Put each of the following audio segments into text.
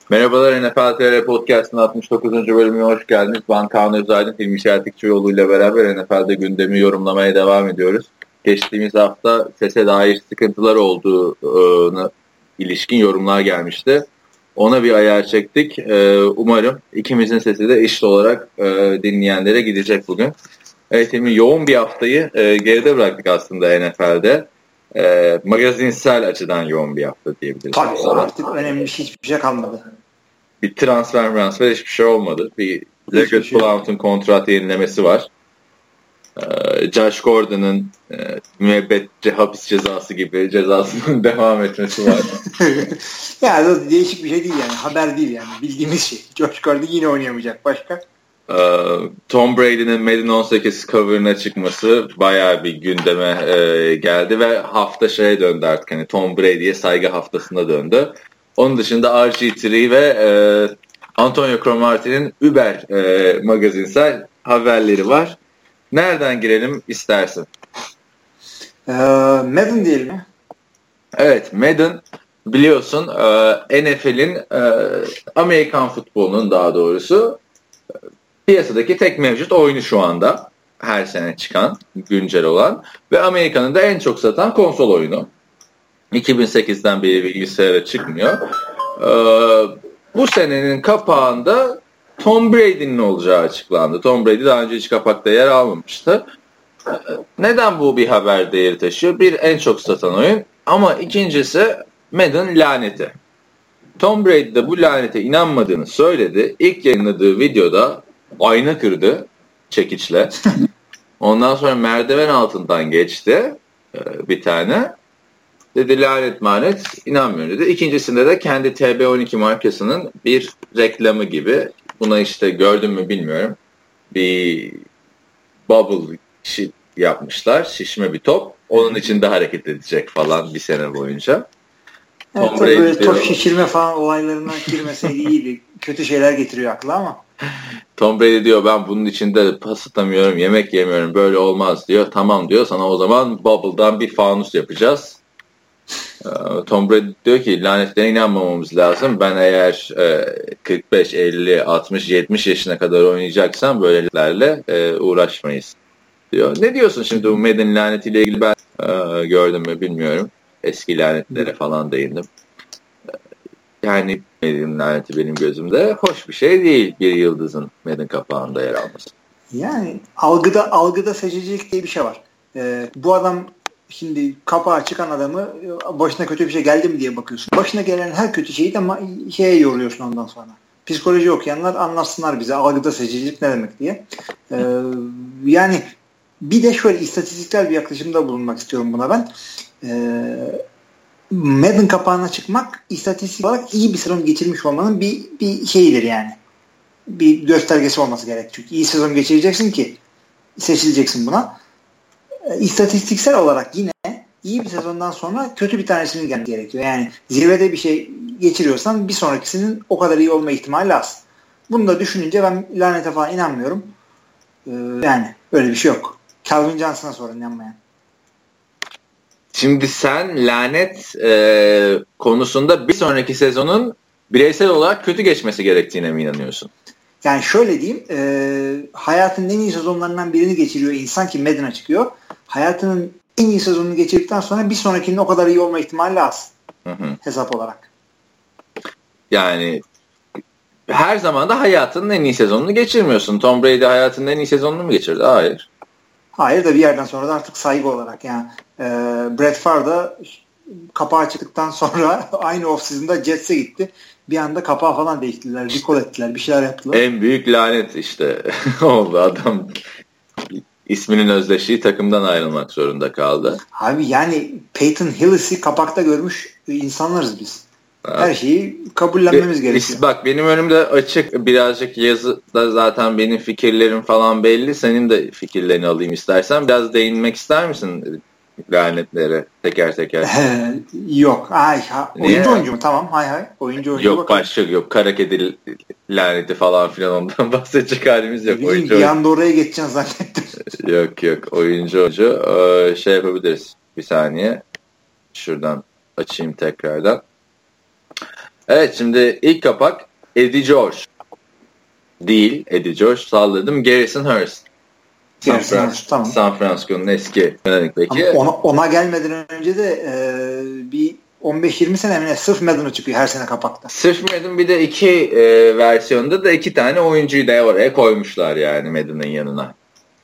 Merhabalar, NFL TR Podcast'ın 69. bölümüne hoş geldiniz. Ben Kaan Özaydın, Hilmi Şertikçioğlu ile beraber NFL'de gündemi yorumlamaya devam ediyoruz. Geçtiğimiz hafta sese dair sıkıntılar olduğuna ilişkin yorumlar gelmişti. Ona bir ayar çektik. Umarım ikimizin sesi de eşit olarak dinleyenlere gidecek bugün. Evet Hilmi, yoğun bir haftayı geride bıraktık aslında NFL'de. Magazinsel açıdan yoğun bir hafta diyebiliriz. Tabii artık önemli hiçbir şey kalmadı. Bir transfer hiçbir şey olmadı. Bir Leggett Blount'un kontrat yenilemesi var. Josh Gordon'ın müebbet hapis cezası gibi cezasının devam etmesi var. Yani değişik bir şey değil yani. Haber değil yani. Bildiğimiz şey. Josh Gordon yine oynayamayacak. Başka? Tom Brady'nin Madden 18 cover'ına çıkması bayağı bir gündeme geldi ve hafta şeye döndü artık. Hani Tom Brady'ye saygı haftasına döndü. Onun dışında RG3 ve Antonio Cromartie'nin Uber magazinsel haberleri var. Nereden girelim istersin? Madden değil mi? Evet, Madden biliyorsun NFL'in Amerikan futbolunun daha doğrusu piyasadaki tek mevcut oyunu şu anda. Her sene çıkan, güncel olan ve Amerika'nın da en çok satan konsol oyunu. 2008'den beri bilgisayara çıkmıyor. Bu senenin kapağında Tom Brady'nin olacağı açıklandı. Tom Brady daha önce hiç kapakta yer almamıştı. Neden bu bir haber değeri taşıyor? Bir, en çok satan oyun, ama ikincisi Madden laneti. Tom Brady de bu lanete inanmadığını söyledi. İlk yayınladığı videoda ayna kırdı çekiçle. Ondan sonra merdiven altından geçti bir tane. Dedi lanet inanmıyorum dedi. İkincisinde de kendi TB12 markasının bir reklamı gibi. Buna işte gördün mü bilmiyorum. Bir bubble yapmışlar. Şişme bir top. Onun içinde hareket edecek falan bir sene boyunca. Evet, Tom Brady böyle top şişirme falan olaylarına girmeseydi iyiydi. Kötü şeyler getiriyor akla ama. Tom Brady diyor ben bunun içinde pas atamıyorum, yemek yemiyorum, böyle olmaz diyor. Tamam diyor, sana o zaman bubble'dan bir fanus yapacağız. Tom Brady diyor ki lanetlerine inanmamamız lazım. Ben eğer 45, 50, 60, 70 yaşına kadar oynayacaksam böylelerle uğraşmayız diyor. Ne diyorsun şimdi bu Madden lanetiyle ilgili? Ben gördüm mü bilmiyorum. Eski lanetlere falan değindim. Yani Madden laneti benim gözümde hoş bir şey değil, bir yıldızın Madden kapağında yer alması. Yani algıda seçicilik diye bir şey var. Bu adam şimdi kapağa çıkan adamı başına kötü bir şey geldi mi diye bakıyorsun. Başına gelen her kötü şeyi de şeye yoruyorsun ondan sonra. Psikoloji okuyanlar anlatsınlar bize algıda seçicilik ne demek diye. Yani bir de şöyle istatistiksel bir yaklaşımda bulunmak istiyorum buna ben. Madden kapağına çıkmak istatistik olarak iyi bir sezon geçirmiş olmanın bir şeyidir yani. Bir göstergesi olması gerek. Çünkü iyi sezon geçireceksin ki seçileceksin buna. İstatistiksel olarak yine iyi bir sezondan sonra kötü bir tanesinin gelmesi gerekiyor. Yani zirvede bir şey geçiriyorsan bir sonrakisinin o kadar iyi olma ihtimali az. Bunu da düşününce ben lanete falan inanmıyorum. Yani öyle bir şey yok. Calvin Johnson'a sorun inanmayan. Şimdi sen lanet konusunda bir sonraki sezonun bireysel olarak kötü geçmesi gerektiğine mi inanıyorsun? Yani şöyle diyeyim, hayatının en iyi sezonlarından birini geçiriyor insan ki Madden'a çıkıyor. Hayatının en iyi sezonunu geçirdikten sonra bir sonrakinin o kadar iyi olma ihtimali az. Hesap olarak. Yani her zaman da hayatının en iyi sezonunu geçirmiyorsun. Tom Brady hayatının en iyi sezonunu mu geçirdi? Hayır. Hayır da bir yerden sonra da artık saygı olarak yani Brett Favre da kapağı çıktıktan sonra aynı off-season'da Jets'e gitti. Bir anda kapağı falan değiştirdiler, recall ettiler, bir şeyler yaptılar. En büyük lanet işte oldu adam. İsminin özdeşliği takımdan ayrılmak zorunda kaldı. Abi yani Peyton Hillis'i kapakta görmüş insanlarız biz. Her şeyi kabullenmemiz gerekiyor. Bak benim önümde açık birazcık yazıda zaten benim fikirlerim falan belli. Senin de fikirlerini alayım istersen. Biraz değinmek ister misin lanetlere teker teker? Yok. Oyuncu mu? Tamam. Oyuncu yok bakalım. Başka yok. Kara kedi laneti falan filan ondan bahsedecek halimiz yok. Bir anda oraya geçeceksin zannettim. Yok. Oyuncu. Şey yapabiliriz. Bir saniye. Şuradan açayım tekrardan. Evet, şimdi ilk kapak Eddie George. Değil Eddie George, salladım. Garrison Hearst. Tamam. San Francisco'nun eski running back'i. Ona gelmeden önce de bir 15-20 sene mi sırf Madden'ı çıkıyor her sene kapakta. Sırf Madden, bir de iki versiyonda da 2 tane oyuncuyu da oraya koymuşlar yani Madden'ın yanına.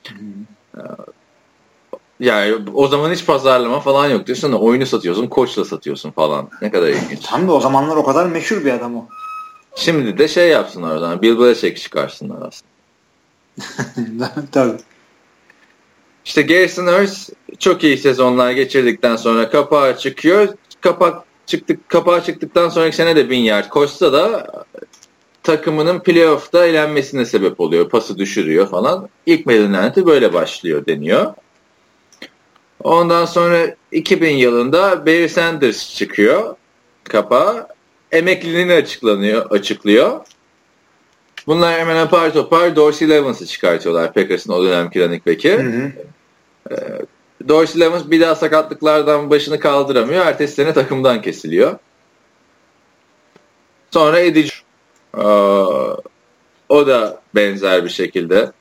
Yani o zaman hiç pazarlama falan yok diyorsun da oyunu satıyorsun, koçla satıyorsun falan. Ne kadar ilginç. Tam da o zamanlar o kadar meşhur bir adam o. Şimdi de şey yapsınlar oradan, Bill Belichick çıkarsınlar aslında. Tabii. İşte Garrison Hearst çok iyi sezonlar geçirdikten sonra kapağa çıkıyor. Kapağa çıktıktan sonraki sene de 1000 yard koşsa da takımının playoff'ta elenmesine sebep oluyor. Pası düşürüyor falan. İlk Madden laneti böyle başlıyor deniyor. Ondan sonra 2000 yılında Barry Sanders çıkıyor kapağa. Emekliliğini açıklıyor. Bunlar hemen apar topar Dorsey Levans'ı çıkartıyorlar. Packers'ın o dönemki running back'i. Dorsey Levans bir daha sakatlıklardan başını kaldıramıyor. Ertesi sene takımdan kesiliyor. Sonra Eddie o da benzer bir şekilde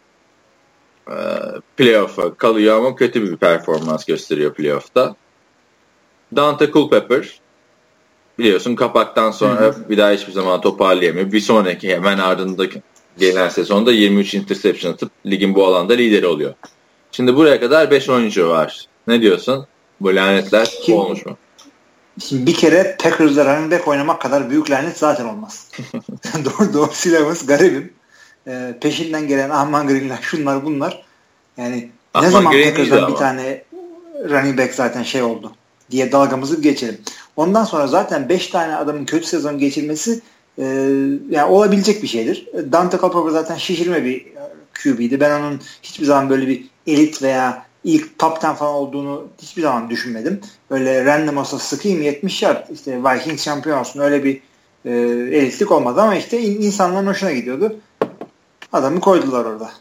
playoff'a kalıyor ama kötü bir performans gösteriyor playoff'ta. Dante Culpepper biliyorsun kapaktan sonra bir daha hiçbir zaman toparlayamıyor. Bir sonraki hemen ardındaki gelen sezonda 23 interception atıp ligin bu alanda lideri oluyor. Şimdi buraya kadar 5 oyuncu var. Ne diyorsun? Bu lanetler olmuş mu? Şimdi bir kere Packers'da running back oynamak kadar büyük lanet zaten olmaz. Dorsey Levans garibim. Peşinden gelen Ahman Green'ler şunlar bunlar. Yani ne zaman Packers'dan bir tane running back zaten şey oldu diye dalgamızı geçelim. Ondan sonra zaten 5 tane adamın kötü sezon geçirmesi yani olabilecek bir şeydir. Dante Culpepper zaten şişirme bir QB'ydi. Ben onun hiçbir zaman böyle bir elit veya ilk top 10 falan olduğunu hiçbir zaman düşünmedim. Böyle random olsa sıkayım 70 yard işte Vikings şampiyon olsun öyle bir elitlik olmadı ama işte insanların hoşuna gidiyordu. Adamı koydular orada.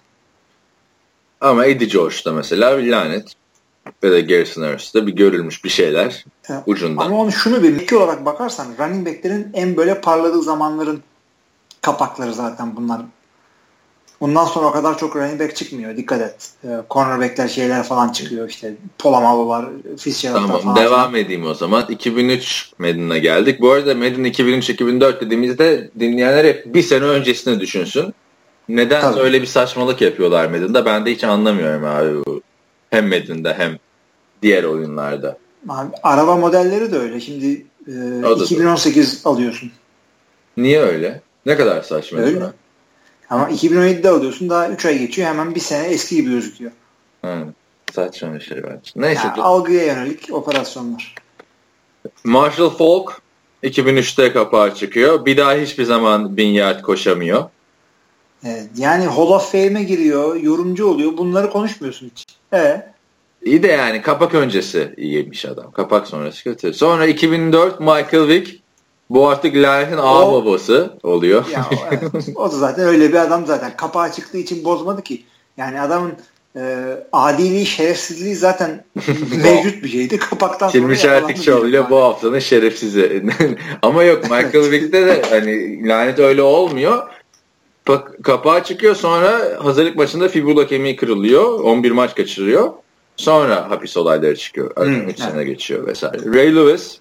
Ama Eddie George'da mesela bir lanet ve de Garrison Hearst'da bir görülmüş bir şeyler ucunda. Ama onu şunu bir miki olarak bakarsan running back'lerin en böyle parladığı zamanların kapakları zaten bunlar. Bundan sonra o kadar çok running back çıkmıyor. Dikkat et. Cornerback'ler şeyler falan çıkıyor işte. Polamalılar, Fitzgerald'lar tamam, falan. Devam edeyim o zaman. 2003 Madden'a geldik. Bu arada Madden 2003-2004 dediğimizde dinleyenler hep bir sene öncesini düşünsün. Neden öyle bir saçmalık yapıyorlar Madden'da? Ben de hiç anlamıyorum abi bu. Hem Madden'da hem diğer oyunlarda. Abi, araba modelleri de öyle. Şimdi 2018 alıyorsun. Niye öyle? Ne kadar saçma. Öyle. Ama 2017'de alıyorsun. Daha 3 ay geçiyor. Hemen bir sene eski gibi gözüküyor. Saçma bir şey bence. Neyse. Yani algıya yönelik operasyonlar. Marshall Faulk 2003'te kapağı çıkıyor. Bir daha hiçbir zaman 1000 yard koşamıyor. Evet, yani Hall of Fame'e giriyor. Yorumcu oluyor. Bunları konuşmuyorsun hiç. İyi de yani kapak öncesi iyiymiş adam. Kapak sonrası kötü. Sonra 2004 Michael Vick. Bu artık lanetin ağ babası oluyor. Ya, evet. O da zaten öyle bir adam zaten. Kapağı çıktığı için bozmadı ki. Yani adamın adiliği, şerefsizliği zaten mevcut bir şeydi. Kapaktan sonra Hilmi Şertikçioğlu ile bu haftanın şerefsizi. Ama yok, Michael Vick'te de hani lanet öyle olmuyor. Kapağı çıkıyor, sonra hazırlık maçında fibula kemiği kırılıyor. 11 maç kaçırıyor. Sonra hapis olayları çıkıyor. 3 sene geçiyor vesaire. Ray Lewis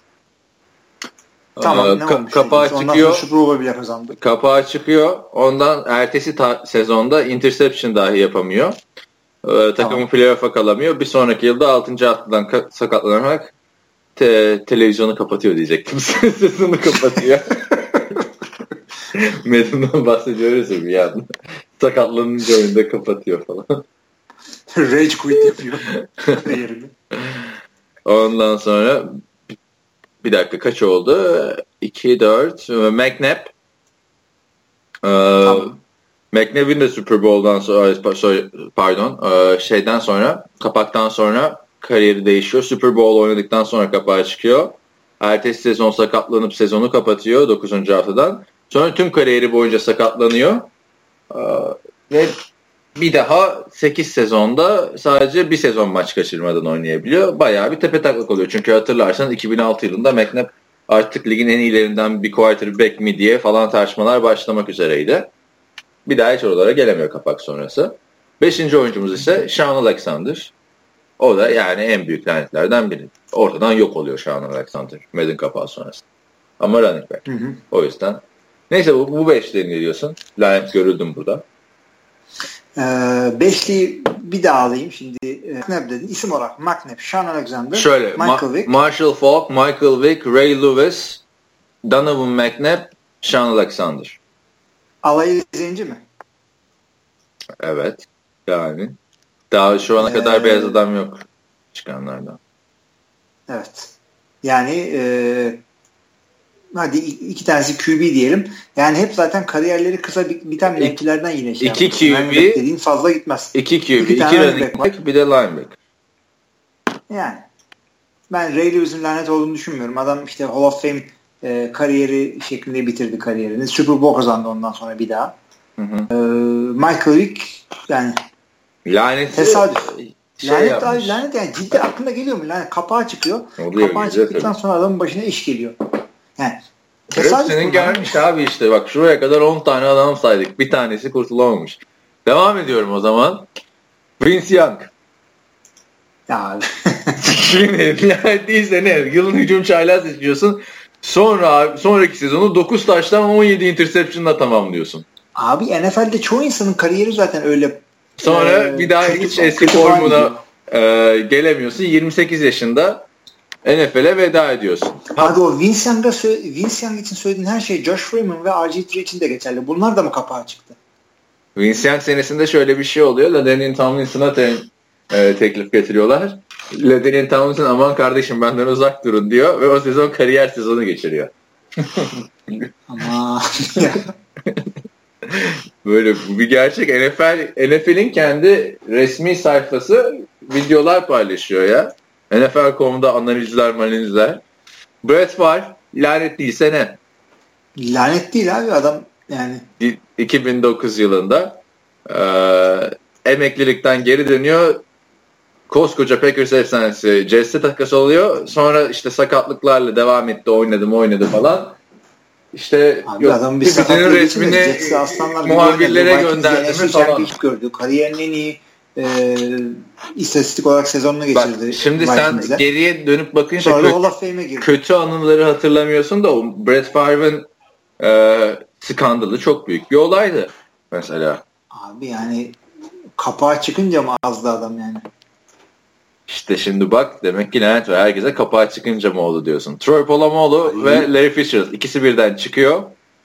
kapağı çıkıyor. Super Bowl bile kazandı. Kapağı çıkıyor. Ondan ertesi sezonda interception dahi yapamıyor. Takımın playoff'a kalamıyor. Bir sonraki yılda 6. haftadan sakatlanarak televizyonu kapatıyor diyecektim. Sezonu kapatıyor. Madden'dan bahsediyoruz ya bir yandan. Sakatlanınca oyunda kapatıyor falan. Rage quit yapıyor. Ondan sonra bir dakika kaç oldu? 2-4 McNabb. McNabb'in de Super Bowl'dan sonra şeyden sonra, kapaktan sonra kariyeri değişiyor. Super Bowl oynadıktan sonra kapağı çıkıyor. Ertesi sezon sakatlanıp sezonu kapatıyor 9. haftadan. Sonra tüm kariyeri boyunca sakatlanıyor. Ve bir daha 8 sezonda sadece bir sezon maç kaçırmadan oynayabiliyor. Bayağı bir tepetaklak oluyor. Çünkü hatırlarsan 2006 yılında McNabb artık ligin en iyilerinden bir quarterback mi diye falan tartışmalar başlamak üzereydi. Bir daha hiç oralara gelemiyor kapak sonrası. 5. oyuncumuz ise Sean Alexander. O da yani en büyük lanetlerden biri. Ortadan yok oluyor Sean Alexander Madden kapağı sonrası. Ama running back. O yüzden. Neyse bu beşliği ne diyorsun? Lanet görüldüm burada. Beşliği bir daha alayım. Şimdi McNabb dedin. İsim olarak McNabb, Sean Alexander, şöyle, Michael Vick. Marshall Faulk, Michael Vick, Ray Lewis, Donovan McNabb, Sean Alexander. Alayı zenci mi? Evet. Yani. Daha şu ana kadar beyaz adam yok çıkanlardan. Evet. Yani hadi iki tanesi QB diyelim. Yani hep zaten kariyerleri kısa biten mevkilerden yine şey. 2 QB dediğin fazla gitmez. 2 QB, 2 running back, bir de linebacker. Yani ben Ray Lewis'in lanet olduğunu düşünmüyorum. Adam işte Hall of Fame kariyeri şeklinde bitirdi kariyerini. Super Bowl kazandı ondan sonra bir daha. Michael Vick yani lanet tesadüf. Lanet yani ciddi aklına geliyor mu? Lanet kapağı çıkıyor. Oluyor, kapağı çıktıktan sonra adamın başına iş geliyor. Yani hepsinin gelmiş abi işte. Bak şuraya kadar 10 tane adam saydık. Bir tanesi kurtulamamış. Devam ediyorum o zaman. Vince Young. Ya Nihayet değilse ne? Yılın hücum çaylağı seçiyorsun. Sonraki sezonu 9 taştan 17 interception'la tamamlıyorsun. Abi NFL'de çoğu insanın kariyeri zaten öyle. Sonra bir daha hiç eski formuna gelemiyorsun. 28 yaşında NFL'e veda ediyorsun. Abi o Vince Young için söylediğin her şey Josh Freeman ve RG3 için de geçerli. Bunlar da mı kapağa çıktı? Vince Young senesinde şöyle bir şey oluyor. LaDainian Tomlinson'a teklif getiriyorlar. LaDainian Tomlinson aman kardeşim benden uzak durun diyor ve o sezon kariyer sezonu geçiriyor. Ama böyle bir gerçek. NFL'in kendi resmi sayfası videolar paylaşıyor ya. NFL.com'da analizler. Brett Favre lanet değilse ne? Lanet değil abi adam yani. 2009 yılında emeklilikten geri dönüyor. Koskoca Packers efsanesi Jets'e takası oluyor. Sonra işte sakatlıklarla devam etti. Oynadı falan. İşte adam bir sakatlığı resmini muhabirlere gönderdi mi falan. Gördü. Kariyerinin en iyi istatistik olarak sezonunu geçirdi. Bak, şimdi sen geriye dönüp bakınca kötü anıları hatırlamıyorsun da o Brett Favre'ın skandalı çok büyük bir olaydı mesela. Abi yani kapağı çıkınca mı azdı adam yani? İşte şimdi bak demek ki lanet var. Herkese kapağı çıkınca mı oldu diyorsun. Troy Polamalu ve Larry Fitzgerald ikisi birden çıkıyor.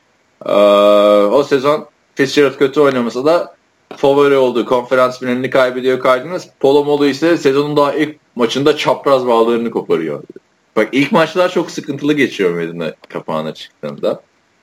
O sezon Fitzgerald kötü oynamasa da favori olduğu konferans finalini kaybediyor Cardinals. Polamalu ise sezonun daha ilk maçında çapraz bağlarını koparıyor. Bak ilk maçlar çok sıkıntılı geçiyor Medine kapağına çıktığında.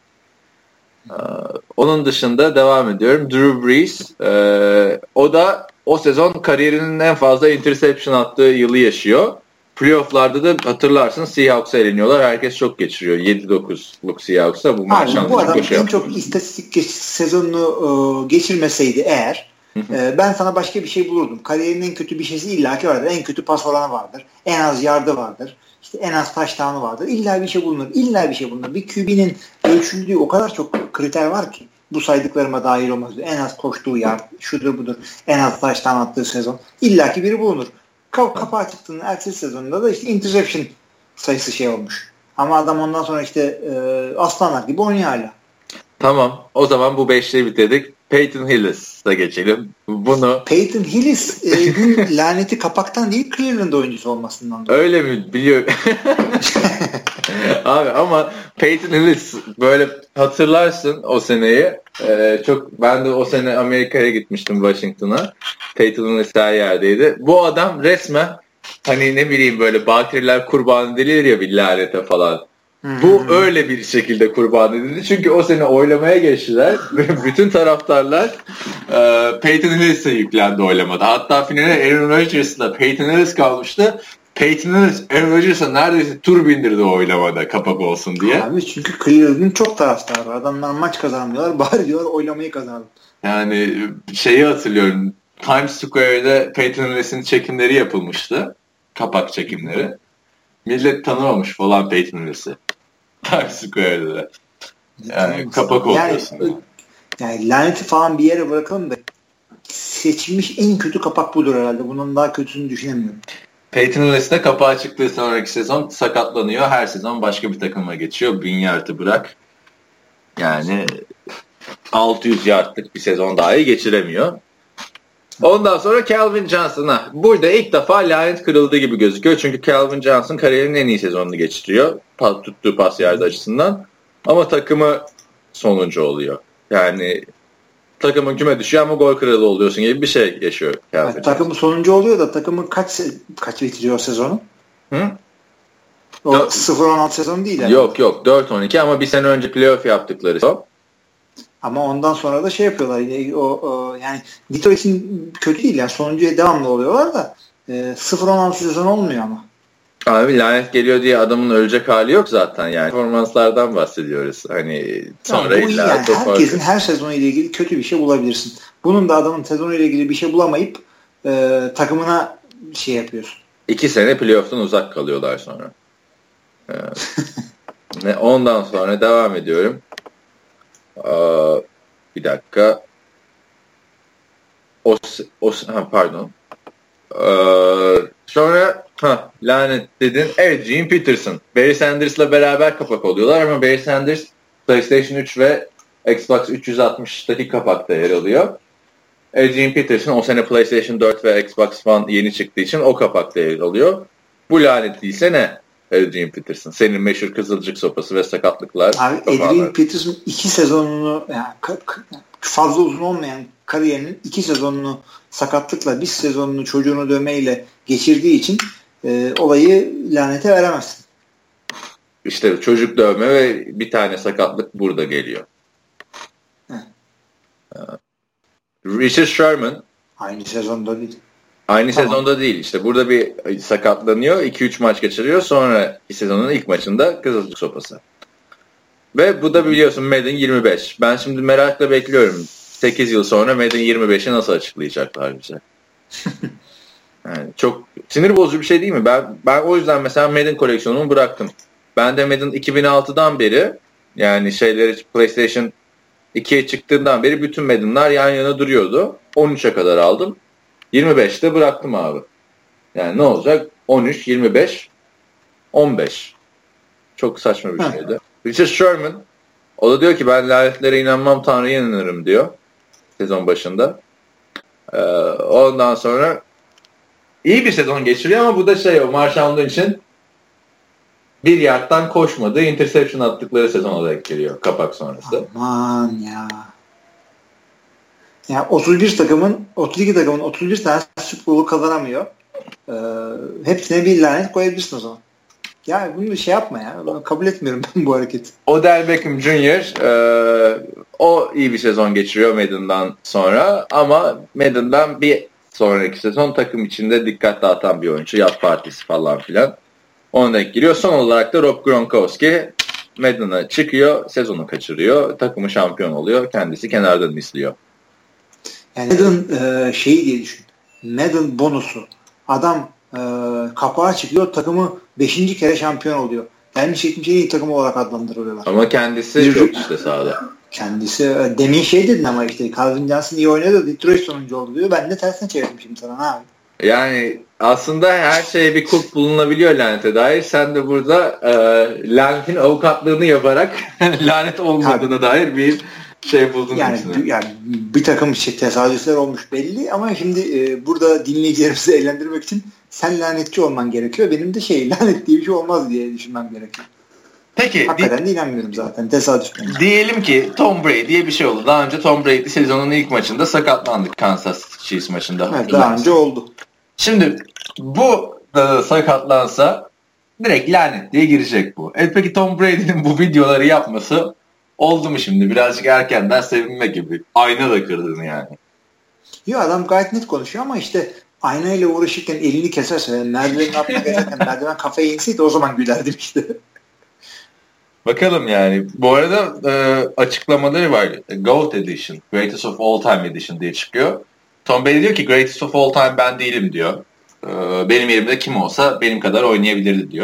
Onun dışında devam ediyorum. Drew Brees. O da o sezon kariyerinin en fazla interception attığı yılı yaşıyor. Playoff'larda da hatırlarsın Seahawks'a eleniyorlar. Herkes çok geçiriyor. 7-9'luk Seahawks'a bu maç. Bu adam en çok istatistik sezonunu geçirmeseydi eğer ben sana başka bir şey bulurdum. Kariyerinin en kötü bir şeysi illaki vardır. En kötü pas oranı vardır. En az yardı vardır. İşte en az touchdown'u vardır. İlla bir şey bulunur. Bir QB'nin ölçüldüğü o kadar çok kriter var ki bu saydıklarıma dahil olmaz. En az koştuğu yard, şudur budur. En az touchdown attığı sezon. İlla ki biri bulunur. Kapağı çıktığının ertesi sezonunda da işte interception sayısı şey olmuş. Ama adam ondan sonra işte aslanlar gibi oynuyor hala. Tamam. O zaman bu beşliği bitirdik. Peyton Hillis'e geçelim. Peyton Hillis laneti kapaktan değil Cleveland oyuncusu olmasından dolayı. Öyle mi? Biliyorum. Abi ama Peyton Hillis böyle hatırlarsın o seneyi. Ben de o sene Amerika'ya gitmiştim Washington'a. Peyton Hillis her yerdeydi. Bu adam resmen hani ne bileyim böyle bakirler kurban edilir ya bir lanete falan. Bu öyle bir şekilde kurban edildi. Çünkü o sene oylamaya geçtiler. Bütün taraftarlar Peyton Hillis'e yüklendi oylamada. Hatta finale Aaron Rodgers'la Peyton Hillis kalmıştı. Peyton Hillis Aaron Rodgers'a neredeyse tur bindirdi o oylamada kapak olsun diye. Abi çünkü Cleveland'ın çok taraftarı var. Adamlar maç kazanmıyorlar. Bari diyorlar oylamayı kazanalım. Yani şeyi hatırlıyorum. Times Square'de Peyton Hillis'in çekimleri yapılmıştı. Kapak çekimleri. Millet tanımamış falan Peyton Hillis'i. Times Square'de. Yani kapak oluyorsun. Yani laneti falan bir yere bırakalım da seçilmiş en kötü kapak budur herhalde. Bunun daha kötüsünü düşünemiyorum. Peyton List'e kapağı çıktığı sonraki sezon sakatlanıyor. Her sezon başka bir takıma geçiyor. 1000 yardı bırak. Yani 600 yardlık bir sezon dahi geçiremiyor. Ondan sonra Calvin Johnson'a. Burada ilk defa lanet kırıldı gibi gözüküyor. Çünkü Calvin Johnson kariyerinin en iyi sezonunu geçiriyor. Tuttuğu pas yardı açısından. Ama takımı sonuncu oluyor. Yani takımın küme düşüyor ama gol kralı oluyorsun gibi bir şey yaşıyor. Yani takımı sonuncu oluyor da takımı kaç bitiriyor sezonu? Hı? O 0-16 sezonu değil yani. Yok 4-12 ama bir sene önce playoff yaptıkları son. Ama ondan sonra da şey yapıyorlar. Yani Detroit'in kötü değil yani sonuncuya devamlı oluyorlar da 0-16 sezon olmuyor ama. Abi lanet geliyor diye adamın ölecek hali yok zaten yani. Performanslardan bahsediyoruz. Hani sonra yani illa yani herkesin her sezonu ile ilgili kötü bir şey bulabilirsin. Bunun da adamın sezonu ile ilgili bir şey bulamayıp takımına şey yapıyorsun. 2 sene playoff'tan uzak kalıyorlar sonra. Ondan sonra devam ediyorum. Bir dakika. Pardon. Sonra lanet dedin. Evet, Gene Peterson. Barry Sanders'la beraber kapak oluyorlar ama Barry Sanders PlayStation 3 ve Xbox 360'daki kapakta yer alıyor. Gene Peterson o sene PlayStation 4 ve Xbox One yeni çıktığı için o kapakta yer alıyor. Bu lanet değilse ne? Adrian Peterson. Senin meşhur kızılcık sopası ve sakatlıklar. Abi Adrian Peterson 2 sezonunu yani fazla uzun olmayan kariyerinin 2 sezonunu sakatlıkla, bir sezonunu çocuğunu dövmeyle geçirdiği için olayı lanete veremezsin. İşte çocuk dövme ve bir tane sakatlık burada geliyor. Richard Sherman aynı sezonda değil. Aynı sezonda değil. İşte burada bir sakatlanıyor. 2-3 maç geçiriyor. Sonra sezonun ilk maçında kızılcık sopası. Ve bu da biliyorsun Madden 25. Ben şimdi merakla bekliyorum. 8 yıl sonra Madden 25'i nasıl açıklayacaklar bize? Yani çok sinir bozucu bir şey değil mi? Ben o yüzden mesela Madden koleksiyonumu bıraktım. Ben de Madden 2006'dan beri yani PlayStation 2'ye çıktığından beri bütün Madden'lar yan yana duruyordu. 13'e kadar aldım. 25'te bıraktım abi. Yani ne olacak? 13, 25, 15. Çok saçma bir şeydi. Richard Sherman, o da diyor ki ben lanetlere inanmam, Tanrı'ya inanırım diyor. Sezon başında. Ondan sonra iyi bir sezon geçiriyor ama bu da o Marshall için bir yardtan koşmadığı, interception attıkları sezon olarak geliyor kapak sonrası. Aman ya. Yani 32 takımın 31 tane Super Bowl'u kazanamıyor. Hepsine bir lanet koyabilirsin o zaman. Ya bunu şey yapma ya. Ben kabul etmiyorum ben bu hareketi. Odell Beckham Jr. O iyi bir sezon geçiriyor Madden'dan sonra ama Madden'dan bir sonraki sezon takım içinde dikkat dağıtan bir oyuncu. Yaz partisi falan filan. Ona denk giriyor. Son olarak da Rob Gronkowski Madden'a çıkıyor. Sezonu kaçırıyor. Takımı şampiyon oluyor. Kendisi kenardan izliyor. Yani Madden şeyi diye düşün. Madden bonusu. Adam kapağa çıkıyor. Takımı 5. kere şampiyon oluyor. Gelmiş geçmiş en iyi takım olarak adlandırılıyorlar. Ama kendisi çok işte sahada. Kendisi demin şey dedin ama işte Calvin Johnson iyi oynadı. Detroit sonuncu oldu diyor. Ben de tersine çevirdim şimdi sana. Ha? Yani aslında her şeye bir kulp bulunabiliyor lanete dair. Sen de burada lanetin avukatlığını yaparak lanet olmadığına dair bir şey buldun. Yani bir takım tesadüfler olmuş belli ama şimdi burada dinleyicilerimizi eğlendirmek için sen lanetçi olman gerekiyor. Benim de lanet diye bir şey olmaz diye düşünmem gerekiyor. Peki. Hakikaten de inanmıyorum zaten. Tesadüf. Diyelim ki Tom Brady diye bir şey oldu. Daha önce Tom Brady sezonun ilk maçında sakatlandık Kansas Chiefs maçında. Evet, daha önce oldu. Şimdi bu da sakatlansa direkt lanet diye girecek bu. Peki Tom Brady'nin bu videoları yapması oldu mu şimdi? Birazcık erkenden sevinme gibi. Ayna da kırdın yani. Yok, adam gayet net konuşuyor ama işte aynayla uğraşırken elini keserse, merdivenin altına geçerken merdiven kafaya inseydi o zaman gülerdim işte. Bakalım yani. Bu arada açıklamaları var. GOAT Edition, Greatest of All Time Edition diye çıkıyor. Tom Brady diyor ki Greatest of All Time ben değilim diyor. Benim yerimde kim olsa benim kadar oynayabilirdi diyor.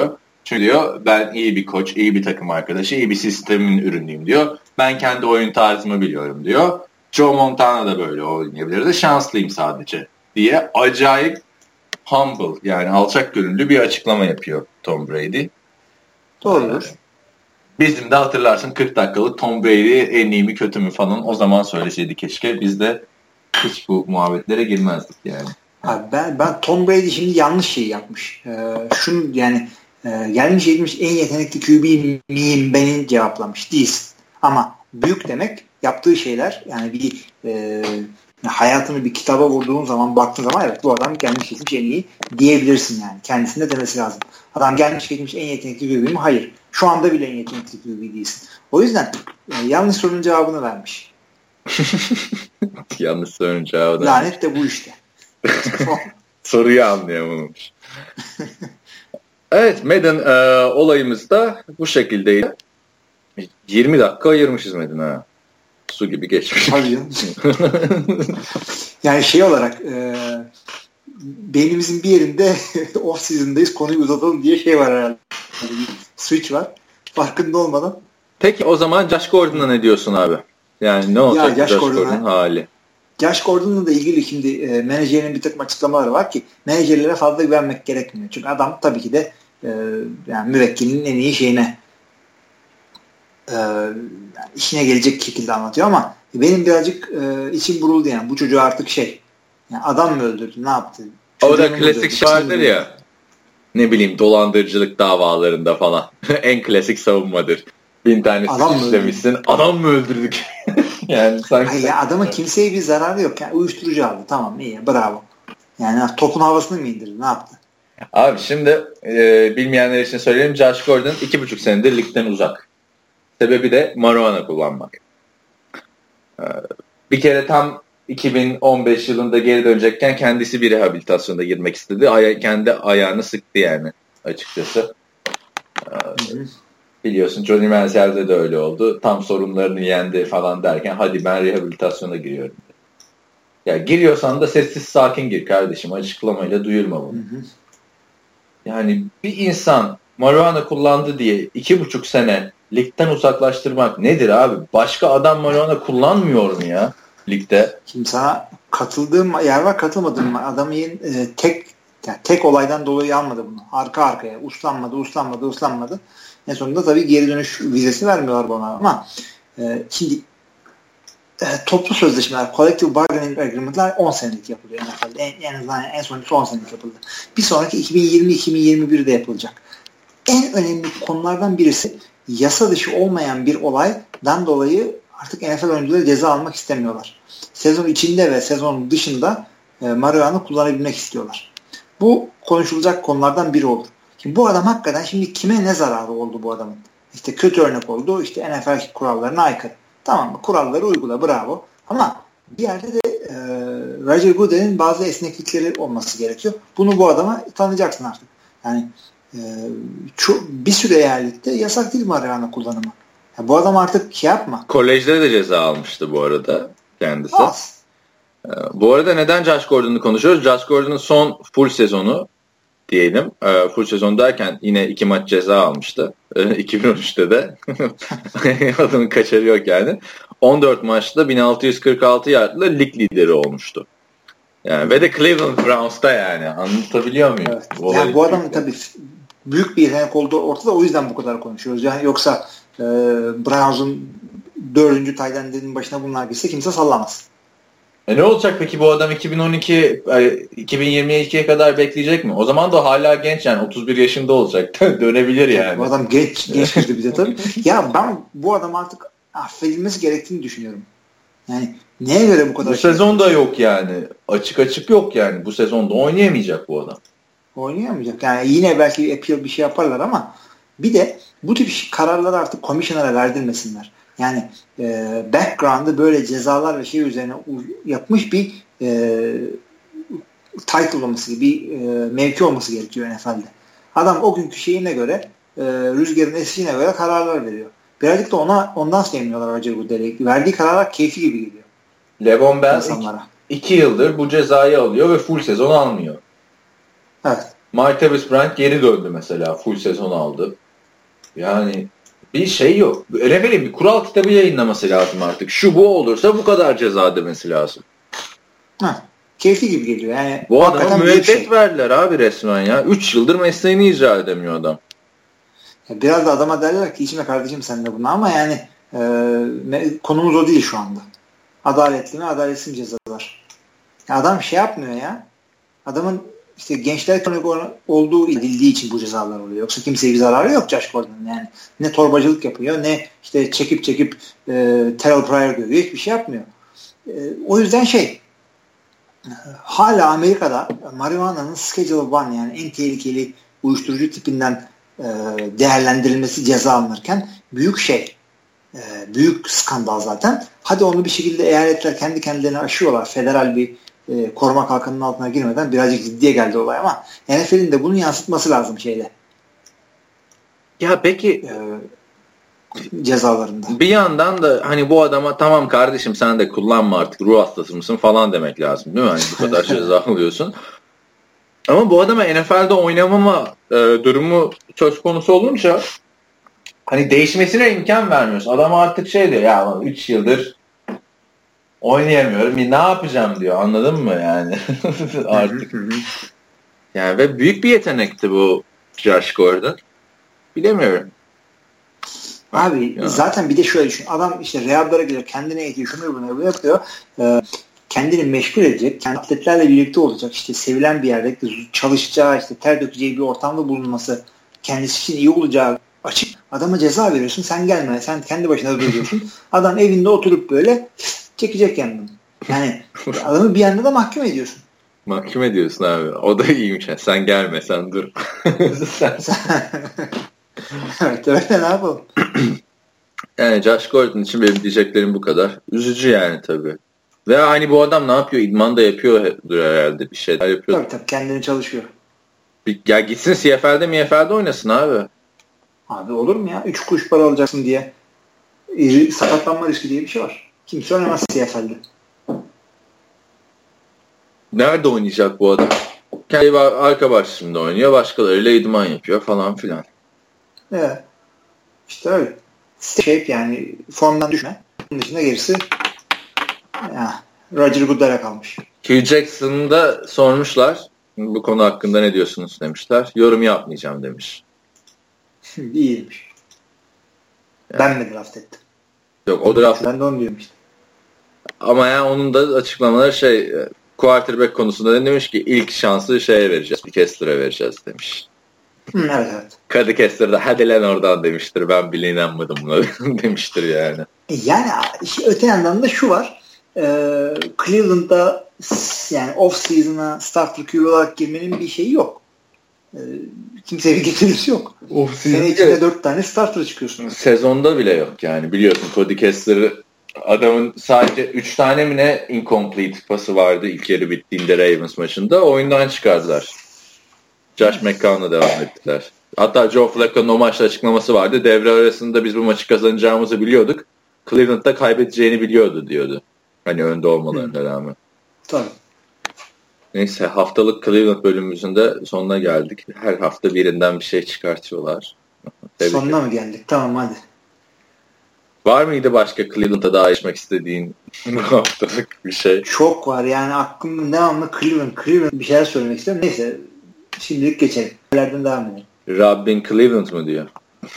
Çünkü diyor ben iyi bir koç, iyi bir takım arkadaşı, iyi bir sistemin ürünüyüm diyor. Ben kendi oyun tarzımı biliyorum diyor. Joe Montana da böyle oynayabilirdi. Şanslıyım sadece diye acayip humble yani alçak gönüllü bir açıklama yapıyor Tom Brady. Doğrudur. Bizim de hatırlarsın 40 dakikalık Tom Brady en iyi mi kötü mü falan o zaman söyleseydi keşke. Biz de hiç bu muhabbetlere girmezdik yani. Abi ben Tom Brady şimdi yanlış şey yapmış. Şunu yani gelmiş geçmiş en yetenekli QB miyim beni cevaplamış değilsin. Ama büyük demek yaptığı şeyler yani bir hayatını bir kitaba vurduğun zaman baktığın zaman evet bu adam gelmiş geçmiş en iyi diyebilirsin yani. Kendisinde demesi lazım. Adam gelmiş geçmiş en yetenekli QB mi? Hayır. Şu anda bile en yetenekli QB değilsin. O yüzden yanlış sorunun cevabını vermiş. Yanlış sorunun cevabını. Lanet de bu işte. Soruyu anlayamamış. Evet Madden olayımız da bu şekildeydi. 20 dakika ayırmışız Madden ha. Su gibi geçmiş. Tabii canım. Yani şey olarak beynimizin bir yerinde off season'dayız konuyu uzatalım diye şey var herhalde. Switch var. Farkında olmadan. Peki o zaman Josh Gordon'a ne diyorsun abi? Yani ne olacak Josh Gordon'un hali? Josh Gordon'la da ilgili şimdi menajerinin bir takım açıklamaları var ki menajerlere fazla güvenmek gerekmiyor. Çünkü adam tabii ki de yani müvekkilinin en iyi şeyine işine gelecek şekilde anlatıyor ama benim birazcık içim buruldu yani. Bu çocuğu artık yani adam mı öldürdü? Ne yaptı? O da klasik şey vardır ya. Ne bileyim dolandırıcılık davalarında falan. En klasik savunmadır. 1000 tane suç işlemişsin. Adam mı öldürdük? Yani sanki. Hayır ya adamın kimseye bir zararı yok. Yani uyuşturucu aldı. Tamam iyi bravo. Yani topun havasını mı indirdi? Ne yaptı? Abi şimdi bilmeyenler için söyleyeyim. Josh Gordon 2,5 senedir ligden uzak. Sebebi de marijuana kullanmak. Bir kere tam 2015 yılında geri dönecekken kendisi bir rehabilitasyona girmek istedi. Kendi ayağını sıktı yani açıkçası. Biliyorsun Johnny Manziel'de de öyle oldu. Tam sorunlarını yendi falan derken hadi ben rehabilitasyona giriyorum. Ya giriyorsan da sessiz sakin gir kardeşim. Açıklamayla duyurma bunu. Yani bir insan marijuana kullandı diye 2,5 sene ligden uzaklaştırmak nedir abi? Başka adam marijuana kullanmıyor mu ya ligde? Şimdi sana katıldığım yer var katılmadığım var. Adamın tek olaydan dolayı almadı bunu. Arka arkaya uslanmadı. En sonunda tabii geri dönüş vizesi vermiyorlar bana ama şimdi toplu sözleşmeler, collective bargaining agreement'lar 10 senelik yapılıyor NFL'de. En azından en sonuncusu 10 senelik yapıldı. Bir sonraki 2020-2021'de yapılacak. En önemli konulardan birisi yasa dışı olmayan bir olaydan dolayı artık NFL oyuncuları ceza almak istemiyorlar. Sezon içinde ve sezon dışında marijuana kullanabilmek istiyorlar. Bu konuşulacak konulardan biri olur. Şimdi bu adam hakikaten şimdi kime ne zararı oldu bu adamın? İşte kötü örnek oldu. İşte NFL kurallarına aykırı. Tamam mı? Kuralları uygula bravo. Ama bir yerde de Roger Goodell'in bazı esneklikleri olması gerekiyor. Bunu bu adama tanıyacaksın artık. Yani bir süre eyalette yasak değil marijuana kullanımı. Yani bu adam artık şey yapma. Kolejde de ceza almıştı bu arada kendisi. Bu arada neden Josh Gordon'u konuşuyoruz? Josh Gordon'un son full sezonu diyelim. Full sezon derken yine 2 maç ceza almıştı. 2013'te de. Adamın kaçarı yok yani. 14 maçta 1646 yardla lig lideri olmuştu. Yani ve de Cleveland Browns'ta yani. Anlatabiliyor muyum? Evet. Yani bu adamın tabii büyük bir yetenek olduğu ortada. O yüzden bu kadar konuşuyoruz. Yani yoksa Browns'un 4. tight end'inin başına bunlar girse kimse sallamaz. Ne olacak peki bu adam 2022'ye kadar bekleyecek mi? O zaman da hala genç yani 31 yaşında olacak. Dönebilir yani. Bu adam genç girdi bize tabii. Ya ben bu adam artık affedilmesi gerektiğini düşünüyorum. Yani neye göre bu kadar? Bu sezon da yok yani. Açık yok yani. Bu sezonda oynayamayacak bu adam. Oynayamayacak. Yani yine belki appeal bir şey yaparlar ama bir de bu tip kararları artık komisyonlara verdirmesinler. Yani background'ı böyle cezalar ve şey üzerine yapmış bir title olması gibi bir mevki olması gerekiyor NFL'de. Adam o günkü şeyine göre rüzgarın esiğine göre kararlar veriyor. Birazcık da ondan sevmiyorlar Roger Goodell'i. Verdiği kararlar keyfi gibi geliyor. Le'Veon Bell 2 yıldır bu cezayı alıyor ve full sezon almıyor. Evet. Martavis Bryant geri döndü mesela. Full sezon aldı. Yani bir şey yok. NFL'in bir kural kitabı yayınlaması lazım artık. Şu bu olursa bu kadar ceza demesi lazım. Keyfi gibi geliyor. Yani bu adama müebbet verdiler abi resmen ya. 3 yıldır mesleğini icra edemiyor adam. Biraz da adama derler ki içme kardeşim sen de bunu ama yani konumuz o değil şu anda. Adaletli mi adaletsiz mi cezalar. Adam şey yapmıyor ya. Adamın işte gençler kronik olduğu bildiği için bu cezalar oluyor. Yoksa kimseye bir zararı yok Josh Gordon'un yani. Ne torbacılık yapıyor ne işte çekip Terrell Pryor dövüyor. Hiçbir şey yapmıyor. O yüzden hala Amerika'da marijuana'nın Schedule 1 yani en tehlikeli uyuşturucu tipinden değerlendirilmesi ceza alınırken büyük skandal zaten. Hadi onu bir şekilde eyaletler kendi kendilerine aşıyorlar. Federal bir koruma kalkanının altına girmeden birazcık ciddiye geldi olay ama NFL'in de bunu yansıtması lazım şeyle. Ya peki cezalarında. Bir yandan da hani bu adama tamam kardeşim sen de kullanma artık ruh hastası mısın falan demek lazım değil mi? Hani bu kadar ceza alıyorsun. Ama bu adama NFL'de oynamama durumu söz konusu olunca hani değişmesine imkan vermiyorsun. Adam artık şey diyor ya 3 yıldır oynayamıyorum. Ne yapacağım diyor. Anladın mı yani? Artık. Yani ve büyük bir yetenekti bu Josh Gordon. Bilemiyorum. Abi ya. Zaten bir de şöyle düşün. Adam işte rehablara gidiyor. Kendine eğitiyor. Şunu bunu yapıyor. Kendini meşgul edecek. Kendi atletlerle birlikte olacak. İşte sevilen bir yerde çalışacağı, işte ter dökeceği bir ortamda bulunması kendisi için iyi olacağı açık. Adama ceza veriyorsun. Sen gelme. Sen kendi başına duruyorsun. Adam evinde oturup böyle çekecek kendini. Yani adamı bir yanda da mahkum ediyorsun. Mahkum ediyorsun abi. O da iyiymiş. Sen gelme. Sen dur. Evet öyle ne yapalım? Yani Josh Gordon için benim diyeceklerim bu kadar. Üzücü yani tabii. Ve hani bu adam ne yapıyor? İdman da yapıyordur herhalde. Bir şeyler yapıyor. Tabii kendini çalışıyor. Ya gitsin CFL'de MFL'de oynasın abi. Abi olur mu ya? 3 kuruş para alacaksın diye. Sakatlanma riski diye bir şey var. Kimse oynamaz CFL'de. Nerede oynayacak bu adam? Kendi arka bahçesinde oynuyor. Başkalarıyla idman yapıyor falan filan. Evet. İşte öyle. Yani formdan düşme. Bunun dışında gerisi Roger Goodell'e kalmış. Hugh Jackson'ı da sormuşlar. Bu konu hakkında ne diyorsunuz demişler. Yorum yapmayacağım demiş. İyiymiş. Yani. Ben mi draft ettim? Yok o draft. Ben de onu diyorum işte. Ama yani onun da açıklamaları quarterback konusunda demiş ki ilk şansı vereceğiz. Kessler'e vereceğiz demiş. Evet. Kadı Kessler'da hadi lan oradan demiştir. Ben bile inanmadım buna demiştir yani. Yani öte yandan da şu var. Cleveland'da yani off-season'a starter QB olarak girmenin bir şeyi yok. Kimseye bir getirisi yok. Sene içinde 4 tane starter çıkıyorsun. Sezonda bile yok yani. Biliyorsun Cody Kessler'ı adamın sadece 3 tane mi ne incomplete pası vardı ilk yarı bittiğinde Ravens maçında. Oyundan çıkardılar. Josh McCown'la devam ettiler. Hatta Joe Flacco'nun o maçta açıklaması vardı. Devre arasında biz bu maçı kazanacağımızı biliyorduk. Cleveland'da kaybedeceğini biliyordu diyordu. Hani önde olmalarına rağmen. Tabii. Neyse haftalık Cleveland bölümümüzün de sonuna geldik. Her hafta birinden bir şey çıkartıyorlar. Sonuna mı geldik? Tamam hadi. Var mıydı başka Cleveland'a daha içmek istediğin bu haftalık bir şey? Çok var yani aklımda devamlı Cleveland bir şeyler söylemek istiyorum. Neyse şimdilik geçelim. Nelerden devam edelim. Rabbin Cleveland mı diyor?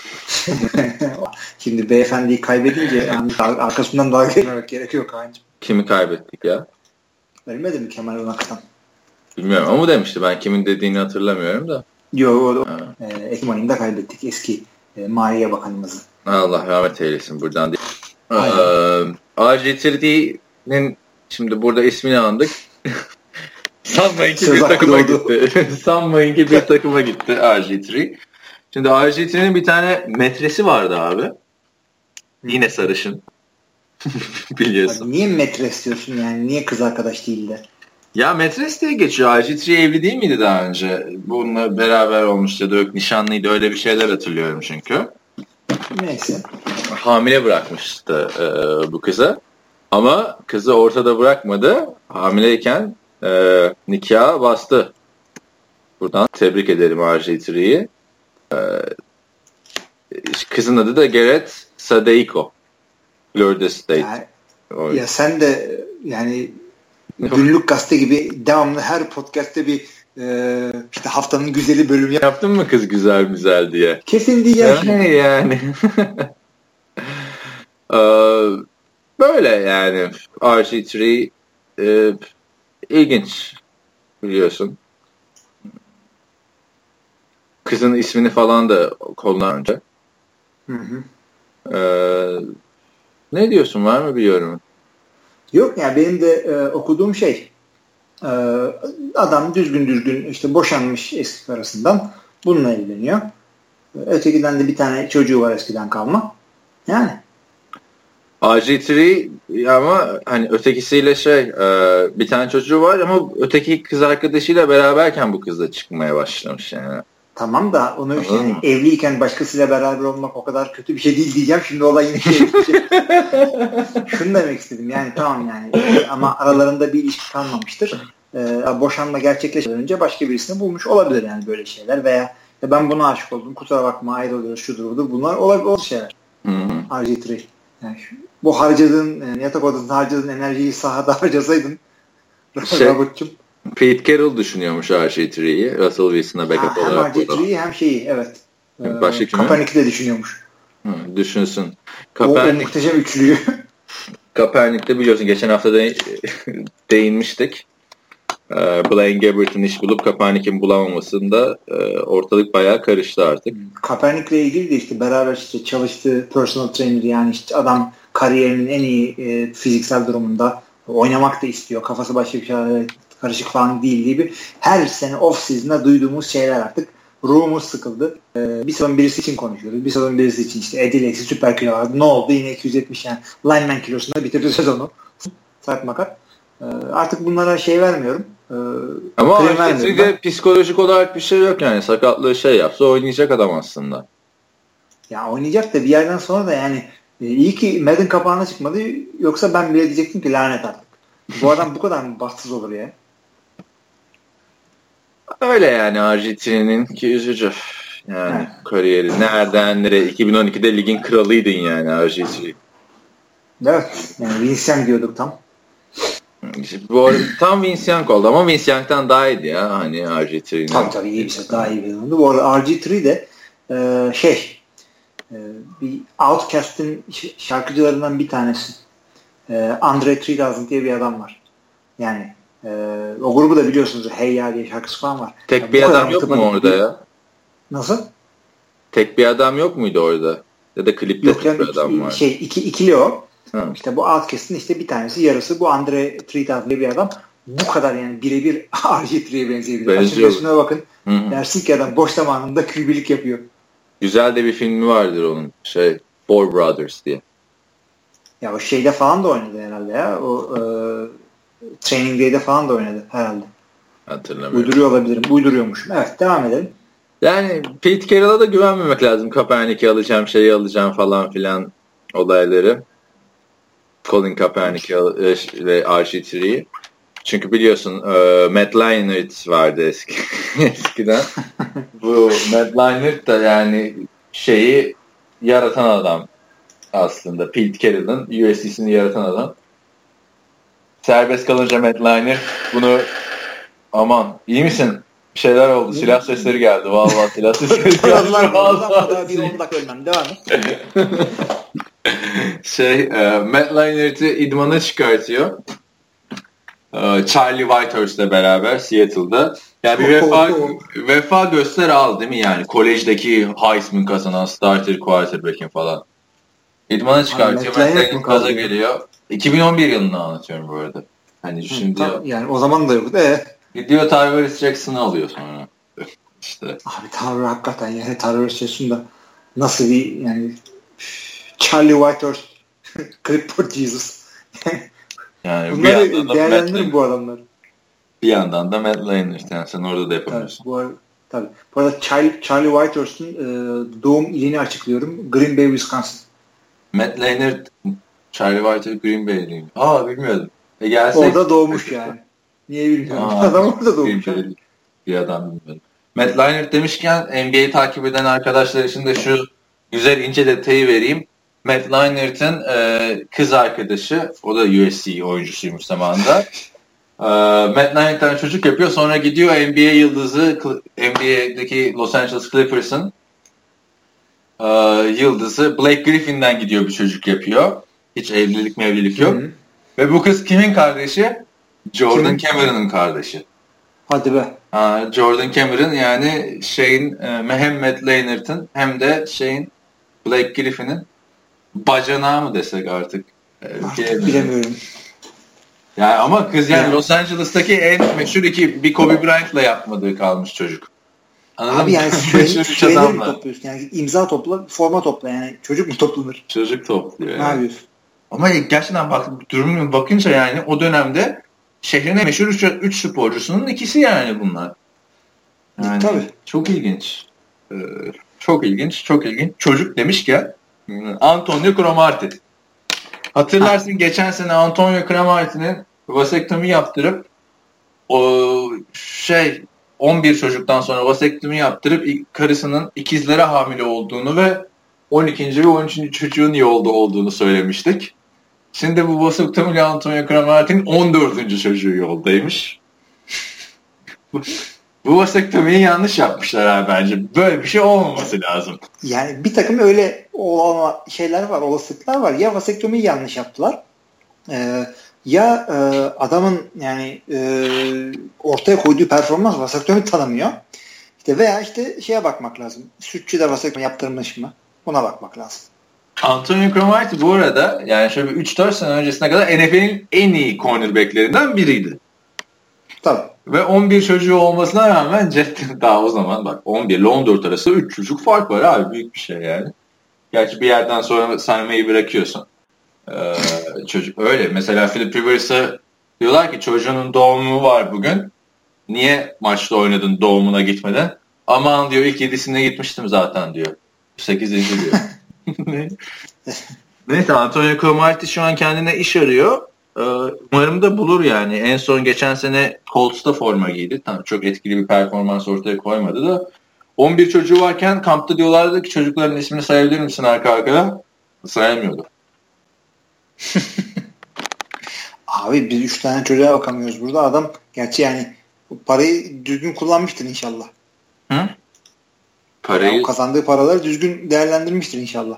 Şimdi beyefendiyi kaybedince yani arkasından dalga geçmemek gerekiyor Kaan'cığım. Kimi kaybettik ya? Ölmedi mi Kemal Unak'tan? Bilmiyorum ama demişti. Ben kimin dediğini hatırlamıyorum da. Yok. Ekim ayında kaybettik eski Maliye Bakanımızı. Allah rahmet eylesin buradan değil. RG3'nin şimdi burada ismini andık. Sanmayın ki bir takıma gitti. Sanmayın ki bir takıma gitti RG3. Şimdi RG3'nin bir tane metresi vardı abi. Yine sarışın. Biliyorsun. Abi niye metres diyorsun yani? Niye kız arkadaş değil de? Ya metres diye geçiyor. RG3 evli değil miydi daha önce? Bununla beraber olmuştu ya da yok nişanlıydı. Öyle bir şeyler hatırlıyorum çünkü. Neyse. Hamile bırakmıştı bu kıza. Ama kızı ortada bırakmadı. Hamileyken nikaha bastı. Buradan tebrik ederim RG3'yi. Kızın adı da Gareth Sadeiko. Florida State. Ya sen de yani günlük gazete gibi devamlı her podcast'te bir işte haftanın güzeli bölümü yaptın mı kız güzel diye? Kesin diyeceğim. Yani. Böyle yani RG3 ilginç biliyorsun. Kızın ismini falan da kollar önce. Ne diyorsun? Var mı bir yorumun? Yok yani benim de okuduğum şey adam düzgün işte boşanmış eski karısından bununla evleniyor. Ötekiden de bir tane çocuğu var eskiden kalma. Yani. RG3 ama hani ötekisiyle bir tane çocuğu var ama öteki kız arkadaşıyla beraberken bu kızla çıkmaya başlamış yani. Tamam da onu yani evliyken başkasıyla beraber olmak o kadar kötü bir şey değil diyeceğim. Şimdi olay yine şey. Şunu demek istedim. Yani tamam yani ama aralarında bir ilişki kalmamıştır. Boşanma gerçekleşmeden önce başka birisini bulmuş olabilir yani böyle şeyler veya ben buna aşık oldum. Kusura bakma ayrılıyoruz şudur budur. Bunlar olabilir şeyler. RG3. Yani bu harcadığın yatak odasında harcadığın enerjiyi sahada harcasaydın Robert'cığım. Pete Carroll düşünüyormuş RG3'yi. Russell Wilson'a backup olarak. Hem RG3'yi hem şeyi evet. Kaepernick'i de düşünüyormuş. Düşünsün. O muhteşem üçlüyü. Kaepernick'te biliyorsun geçen hafta değinmiştik. Blaine Gabbert'ın iş bulup Kaepernick'in bulamamasında ortalık bayağı karıştı artık. Kaepernick'le ilgili de işte beraber işte çalıştığı personal trainer yani işte adam kariyerinin en iyi fiziksel durumunda oynamak da istiyor. Kafası başka bir şeyler karışık falan değil gibi. Her sene off season'da duyduğumuz şeyler artık. Ruhumuz sıkıldı. Bir sezon birisi için konuşuyoruz. Bir sezon birisi için işte Eddie Lacy süper kilo vardı. Ne oldu? Yine 270 yani lineman kilosunda bitirdi sezonu. Sak makat. Artık bunlara şey vermiyorum. Ama RG3'de psikolojik olarak bir şey yok yani. Sakatlığı yapsa oynayacak adam aslında. Ya oynayacak da bir yerden sonra da yani iyi ki Madden kapağına çıkmadı. Yoksa ben bile diyecektim ki lanet artık. Bu adam bu kadar mı bahtsız olur ya? Öyle yani RG3'nin ki üzücü. Yani kariyeri nereden nereye 2012'de ligin kralıydın yani RG3. Evet. Yani Vince Young diyorduk tam. Tam Vince Young oldu ama Vince Young'tan daha iyiydi ya hani RG3'nin. Tabii iyi bir şey. Daha iyi bir oldu. Bu arada RG3 de bir Outkast'in şarkıcılarından bir tanesi. Andre 3000 diye bir adam var. Yani o grubu da biliyorsunuz. Hey Ya diye şarkısı falan var. Tek yani bir adam yok mu orada ya? Nasıl? Tek bir adam yok muydu orada? Ya da klipte yok, tek bir adam var. İkili o. İşte bu Outkast'in işte bir tanesi yarısı bu Andre 3000 diye bir adam. Bu kadar yani birebir RG3'ye benzeyebilir. Açıkçası bakın. Dersin ki adam boş zamanında kübilik yapıyor. Güzel de bir filmi vardır onun. Four Brothers diye. Ya o şeyde falan da oynadı herhalde ya. O Training Day'de falan da oynadı herhalde. Hatırlamıyorum. Uyduruyor olabilirim. Uyduruyormuşum. Evet devam edelim. Yani Pete Carroll'a da güvenmemek lazım. Kaepernick'i alacağım, şeyi alacağım falan filan olayları. Colin Kaepernick ve RG3'yi. Çünkü biliyorsun Matt Leinart vardı eskiden. Bu Matt Leinart da yani şeyi yaratan adam aslında. Pete Carroll'ın USC'sini yaratan adam. Serbest kalınca Matt Leinart bunu aman iyi misin? Bir şeyler oldu. Silah sesleri geldi. Vallahi silah sesleri geldi. Vallahi bir 10 dakika ölmem. Devam et. Matt Leinart'ı idmana çıkartıyor. Charlie Whitehurst'la beraber Seattle'da. Yani bir vefa göster al değil mi yani? Kolejdeki Heisman kazanan starter quarterback'in falan. İdmana çıkartıyor. Matt Leinart gaza geliyor. 2011 yılını anlatıyorum bu arada. Hani şimdi yani o zaman da yok. Gidiyor Tyrese Jackson'ı alıyor sonra. İşte. Abi Tanrı hakikaten yani Tyrese Jackson'da nasıl bir yani Charlie Whitehurst Clipboard Jesus. Yani bunları değerlendirin bu adamlar. Bir yandan da Matt Leinart yani sen orada da yapamıyorsun. Tabii. Bu arada Charlie Whitehurst'un doğum ilini açıklıyorum. Green Bay, Wisconsin. Matt Leinart Charlie Whitehurst Green Bay'liyim. Bilmiyordum. Orada doğmuş yani. Niye bilmiyorum. Adam orada doğmuş. Bir adam bilmiyorum. Matt Leinart demişken NBA'yi takip eden arkadaşlar için de şu güzel ince detayı vereyim. Matt Leinart'ın kız arkadaşı, o da USC oyuncusuymuş zamanında. Matt Leinart'tan çocuk yapıyor, sonra gidiyor NBA yıldızı, NBA'deki Los Angeles Clippers'ın yıldızı Blake Griffin'den gidiyor bir çocuk yapıyor. Hiç evlilik yok. Hı-hı. Ve bu kız kimin kardeşi? Jordan Cameron'ın kardeşi. Hadi be. Jordan Cameron yani hem Matt Leinart'ın hem de Blake Griffin'in bacanağı mı desek artık? Bilemiyorum. Yani ama kız yani Los Angeles'taki en meşhur bir Kobe Bryant'la yapmadığı kalmış çocuk. Anladın abi mı? Yani süreleri mi topluyorsun? Yani imza topla, forma topla yani. Çocuk mu toplanır? Çocuk topluyor yani. Ne yapıyorsun? Ama gerçekten durumu bakınca yani o dönemde şehrin meşhur 3 sporcusunun ikisi yani bunlar. Yani tabii. Çok ilginç. Çok ilginç. Çocuk demişken Antonio Cromartie. Hatırlarsın geçen sene Antonio Cromartie'nin vasektomi yaptırıp 11 çocuktan sonra vasektomi yaptırıp karısının ikizlere hamile olduğunu ve 12. ve 13. çocuğun yolda olduğunu söylemiştik. Şimdi bu vasektomiyle Antonio Cromartie'nin 14. çocuğu yoldaymış. Bu vasektomiyi yanlış yapmışlar abi bence. Böyle bir şey olmaması lazım. Yani bir takım öyle şeyler var, olasılıklar var. Ya vasektomiyi yanlış yaptılar. Ya adamın yani ortaya koyduğu performans vasektomi tanımıyor. İşte veya şeye bakmak lazım. Sütçüde vasektomi yaptırmış mı? Buna bakmak lazım. Antonio Cromartie bu arada yani şöyle 3-4 sene öncesine kadar NFL'in en iyi cornerback'lerinden biriydi. Tabii. Ve 11 çocuğu olmasına rağmen daha o zaman bak 11 ile 14 arasında 3 çocuk fark var abi. Büyük bir şey yani. Gerçi bir yerden sonra saymayı bırakıyorsun. Çocuk öyle. Mesela Philip Rivers'a diyorlar ki çocuğunun doğumu var bugün. Niye maçta oynadın doğumuna gitmeden? Aman diyor ilk 7'sine gitmiştim zaten diyor. 8. diyor. Neyse Antonio Cromartie şu an kendine iş arıyor. Umarım da bulur yani. En son geçen sene Colts'ta forma giydi. Tamam, çok etkili bir performans ortaya koymadı da. 11 çocuğu varken kampta diyorlardı ki çocukların ismini sayabilir misin arka arkaya? Sayamıyordu. Abi biz 3 tane çocuğa bakamıyoruz burada. Adam gerçi yani parayı düzgün kullanmıştır inşallah. Hı? Parayı... Yani kazandığı paraları düzgün değerlendirmiştir inşallah.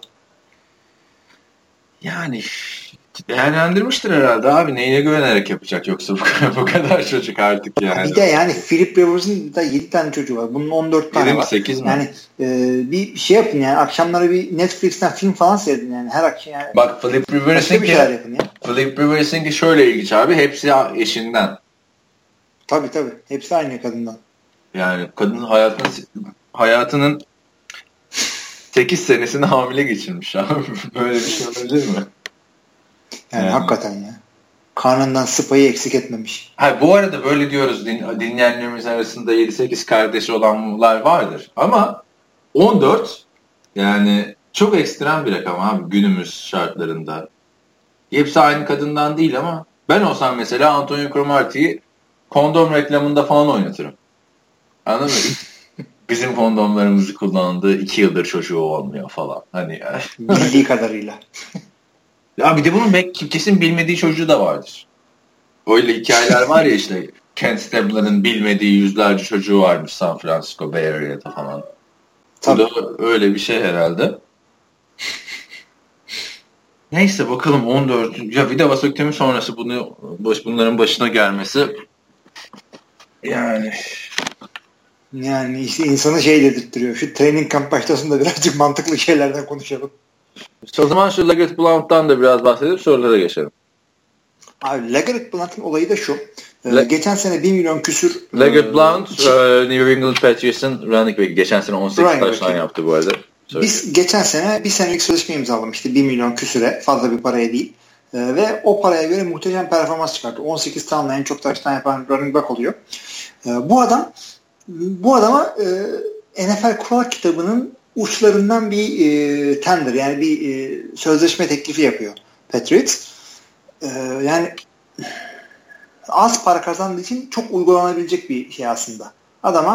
Yani değerlendirmiştir herhalde abi. Neyine güvenerek yapacak yoksa bu kadar çocuk artık yani. Bir de yani Philip Rivers'ın da 7 tane çocuğu var. Bunun 14 tane var. 8 mi? Yani bir şey yapın yani. Akşamları bir Netflix'ten film falan seyredin yani. Her akşam yani. Bak Philip Rivers'ınki şöyle ilginç abi. Hepsi eşinden. Tabii. Hepsi aynı kadından. Yani kadının hayatının 8 senesini hamile geçirmiş abi. Böyle bir şey olabilir mi? Yani hakikaten ya. Karnından sıpayı eksik etmemiş. Hayır, bu arada böyle diyoruz. Dinleyenlerimiz arasında 7-8 kardeşi olanlar vardır. Ama 14 yani çok ekstrem bir rakam abi günümüz şartlarında. Hepsi aynı kadından değil ama ben olsam mesela Antonio Cromartie'yi kondom reklamında falan oynatırım. Anladın mı? Bizim kondomlarımızı kullandığı 2 yıldır çocuğu olmuyor falan. Hani yani. Bildiği kadarıyla. Ya bir de bunun kesin bilmediği çocuğu da vardır. Öyle hikayeler var ya işte Kent Stabler'ın bilmediği yüzlerce çocuğu varmış San Francisco Bay Area'da falan. Tabii. Bu da öyle bir şey herhalde. Neyse bakalım 14. Ya bir de vasektomi sonrası bunların başına gelmesi yani işte insanı şey dedirtiyor. Şu training kamp başlasında birazcık mantıklı şeylerden konuşalım. O zaman şu Legarrette Blount'tan da biraz bahsedip sorulara geçelim. Abi Legarrette Blount'ın olayı da şu. Geçen sene 1 milyon küsür Legarrette Blount New England Patriots'ın running back. Geçen sene 18 taştan yaptı bu arada. Biz geçen sene bir senelik sözleşme imzalamıştı. 1 milyon küsüre. Fazla bir paraya değil. Ve o paraya göre muhteşem performans çıkarttı. 18 tane en çok taştan yapan running back oluyor. Bu adama NFL kural kitabının uçlarından bir tender yani bir sözleşme teklifi yapıyor Patriots. Yani az para kazandığı için çok uygulanabilecek bir şey aslında. Adama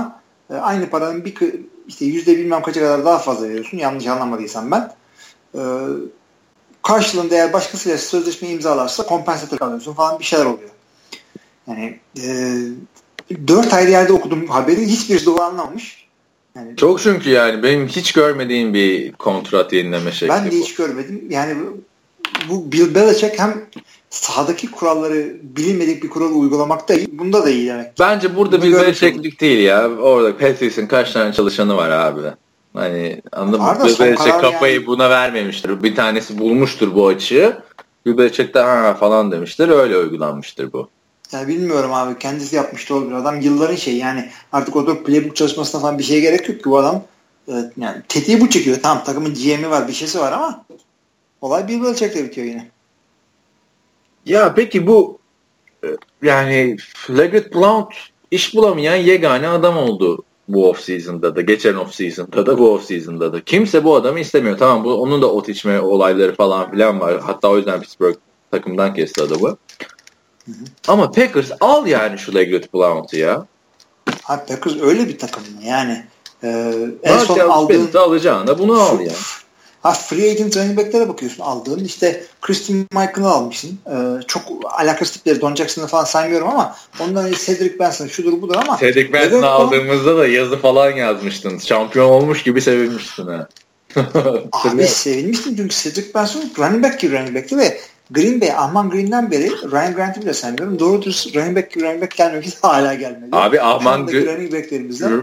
Aynı paranın işte yüzde bilmem kaça kadar daha fazla veriyorsun. Yanlış anlamadıysam ben. Karşılığında eğer başkasıyla sözleşme imzalarsa kompensatör alıyorsun falan bir şeyler oluyor. Yani 4 ayrı yerde okudum haberi. Hiçbirisi doğru anlamamış. Yani, çok çünkü yani benim hiç görmediğim bir kontrat yenileme şekli. Ben de hiç görmedim. Yani bu Bill Belichick hem sahadaki kuralları bilinmedik bir kuralı uygulamakta iyi. Bunda da iyi demek. Bence burada Bill Belichick'lik değil ya. Orada Patrice'in kaç tane çalışanı var abi. Hani anladın mı? Bill Belichick kafayı yani buna vermemiştir. Bir tanesi bulmuştur bu açığı. Bill Belichick de falan demiştir. Öyle uygulanmıştır bu. Ya bilmiyorum abi. Kendisi yapmıştı olabilir. Adam yılların yani artık o da playbook çalışmasına falan bir şeye gerek yok ki bu adam. Yani tetiği bu çekiyor. Tamam takımın GM'i var bir şeysi var ama olay Bill Belichick'le bitiyor yine. Ya peki bu yani Leggett Blount iş bulamayan yegane adam oldu bu off-season'da da. Geçen off-season'da da bu off-season'da da. Kimse bu adamı istemiyor. Tamam onun da ot içme olayları falan filan var. Hatta o yüzden Pittsburgh takımdan kesti adamı. Ama Packers al yani şu Leggett Blount'u ya. Abi Packers öyle bir takım mı? Yani en son aldığın alacağına bunu al ya. Free agent running back'lere bakıyorsun aldığın. İşte Christian Michael'ı almışsın. Çok alakasız tipleri Don Jackson'ı falan saymıyorum ama ondan Cedric Benson şudur budur ama Cedric Benson'ı aldığımızda da yazı falan yazmıştın. Şampiyon olmuş gibi sevinmiştin ha. Abi sevinmiştim çünkü Cedric Benson running back'ti ve Green Bay, Ahman Green'den beri Ryan Grant'ı bile saymıyorum. Doğru dürüst running back gelmemiş hala gelmedi. Abi Ahman running back'lerimizden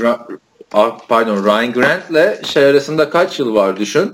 Ryan Grant'le arasında kaç yıl var düşün?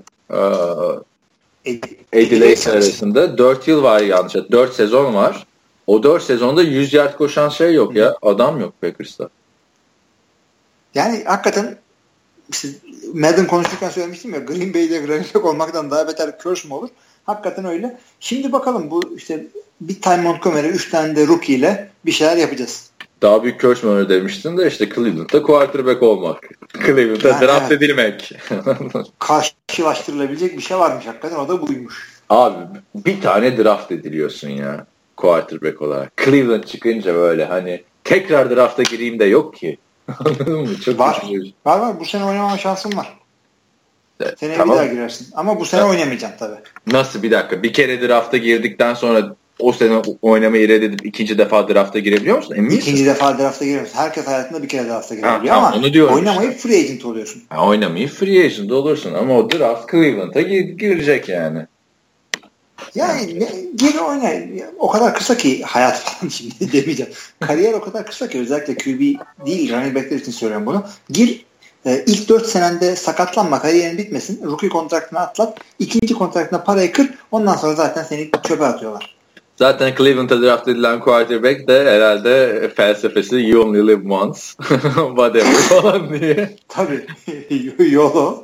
Eddie Lacy arasında 4 yıl var yanlış. 4 sezon var. O 4 sezonda 100 yard koşan yok ya. Adam yok Packers'ta. Yani hakikaten işte Madden konuşurken söylemiştim ya Green Bay'de running back olmaktan daha beter curse mü olur? Hakikaten öyle. Şimdi bakalım bu işte bir Ty Montgomery 3 tane de rookie ile bir şeyler yapacağız. Daha büyük curse mü öyle demiştin de işte Cleveland'da quarterback olmak. Cleveland'da draft edilmek. Karşılaştırılabilecek bir şey varmış hakikaten o da buymuş. Abi bir tane draft ediliyorsun ya quarterback olarak. Cleveland çıkınca böyle hani tekrar drafta gireyim de yok ki. Anladın mı? Çok var. Bu sene oynamama şansın var. Seneye tamam. Bir daha girersin. Ama bu sene oynamayacaksın tabii. Nasıl bir dakika? Bir kere drafta girdikten sonra o sene oynamayı reddedip ikinci defa drafta girebiliyor musun? Emin İkinci defa drafta giremiyorsun. Herkes hayatında bir kere drafta girebiliyor ama oynamayı işte. Free agent oluyorsun. Oynamayı free agent olursun ama o draft Cleveland'a girecek yani. Yani gir oyna. O kadar kısa ki hayat falan şimdi demeyeceğim. Kariyer o kadar kısa ki özellikle QB değil running back'ler için söylüyorum bunu. Gir ilk 4 senende sakatlanma, kariyerin bitmesin. Rookie kontraktını atlat. İkinci kontraktına parayı kır. Ondan sonra zaten seni çöpe atıyorlar. Zaten Cleveland'a draft edilen quarterback de herhalde felsefesi you only live once. Whatever falan diye. Tabii. YOLO.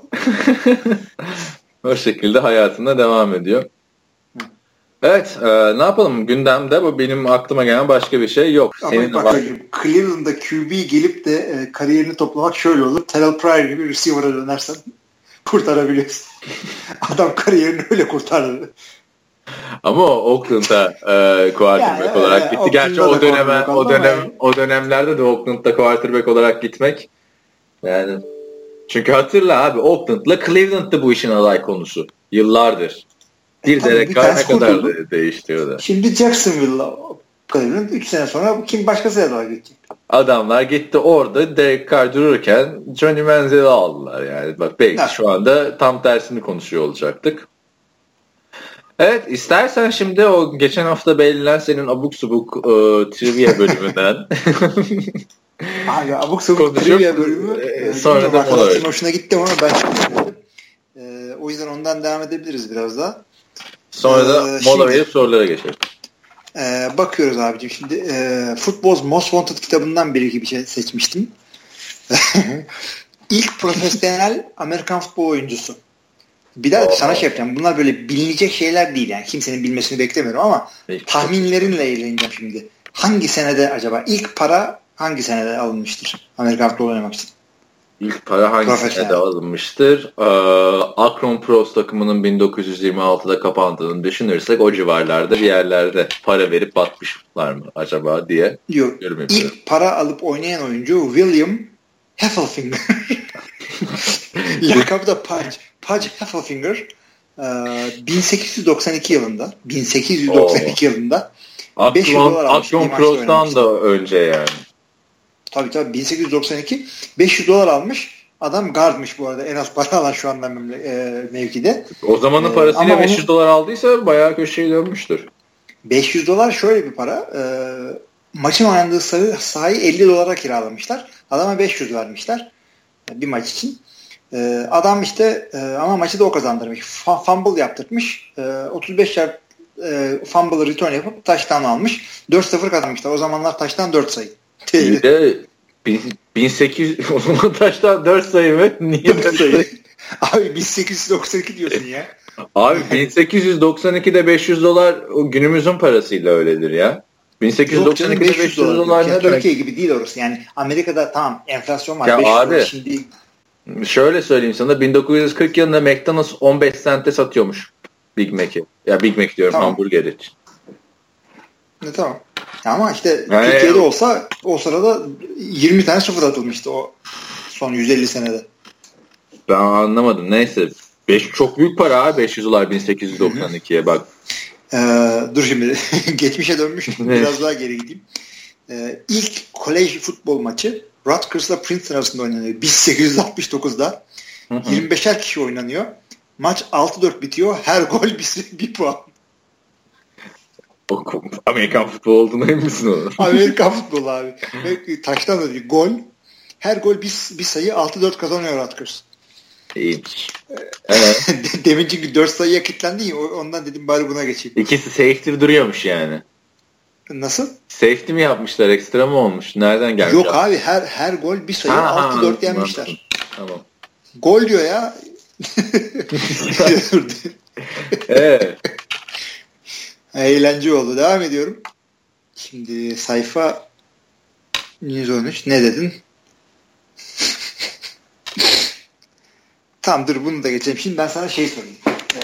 O şekilde hayatına devam ediyor. Evet, ne yapalım? Gündemde bu benim aklıma gelen başka bir şey yok. Ama bak Cleveland'da QB gelip de kariyerini toplamak şöyle olur. Terrell Pryor gibi receiver'a dönersen kurtarabiliyorsun. Adam kariyerini öyle kurtardı. Ama o Oakland'da quarterback olarak gitti. Gerçi o dönemlerde de Oakland'da quarterback olarak gitmek yani çünkü hatırla abi Oakland'la Cleveland'da bu işin alay konusu. Yıllardır. Bir Derek Carr ne kadar değişti o da. Şimdi Jacksonville'la Cleveland 3 sene sonra kim başkasıyla daha gidecek? Adamlar gitti orada Derek Carr dururken Johnny Manziel'i aldılar yani. Bak belki şu anda tam tersini konuşuyor olacaktık. Evet istersen şimdi o geçen hafta belirlenen senin abuk subuk trivia bölümünden abi abuk subuk trivia bölümü sonra da hoşuna gitti ama ben o yüzden ondan devam edebiliriz biraz daha. Sonra da mola verip sorulara geçelim. Bakıyoruz abicim şimdi Football's Most Wanted kitabından bir iki bir şey seçmiştim. İlk profesyonel Amerikan futbol oyuncusu. Bir daha sana şey yapacağım. Bunlar böyle bilinecek şeyler değil yani. Kimsenin bilmesini beklemiyorum ama tahminlerinle eğleneceğim şimdi. Hangi senede acaba? İlk para hangi senede alınmıştır? Amerikan futbolu oynamak için. İlk para hangi senede alınmıştır? Akron Pros takımının 1926'da kapandığını düşünürsek o civarlarda bir yerlerde para verip batmışlar mı acaba diye. Yok. İlk para alıp oynayan oyuncu William Heffelfinger. Lakabı da Pudge Heffelfinger. 1892 yılında 500 dolar almış. Akron Cross'tan da önce yani. Tabii 1892 500 dolar almış. Adam guardmış bu arada. En az para alan şu anda mevkide. O zamanın parasıyla 500 dolar aldıysa bayağı köşeyi dönmüştür. 500 dolar şöyle bir para. Maçın oynandığı sahayı 50 dolara kiralamışlar. Adama 500 vermişler. Bir maç için. Adam işte ama maçı da o kazandırmış. Fumble yaptırmış. 35 yard fumble'ı return yapıp touchdown almış. 4-0 kazanmışlar. O zamanlar touchdown 4 sayı. Bir de 1800 o zaman touchdown 4 sayı mı? Niye 4 sayı? Abi 1892 diyorsun ya. Abi 1892'de 500 dolar o günümüzün parasıyla öyledir ya. 1892'de 500 dolar ne demek? Türkiye gibi değil orası. Yani Amerika'da tamam enflasyon var. Ya 500 abi dolar şimdi. Şöyle söyleyeyim sana 1940 yılında McDonald's 15 sente satıyormuş Big Mac'i. Ya Big Mac diyorum tamam. Hamburger için. Tamam. Ama işte Türkiye'de olsa o sırada 20 tane sıfır atılmıştı o son 150 senede. Ben anlamadım. Neyse. Çok büyük para abi 500 dolar 1892'ye bak. Dur şimdi geçmişe dönmüş. Biraz daha geri gideyim. İlk kolej futbol maçı Rutgers'la Princeton arasında oynanıyor. 1869'da. 25'er kişi oynanıyor. Maç 6-4 bitiyor. Her gol bir puan. Amerikan futbolu olduğuna emin misin onu? Amerikan futbolu abi. Taştan da değil. Gol. Her gol bir sayı 6-4 kazanıyor Rutgers. İyiymiş. Evet. Demin çünkü 4 sayıya kilitlendi ya ondan dedim bari buna geçeyim. İkisi safety duruyormuş yani. Nasıl? Safety mi yapmışlar? Ekstra mı olmuş? Nereden gelmiş? Yok abi her gol bir sayı 6-4 yenmişler. Tamam. Gol diyor ya. Evet. Eğlence oldu. Devam ediyorum. Şimdi sayfa 113. Ne dedin? Tamam dur bunu da geçelim. Şimdi ben sana şey sorayım.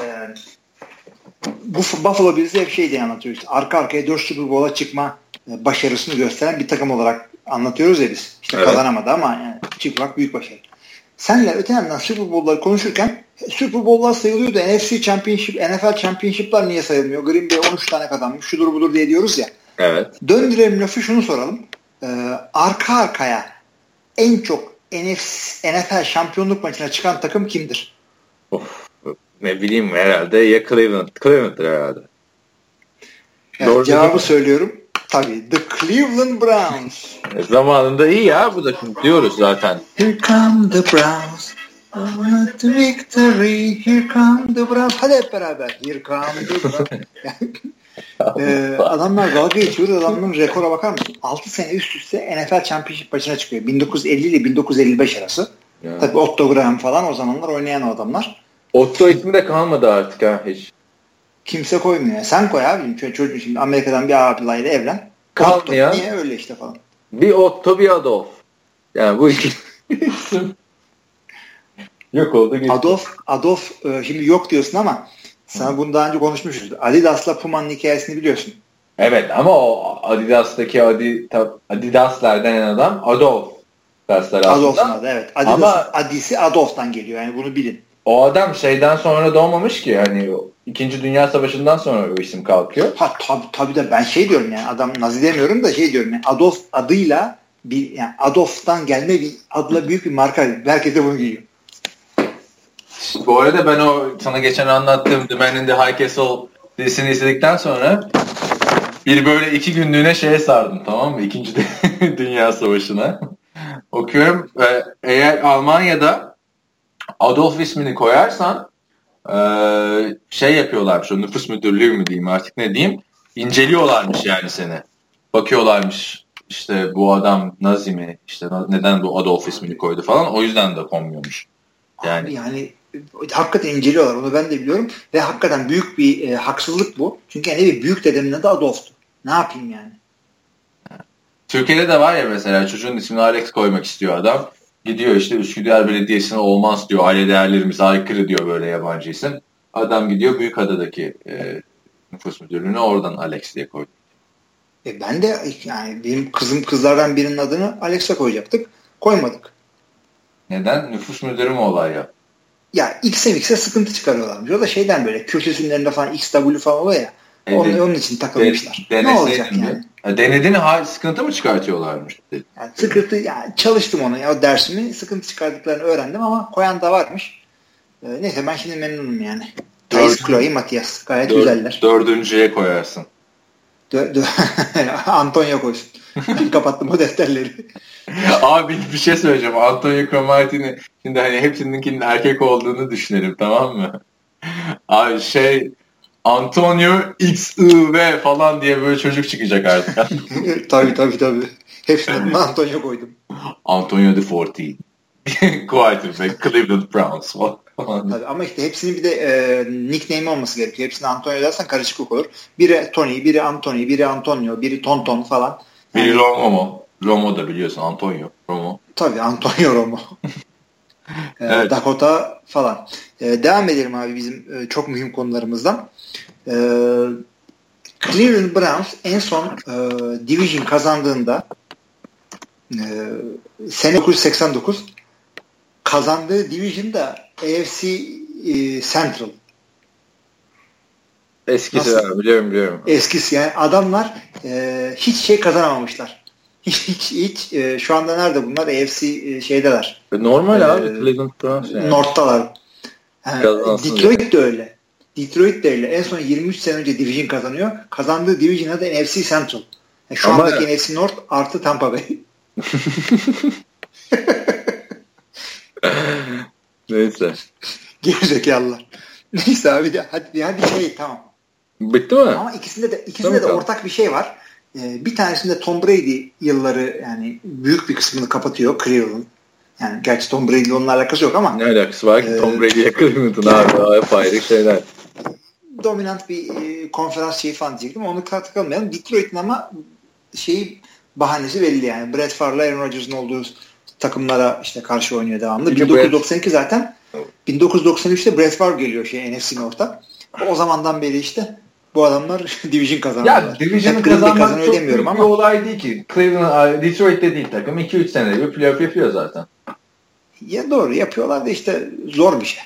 Bu Buffalo Bills'i hep şey diye anlatıyoruz. Arka arkaya 4 Super Bowl'a çıkma başarısını gösteren bir takım olarak anlatıyoruz ya biz. İşte evet. Kazanamadı ama yani çıkmak büyük başarı. Senle öte yandan Super Bowl'ları konuşurken Super Bowl'lar sayılıyordu. NFC Championship, NFL Championship'lar niye sayılmıyor? Green Bay 13 tane kazanmış. Şudur budur diye diyoruz ya. Evet. Döndürelim lafı şunu soralım. Arka arkaya en çok NFL şampiyonluk maçına çıkan takım kimdir? Ne bileyim herhalde ya Cleveland'dır herhalde. Yani doğru cevabı söylüyorum. Tabii. The Cleveland Browns. Zamanında iyi ya bu da diyoruz zaten. Here come the Browns. The victory. Here come the Browns. Hadi hep beraber. Here come the Browns. Adamlar dalga geçiyor. Adamların rekora bakar mısın? 6 sene üst üste NFL Championship maçına çıkıyor. 1950 ile 1955 arası. Ya. Tabii Otto Graham falan o zamanlar oynayan o adamlar. Otto ismi de kalmadı artık ha hiç. Kimse koymuyor. Sen koy abi. Çocuğun şimdi Amerika'dan bir abilayla evlen. Kalmıyor. Niye öyle işte falan. Bir Otto bir Adolf. Yani bu iki isim yok oldu. Adolf şimdi yok diyorsun ama sana bunu daha önce konuşmuşuz. Adidas'la Puma'nın hikayesini biliyorsun. Evet ama o Adidas'taki Adidas'lar denen adam Adolf. Adolf'un adı evet. Adisi Adolf'tan geliyor yani bunu bilin. O adam şeyden sonra doğmamış ki hani 2. Dünya Savaşı'ndan sonra o isim kalkıyor. Ha tabii de ben şey diyorum yani adam Nazi demiyorum da şey diyorum yani Adolf adıyla bir yani Adolf'tan gelme bir adla büyük bir marka. Herkes de bunu giyiyor. Bu arada ben o sana geçen anlattığım The Man in the High Castle dizisini izledikten sonra bir böyle 2 günlüğüne şeye sardım tamam mı? 2. Dünya Savaşı'na. Okuyorum ve eğer Almanya'da Adolf ismini koyarsan şey yapıyorlarmış, o nüfus müdürlüğü mü diyeyim artık ne diyeyim, inceliyorlarmış yani seni. Bakıyorlarmış işte bu adam Nazi mi, işte neden bu Adolf ismini koydu falan, o yüzden de konmuyormuş. Yani hakikaten inceliyorlar, onu ben de biliyorum ve hakikaten büyük bir haksızlık bu. Çünkü yani büyük dedemin adı Adolf'tu. Ne yapayım yani? Türkiye'de de var ya mesela çocuğun ismini Alex koymak istiyor adam. Gidiyor işte Üsküdar Belediyesi'ne olmaz diyor. Aile değerlerimize aykırı diyor böyle yabancı isim. Adam gidiyor Büyükada'daki nüfus müdürlüğüne oradan Alex diye koydu. Ben de yani benim kızlardan birinin adını Alex'e koyacaktık. Koymadık. Neden? Nüfus müdürü mü olay ya? Ya X'e sıkıntı çıkarıyorlarmış. O da şeyden böyle Kürt isimlerinde falan XW falan oluyor ya. Onun için takılmışlar. Ne olacak yani? Denedin sıkıntı mı çıkartıyorlarmış? Yani sıkıntı, yani çalıştım ona ya, o dersimi, sıkıntı çıkardıklarını öğrendim ama koyan da varmış. Neyse ben şimdi memnunum yani. Thais, Chloe, Matias. Gayet güzeller. Dördüncüye koyarsın. Antonio koysun. Kapattım o defterleri. Abi bir şey söyleyeceğim. Antonio Cromartini şimdi hani hepsininkinin erkek olduğunu düşünelim, tamam mı? Abi Antonio XIV falan diye böyle çocuk çıkacak artık. Tabii. Hepsine Antonio koydum. Antonio the 14. Quarterback, Cleveland Browns falan. Tabii, ama işte hepsinin bir de nickname olması gerekiyor. Hepsine Antonio dersen karışıklık olur. Biri Tony, biri Anthony, biri Antonio, biri Tonton falan. Yani, biri Romo mu? Romo da biliyorsun, Antonio. Romo. Tabii Antonio Romo. Evet. Dakota falan. Devam edelim abi bizim çok mühim konularımızdan. Cleveland Browns en son Division kazandığında sene 1989 kazandığı Division da AFC Central. Eskisi var, biliyorum. Eskisi yani adamlar hiç şey kazanamamışlar. Hiç şu anda nerede bunlar? AFC şeydeler. Normal abi Cleveland Browns yani. North'talar. Detroit de öyle. En son 23 sene önce Division kazanıyor. Kazandığı Division adı NFC Central. Yani şu andaki NFC North artı Tampa Bay. Neyse. Gerizekalılar. Neyse abi hadi tamam. Bitti mi? Ama ikisinde de ortak bir şey var. Bir tanesinde Tom Brady yılları, yani büyük bir kısmını kapatıyor Cleveland. Yani gerçi Tom Brady onunla alakası yok ama. Ne alakası var ki Tom Brady'ye Cleveland'ın abi apayrı şeyler. Dominant bir konferans şeyi falan diyecektim. Onu takılmayalım. Detroit'in ama bahanesi belli yani. Brett Favre'la Aaron Rodgers'ın olduğu takımlara işte karşı oynuyor devamlı. 1992 zaten. 1993'te Brett Favre geliyor NFC North'a. O zamandan beri işte bu adamlar Division kazanıyorlar. Ya Division'ı kazanmak çok büyük bir olay değil ki. Cleveland, Detroit'te değil takım. 2-3 senede bir playoff yapıyor zaten. Ya doğru yapıyorlar da işte zor bir şey.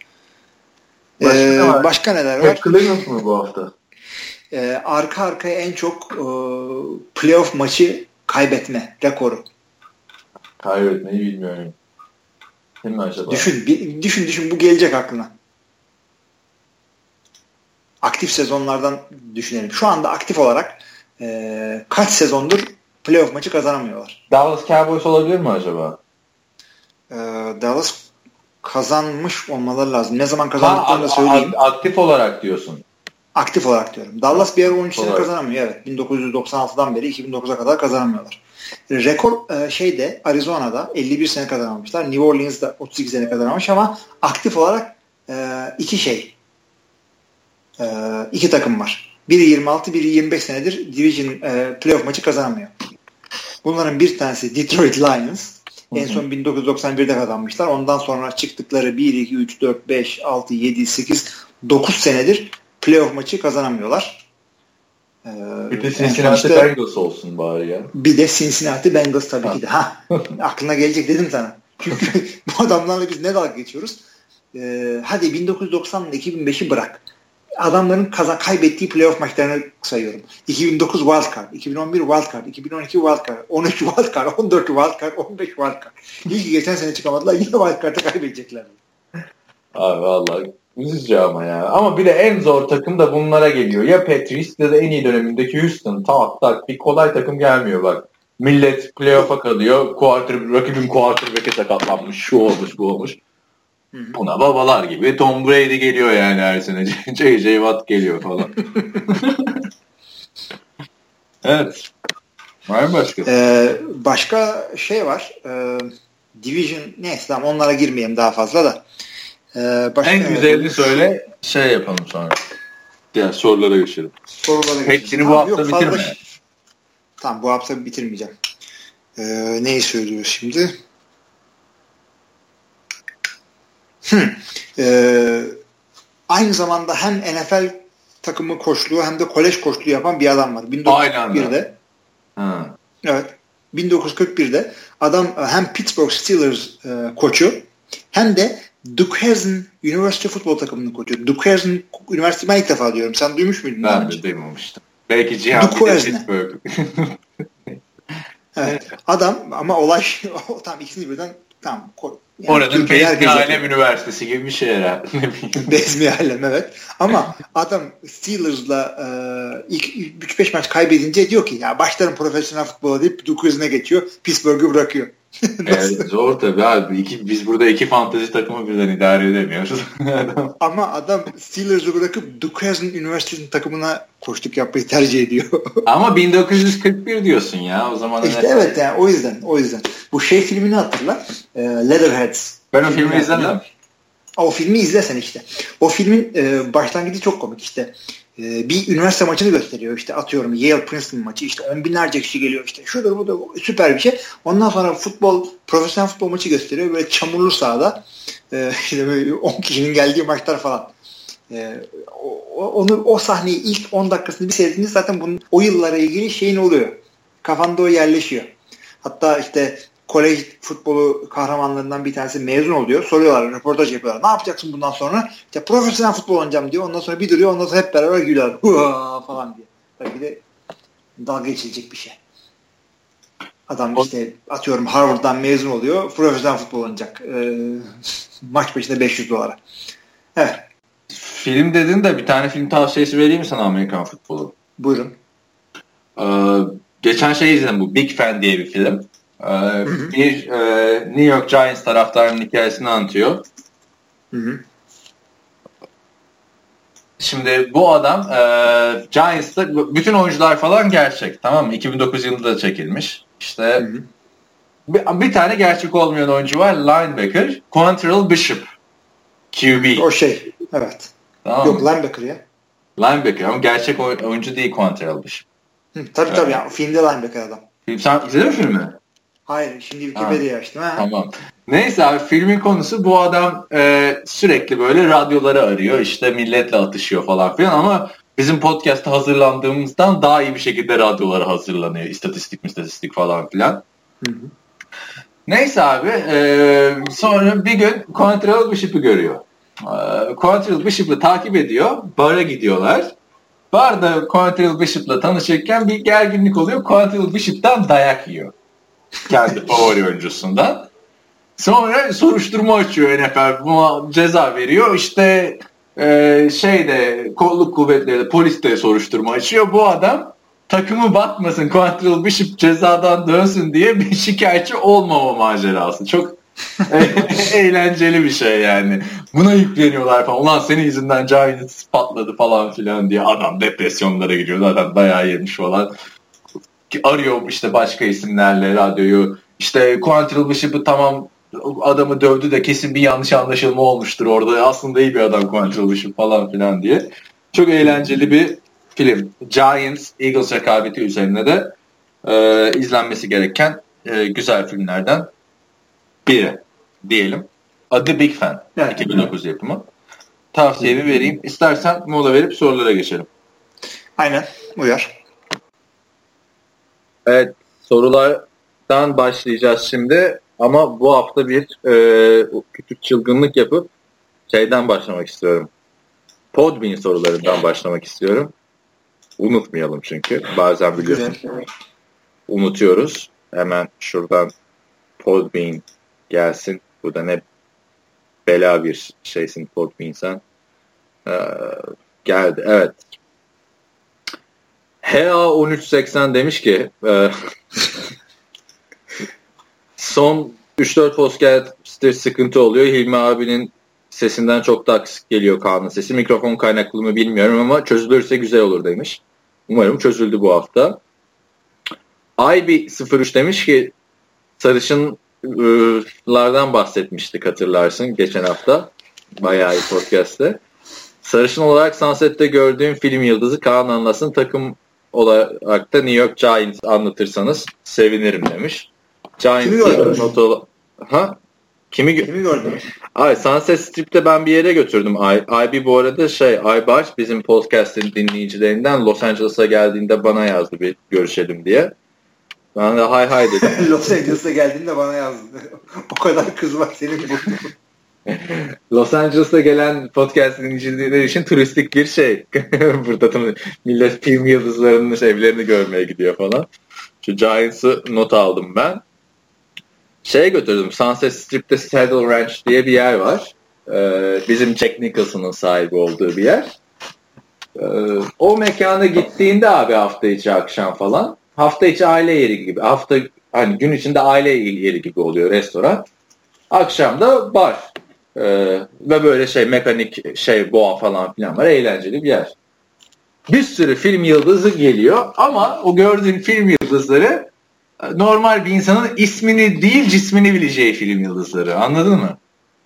Başka neler var? Hep Cleveland mı bu hafta? Arka arkaya en çok playoff maçı kaybetme rekoru. Kaybetmeyi bilmiyorum. Değil mi acaba? Düşün bu gelecek aklına. Aktif sezonlardan düşünelim. Şu anda aktif olarak kaç sezondur playoff maçı kazanamıyorlar? Dallas Cowboys olabilir mi acaba? Dallas kazanmış olmaları lazım. Ne zaman kazandıklarını da söyleyeyim. Aktif olarak diyorsun. Aktif olarak diyorum. Dallas bir ara 13 sene kazanamıyor. Evet. 1996'dan beri 2009'a kadar kazanamıyorlar. Rekor Arizona'da 51 sene kazanamamışlar. New Orleans'da 32 sene kazanamamış ama aktif olarak iki takım var. Biri 26, biri 25 senedir Division playoff maçı kazanamıyor. Bunların bir tanesi Detroit Lions. En son 1991'de kazanmışlar. Ondan sonra çıktıkları 1, 2, 3, 4, 5, 6, 7, 8, 9 senedir playoff maçı kazanamıyorlar. Bir de Cincinnati Bengals olsun bari ya. Bir de Cincinnati Bengals tabii ki de. Aklına gelecek dedim sana. Çünkü bu adamlarla biz ne dalga geçiyoruz? Hadi 1990 ile 2005'i bırak. Adamların kaybettiği playoff maçlarını sayıyorum. 2009 wildcard, 2011 wildcard, 2012 wildcard, 13 wildcard, 14 wildcard, 15 wildcard. İyi ki geçen sene çıkamadılar. Yine wildcard'ı kaybedecekler. Abi vallahi üzücü ama ya. Ama bir de en zor takım da bunlara geliyor. Ya Patriots ya da en iyi dönemindeki Houston. Tak bir kolay takım gelmiyor bak. Millet playoff'a kalıyor. Rakibin quarterback'e sakatlanmış. Şu olmuş bu olmuş. Buna babalar gibi Tom Brady geliyor yani her sene. J.J. Watt geliyor falan. Evet. Var mı başka? Başka şey var. Division neyse tamam onlara girmeyelim daha fazla da. En güzelini söyle yapalım sonra. Diğer sorulara geçelim. Hepsini bu hafta bitirme. Tamam bu hafta bitirmeyeceğim. Neyi söylüyoruz şimdi? Aynı zamanda hem NFL takımı koçluğu hem de kolej koçluğu yapan bir adam var. 1901'de. Evet. 1941'de adam hem Pittsburgh Steelers koçu hem de Duquesne University futbol takımının koçu. Duquesne Üniversitesi ben ilk defa diyorum. Sen duymuş muydun? Ben de duymamıştım. Belki Cihan Pittsburgh. Evet. Adam ama olay tam ikisini birden tam yani oranın Bezmi Alem Üniversitesi gibi bir şey herhalde. Bezmi Alem evet. Ama adam Steelers'la ilk 3-5 maç kaybedince diyor ki ya başlarım profesyonel futbola deyip Duquesne'e geçiyor. Pittsburgh'ü bırakıyor. Evet, zor tabii abi. Biz burada iki fantezi takımı birden idare edemiyoruz. Ama adam Steelers'ı bırakıp Duquesne Üniversitesi'nin takımına koştuk yapmayı tercih ediyor. Ama 1941 diyorsun ya o zaman. İşte evet yani o yüzden. Bu filmini hatırla. Leatherheads. Ben o filmi izlemedim. O filmi izlesen işte. O filmin başlangıcı çok komik işte. Bir üniversite maçını gösteriyor işte atıyorum Yale Princeton maçı işte 10 binlerce kişi geliyor işte şudur bu da süper bir şey. Ondan sonra profesyonel futbol maçı gösteriyor böyle çamurlu sahada işte böyle 10 kişinin geldiği maçlar falan. O sahneyi ilk 10 dakikasını bir seyredince zaten bunun o yıllara ilgili şeyin oluyor. Kafanda o yerleşiyor. Hatta işte kolej futbolu kahramanlarından bir tanesi mezun oluyor. Soruyorlar, röportaj yapıyorlar. Ne yapacaksın bundan sonra? İşte profesyonel futbol oynayacağım diyor. Ondan sonra bir duruyor. Ondan sonra hep beraber gülüyorlar. Hua falan diye. Tabii de dalga geçilecek bir şey. Adam işte atıyorum Harvard'dan mezun oluyor. Profesyonel futbol oynayacak. Maç başına $500. Evet. Film dedin de bir tane film tavsiyesi vereyim mi sana Amerikan futbolu? Buyurun. Geçen izledim bu. Big Fan diye bir film. Bir New York Giants taraftarının hikayesini anlatıyor. Hı. Şimdi bu adam Giants'ta bütün oyuncular falan gerçek, tamam mı? 2009 yılında da çekilmiş. İşte bir tane gerçek olmayan oyuncu var, linebacker Quantrill Bishop, QB. O evet. Tamam. Yok linebacker ya. Linebacker ama gerçek oyuncu değil Quantrill Bishop. Tabii ya, filmde linebacker adam. Sen izledin mi filmi? Hayır, şimdi Wikipedia'yı açtım. Tamam. Neyse abi, filmin konusu bu adam sürekli böyle radyoları arıyor, işte milletle atışıyor falan filan ama bizim podcast'a hazırlandığımızdan daha iyi bir şekilde radyolara hazırlanıyor. İstatistik falan filan. Hı. Neyse abi, sonra bir gün Quantrill Bishop'u görüyor. Quantrill Bishop'u takip ediyor, bara gidiyorlar. Barda Quantrill Bishop'la tanışırken bir gerginlik oluyor. Quantrill Bishop'tan dayak yiyor. Kendi favori oyuncusundan. Sonra soruşturma açıyor NFL. Buna ceza veriyor. İşte kolluk kuvvetleri, polis de soruşturma açıyor. Bu adam takımı batmasın, Quantrill Bishop cezadan dönsün diye bir şikayetçi olmama macerası. Çok eğlenceli bir şey yani. Buna yükleniyorlar falan. Ulan senin yüzünden Giants patladı falan filan diye. Adam depresyonlara gidiyor. Zaten dayağı yemiş falan. Arıyor işte başka isimlerle radyoyu. İşte Quantrill Bishop'u tamam adamı dövdü de kesin bir yanlış anlaşılma olmuştur orada. Aslında iyi bir adam Quantrill Bishop falan filan diye. Çok eğlenceli bir film. Giants Eagles rekabeti üzerine de izlenmesi gereken güzel filmlerden biri diyelim. Adı Big Fan. Evet, 2009 yapımı. Tavsiyemi vereyim. İstersen mola verip sorulara geçelim. Aynen. Uyar. Evet. Sorulardan başlayacağız şimdi. Ama bu hafta bir küçük çılgınlık yapıp şeyden başlamak istiyorum. Podbean sorularından başlamak istiyorum. Unutmayalım çünkü. Bazen biliyorsun. Unutuyoruz. Hemen şuradan Podbean gelsin. Bu da ne bela bir şeysin Podbean sen. Geldi. Evet. HA1380 demiş ki son 3-4 podcast'te sıkıntı oluyor. Hilmi abinin sesinden çok daha kısık geliyor Kaan'ın sesi. Mikrofon kaynaklı mı bilmiyorum ama çözülürse güzel olur demiş. Umarım çözüldü bu hafta. IB03 demiş ki sarışınlardan bahsetmiştik hatırlarsın geçen hafta. Bayağı iyi podcast'te. Sarışın olarak Sunset'te gördüğüm film yıldızı Kaan anlasın. Takım olarak da New York Giants anlatırsanız sevinirim demiş. Kimi gördün? Kimi gördün? Ay, Sunset Strip'te ben bir yere götürdüm. IB bu arada Aybaş bizim podcast'in dinleyicilerinden Los Angeles'a geldiğinde bana yazdı bir görüşelim diye. Ben de hay dedim. Los Angeles'a geldiğinde bana yazdı. O kadar kız var senin burada. Los Angeles'a gelen podcast dinleyicileri için turistik bir şey. Burada millet film yıldızlarının evlerini görmeye gidiyor falan. Şu Giants'ı not aldım ben. Götürdüm. Sunset Strip'te Saddle Ranch diye bir yer var. Bizim Jack Nicholson'ın sahibi olduğu bir yer. O mekana gittiğinde abi hafta içi akşam falan. Hafta içi aile yeri gibi. Hani gün içinde aile yeri gibi oluyor restoran. Akşam da bar. Ve böyle mekanik boğa falan filan var. Eğlenceli bir yer. Bir sürü film yıldızı geliyor ama o gördüğün film yıldızları normal bir insanın ismini değil cismini bileceği film yıldızları. Anladın mı?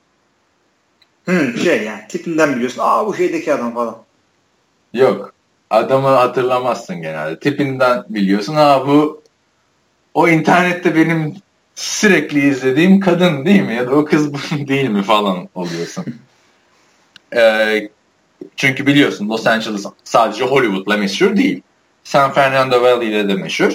Yani tipinden biliyorsun. Bu şeydeki adam falan. Yok. Adamı hatırlamazsın genelde. Tipinden biliyorsun. Bu o internette benim sürekli izlediğim kadın değil mi? Ya da o kız değil mi falan oluyorsun. Çünkü biliyorsun Los Angeles sadece Hollywood'la meşhur değil. San Fernando Valley ile de meşhur.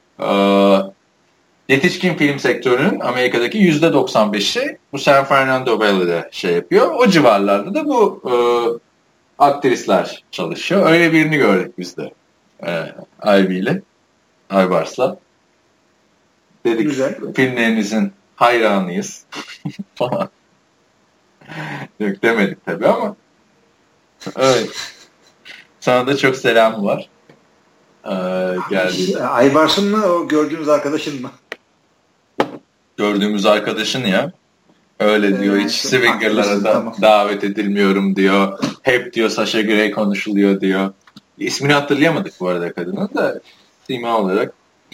Yetişkin film sektörünün Amerika'daki %95'i bu San Fernando Valley'de yapıyor. O civarlarda da bu aktrisler çalışıyor. Öyle birini gördük biz de. Ivy ile. Aybars'la. Dedik güzel. Filmlerinizin hayranıyız falan. Yok demedik tabii ama. Evet. Sana da çok selam var. Geldi. Aybars'ın mı o gördüğümüz arkadaşın mı? Gördüğümüz arkadaşın ya. Öyle diyor. Hiç swinger'lara da tamam. Davet edilmiyorum diyor. Hep diyor Sasha Grey konuşuluyor diyor. İsmini hatırlayamadık bu arada kadının da. Sima olarak.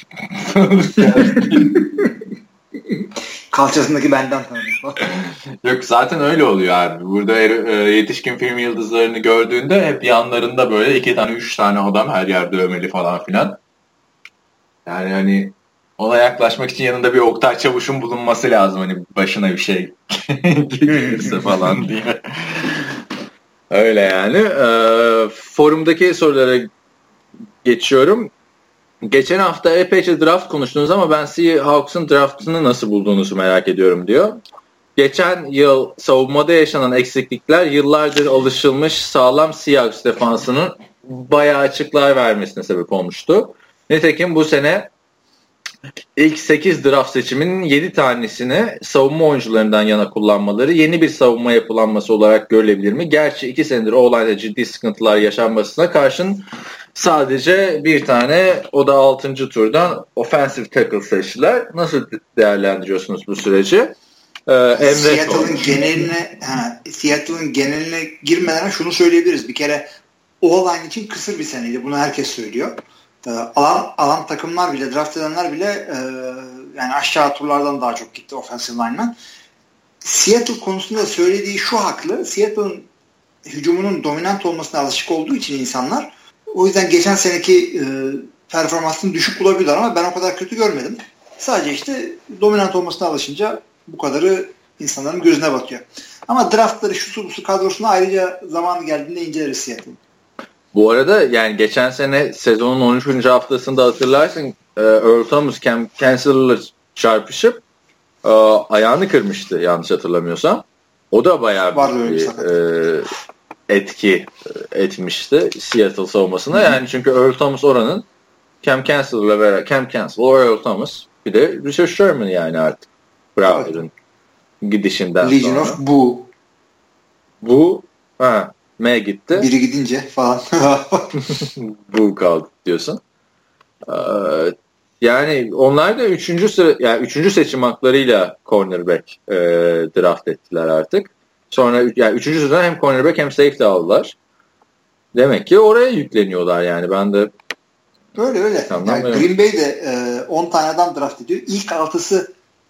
Kalçasındaki benden tanıdım. Yok zaten öyle oluyor abi. Burada yetişkin film yıldızlarını gördüğünde hep yanlarında böyle 2 tane 3 tane adam her yerde dövmeli falan filan. Yani hani ona yaklaşmak için yanında bir Oktay Çavuş'un bulunması lazım. Hani başına bir şey gelirse falan diye. Öyle yani. Forumdaki sorulara geçiyorum. Geçen hafta epeyce draft konuştunuz ama ben Seahawks'ın draftını nasıl bulduğunuzu merak ediyorum diyor. Geçen yıl savunmada yaşanan eksiklikler yıllardır alışılmış sağlam Seahawks defansının bayağı açıklar vermesine sebep olmuştu. Nitekim bu sene ilk 8 draft seçiminin 7 tanesini savunma oyuncularından yana kullanmaları yeni bir savunma yapılanması olarak görülebilir mi? Gerçi 2 senedir o-line'da ciddi sıkıntılar yaşanmasına karşın sadece bir tane, o da 6. turdan offensive tackle seçtiler. Nasıl değerlendiriyorsunuz bu süreci? Seattle'ın geneline girmeden şunu söyleyebiliriz. Bir kere o-line için kısır bir seneydi. Bunu herkes söylüyor. Alan takımlar bile, draft edenler bile yani aşağı turlardan daha çok gitti offensive line'dan. Seattle konusunda söylediği şu haklı. Seattle'ın hücumunun dominant olmasına alışık olduğu için insanlar, o yüzden geçen seneki performansını düşük bulabilirler ama ben o kadar kötü görmedim. Sadece işte dominant olmasına alışınca bu kadarı insanların gözüne batıyor. Ama draftları şu kadrosuna ayrıca zamanı geldiğinde inceleriz Seattle'ın. Bu arada yani geçen sene sezonun 13. haftasında hatırlarsın Earl Thomas Cam Chancellor'la çarpışıp ayağını kırmıştı yanlış hatırlamıyorsam. O da bayağı bir etki etmişti Seattle savunmasına. Yani çünkü Earl Thomas oranın Cam Chancellor, Earl Thomas bir de Richard Sherman yani artık Browder'ın gidişinden Legion sonra. of Boo. Bu M gitti. Biri gidince falan. Bu kaldı diyorsun. Yani onlar da 3. seçim haklarıyla cornerback draft ettiler artık. Sonra yani 3. sıradan hem cornerback hem safety aldılar. Demek ki oraya yükleniyorlar yani. Ben de öyle. Yani Green Bay de 10 tane adam draft ediyor. İlk 6'sı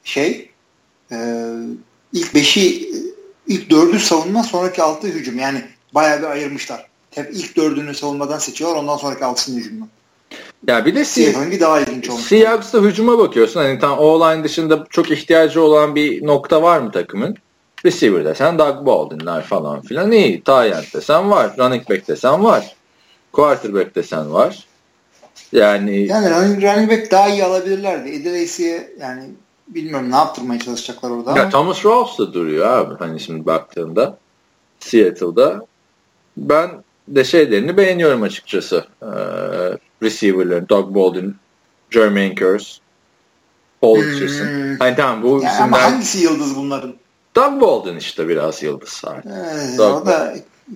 ilk 5'i ilk 4'ü savunma, sonraki 6'ı hücum. Yani bayağı bir ayırmışlar. Hep ilk 4'ünü savunmadan seçiyorlar. Ondan sonraki 6'sını hücumdan. Ya bir de daha ilginç olmuş. Seahawks'ta hücuma bakıyorsun. Hani tam O-line dışında çok ihtiyacı olan bir nokta var mı takımın? Receiver desen Doug Baldwin'ler falan filan iyi. Tight end desen var. Running back desen var. Quarterback desen var. Yani running back daha iyi alabilirlerdi. Eddie Lacy'ye yani bilmiyorum ne yaptırmaya çalışacaklar orada ya ama. Thomas Rawls da duruyor abi. Hani şimdi baktığımda Seattle'da ben de şeylerini beğeniyorum açıkçası. Receiver'ların Doug Baldwin, Jermaine Kearse, Paul Richardson. Hani tamam bu yani isimler. Ama hangisi yıldız bunların? Doug Baldwin işte biraz yıldız. O da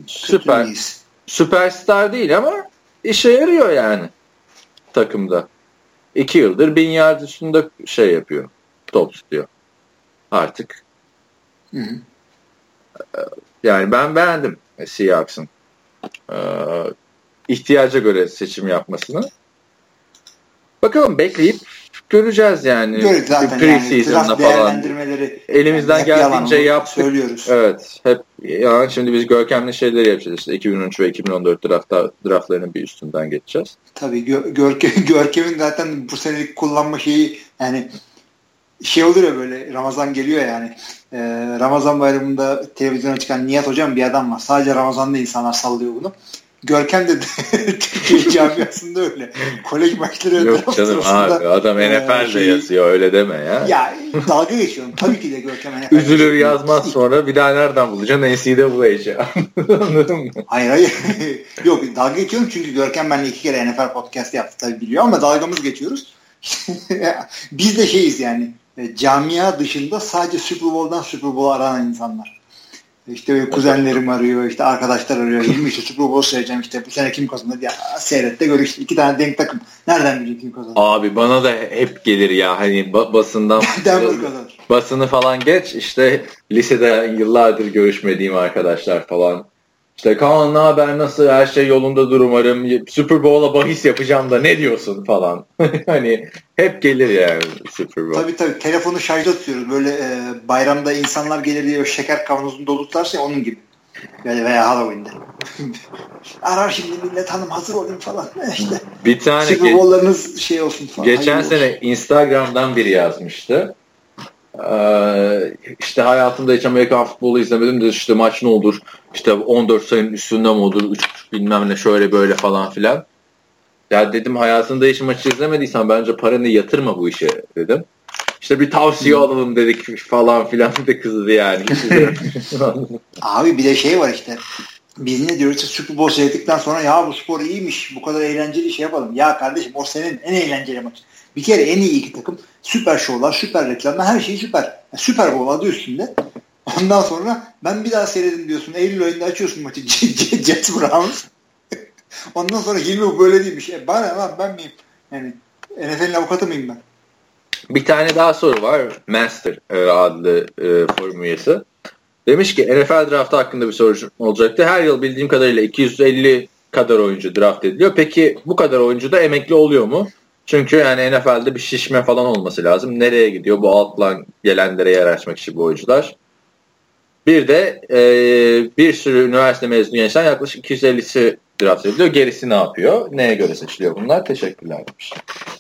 süperstar değil ama işe yarıyor yani takımda. 2 yıldır 1000 yard üstünde şey yapıyor. Top tutuyor. Artık. Hı. Yani ben beğendim Seahawks'ın ihtiyaca göre seçim yapmasını. Bakalım bekleyip göreceğiz yani. Görürüz zaten yani draft değerlendirmeleri elimizden geldiğince yaptık. Söylüyoruz. Evet. Hep yani şimdi biz görkemli şeyler yapacağız. İşte 2013 ve 2014 draftlarının bir üstünden geçeceğiz. Tabii Görkem'in zaten bu senelik kullanma şeyi yani şey olur ya böyle Ramazan geliyor yani. Ramazan bayramında televizyona çıkan Nihat Hocam bir adam var. Sadece Ramazan'da insanlar sallıyor bunu. Görkem de Türkiye camiasında öyle. Kolej maçları yok canım abi adam NFL'de yazıyor öyle deme ya. Ya dalga geçiyorum. Tabii ki de Görkem NFL'de. Üzülür yazmaz sonra bir daha nereden bulacaksın? NC'de bulacağım. Anladın mı? Hayır. Yok dalga geçiyorum çünkü Görkem benimle 2 kere NFL podcast yaptı tabii biliyor ama dalgamız geçiyoruz. Biz de şeyiz yani camia dışında sadece Super Bowl'dan Super Bowl'a aranan insanlar. İşte kuzenlerim arıyor, işte arkadaşlar arıyor. 20 Super Bowl seyredeceğim işte bu sene kim kazanır? Ya seyret de gör işte 2 tane denk takım. Nereden bilecek kim kazanır? Abi bana da hep gelir ya hani basından basını falan geç işte lisede yıllardır görüşmediğim arkadaşlar falan. İşte Kaan ne haber nasıl her şey yolunda umarım Super Bowl'a bahis yapacağım da ne diyorsun falan. Hani hep gelir yani Super Bowl. Tabii telefonu şarjda tutuyoruz böyle bayramda insanlar gelir diye şeker kavanozunu doldurularsa ya, onun gibi. Yani veya Halloween'de. Arar şimdi millet hanım hazır olayım falan. İşte bir tane Super Bowl'larınız şey olsun falan. Geçen sene olsun. Instagram'dan biri yazmıştı. İşte hayatımda hiç Amerikan futbolu izlemedim de işte maç ne olur işte 14 sayının üstünde mi olur 3 bilmem ne şöyle böyle falan filan ya dedim hayatında hiç maçı izlemediysen bence paranı yatırma bu işe dedim işte bir tavsiye alalım dedik falan filan de kızdı yani. Abi bir de şey var işte biz ne diyoruz Super Bowl seyrettikten sonra ya bu spor iyiymiş bu kadar eğlenceli şey yapalım ya kardeşim o senin en eğlenceli maç. Bir kere en iyi iki takım süper şovlar, süper reklamlar her şey süper. Yani Super Bowl adı üstünde. Ondan sonra ben bir daha seyredin diyorsun. Eylül ayında açıyorsun maçı. Jets Browns. Ondan sonra Hilmi böyle değilmiş. Bana lan ben miyim? Yani NFL'in avukatı mıyım ben? Bir tane daha soru var. Master adlı forum üyesi. Demiş ki NFL draftı hakkında bir soru olacaktı. Her yıl bildiğim kadarıyla 250 kadar oyuncu draft ediliyor. Peki bu kadar oyuncu da emekli oluyor mu? Çünkü yani NFL'de bir şişme falan olması lazım. Nereye gidiyor bu alttan gelenlere yer açmak için bu oyuncular? Bir de bir sürü üniversite mezunu gençler yaklaşık 250'si draft ediliyor. Gerisi ne yapıyor? Neye göre seçiliyor bunlar? Teşekkürler demiş.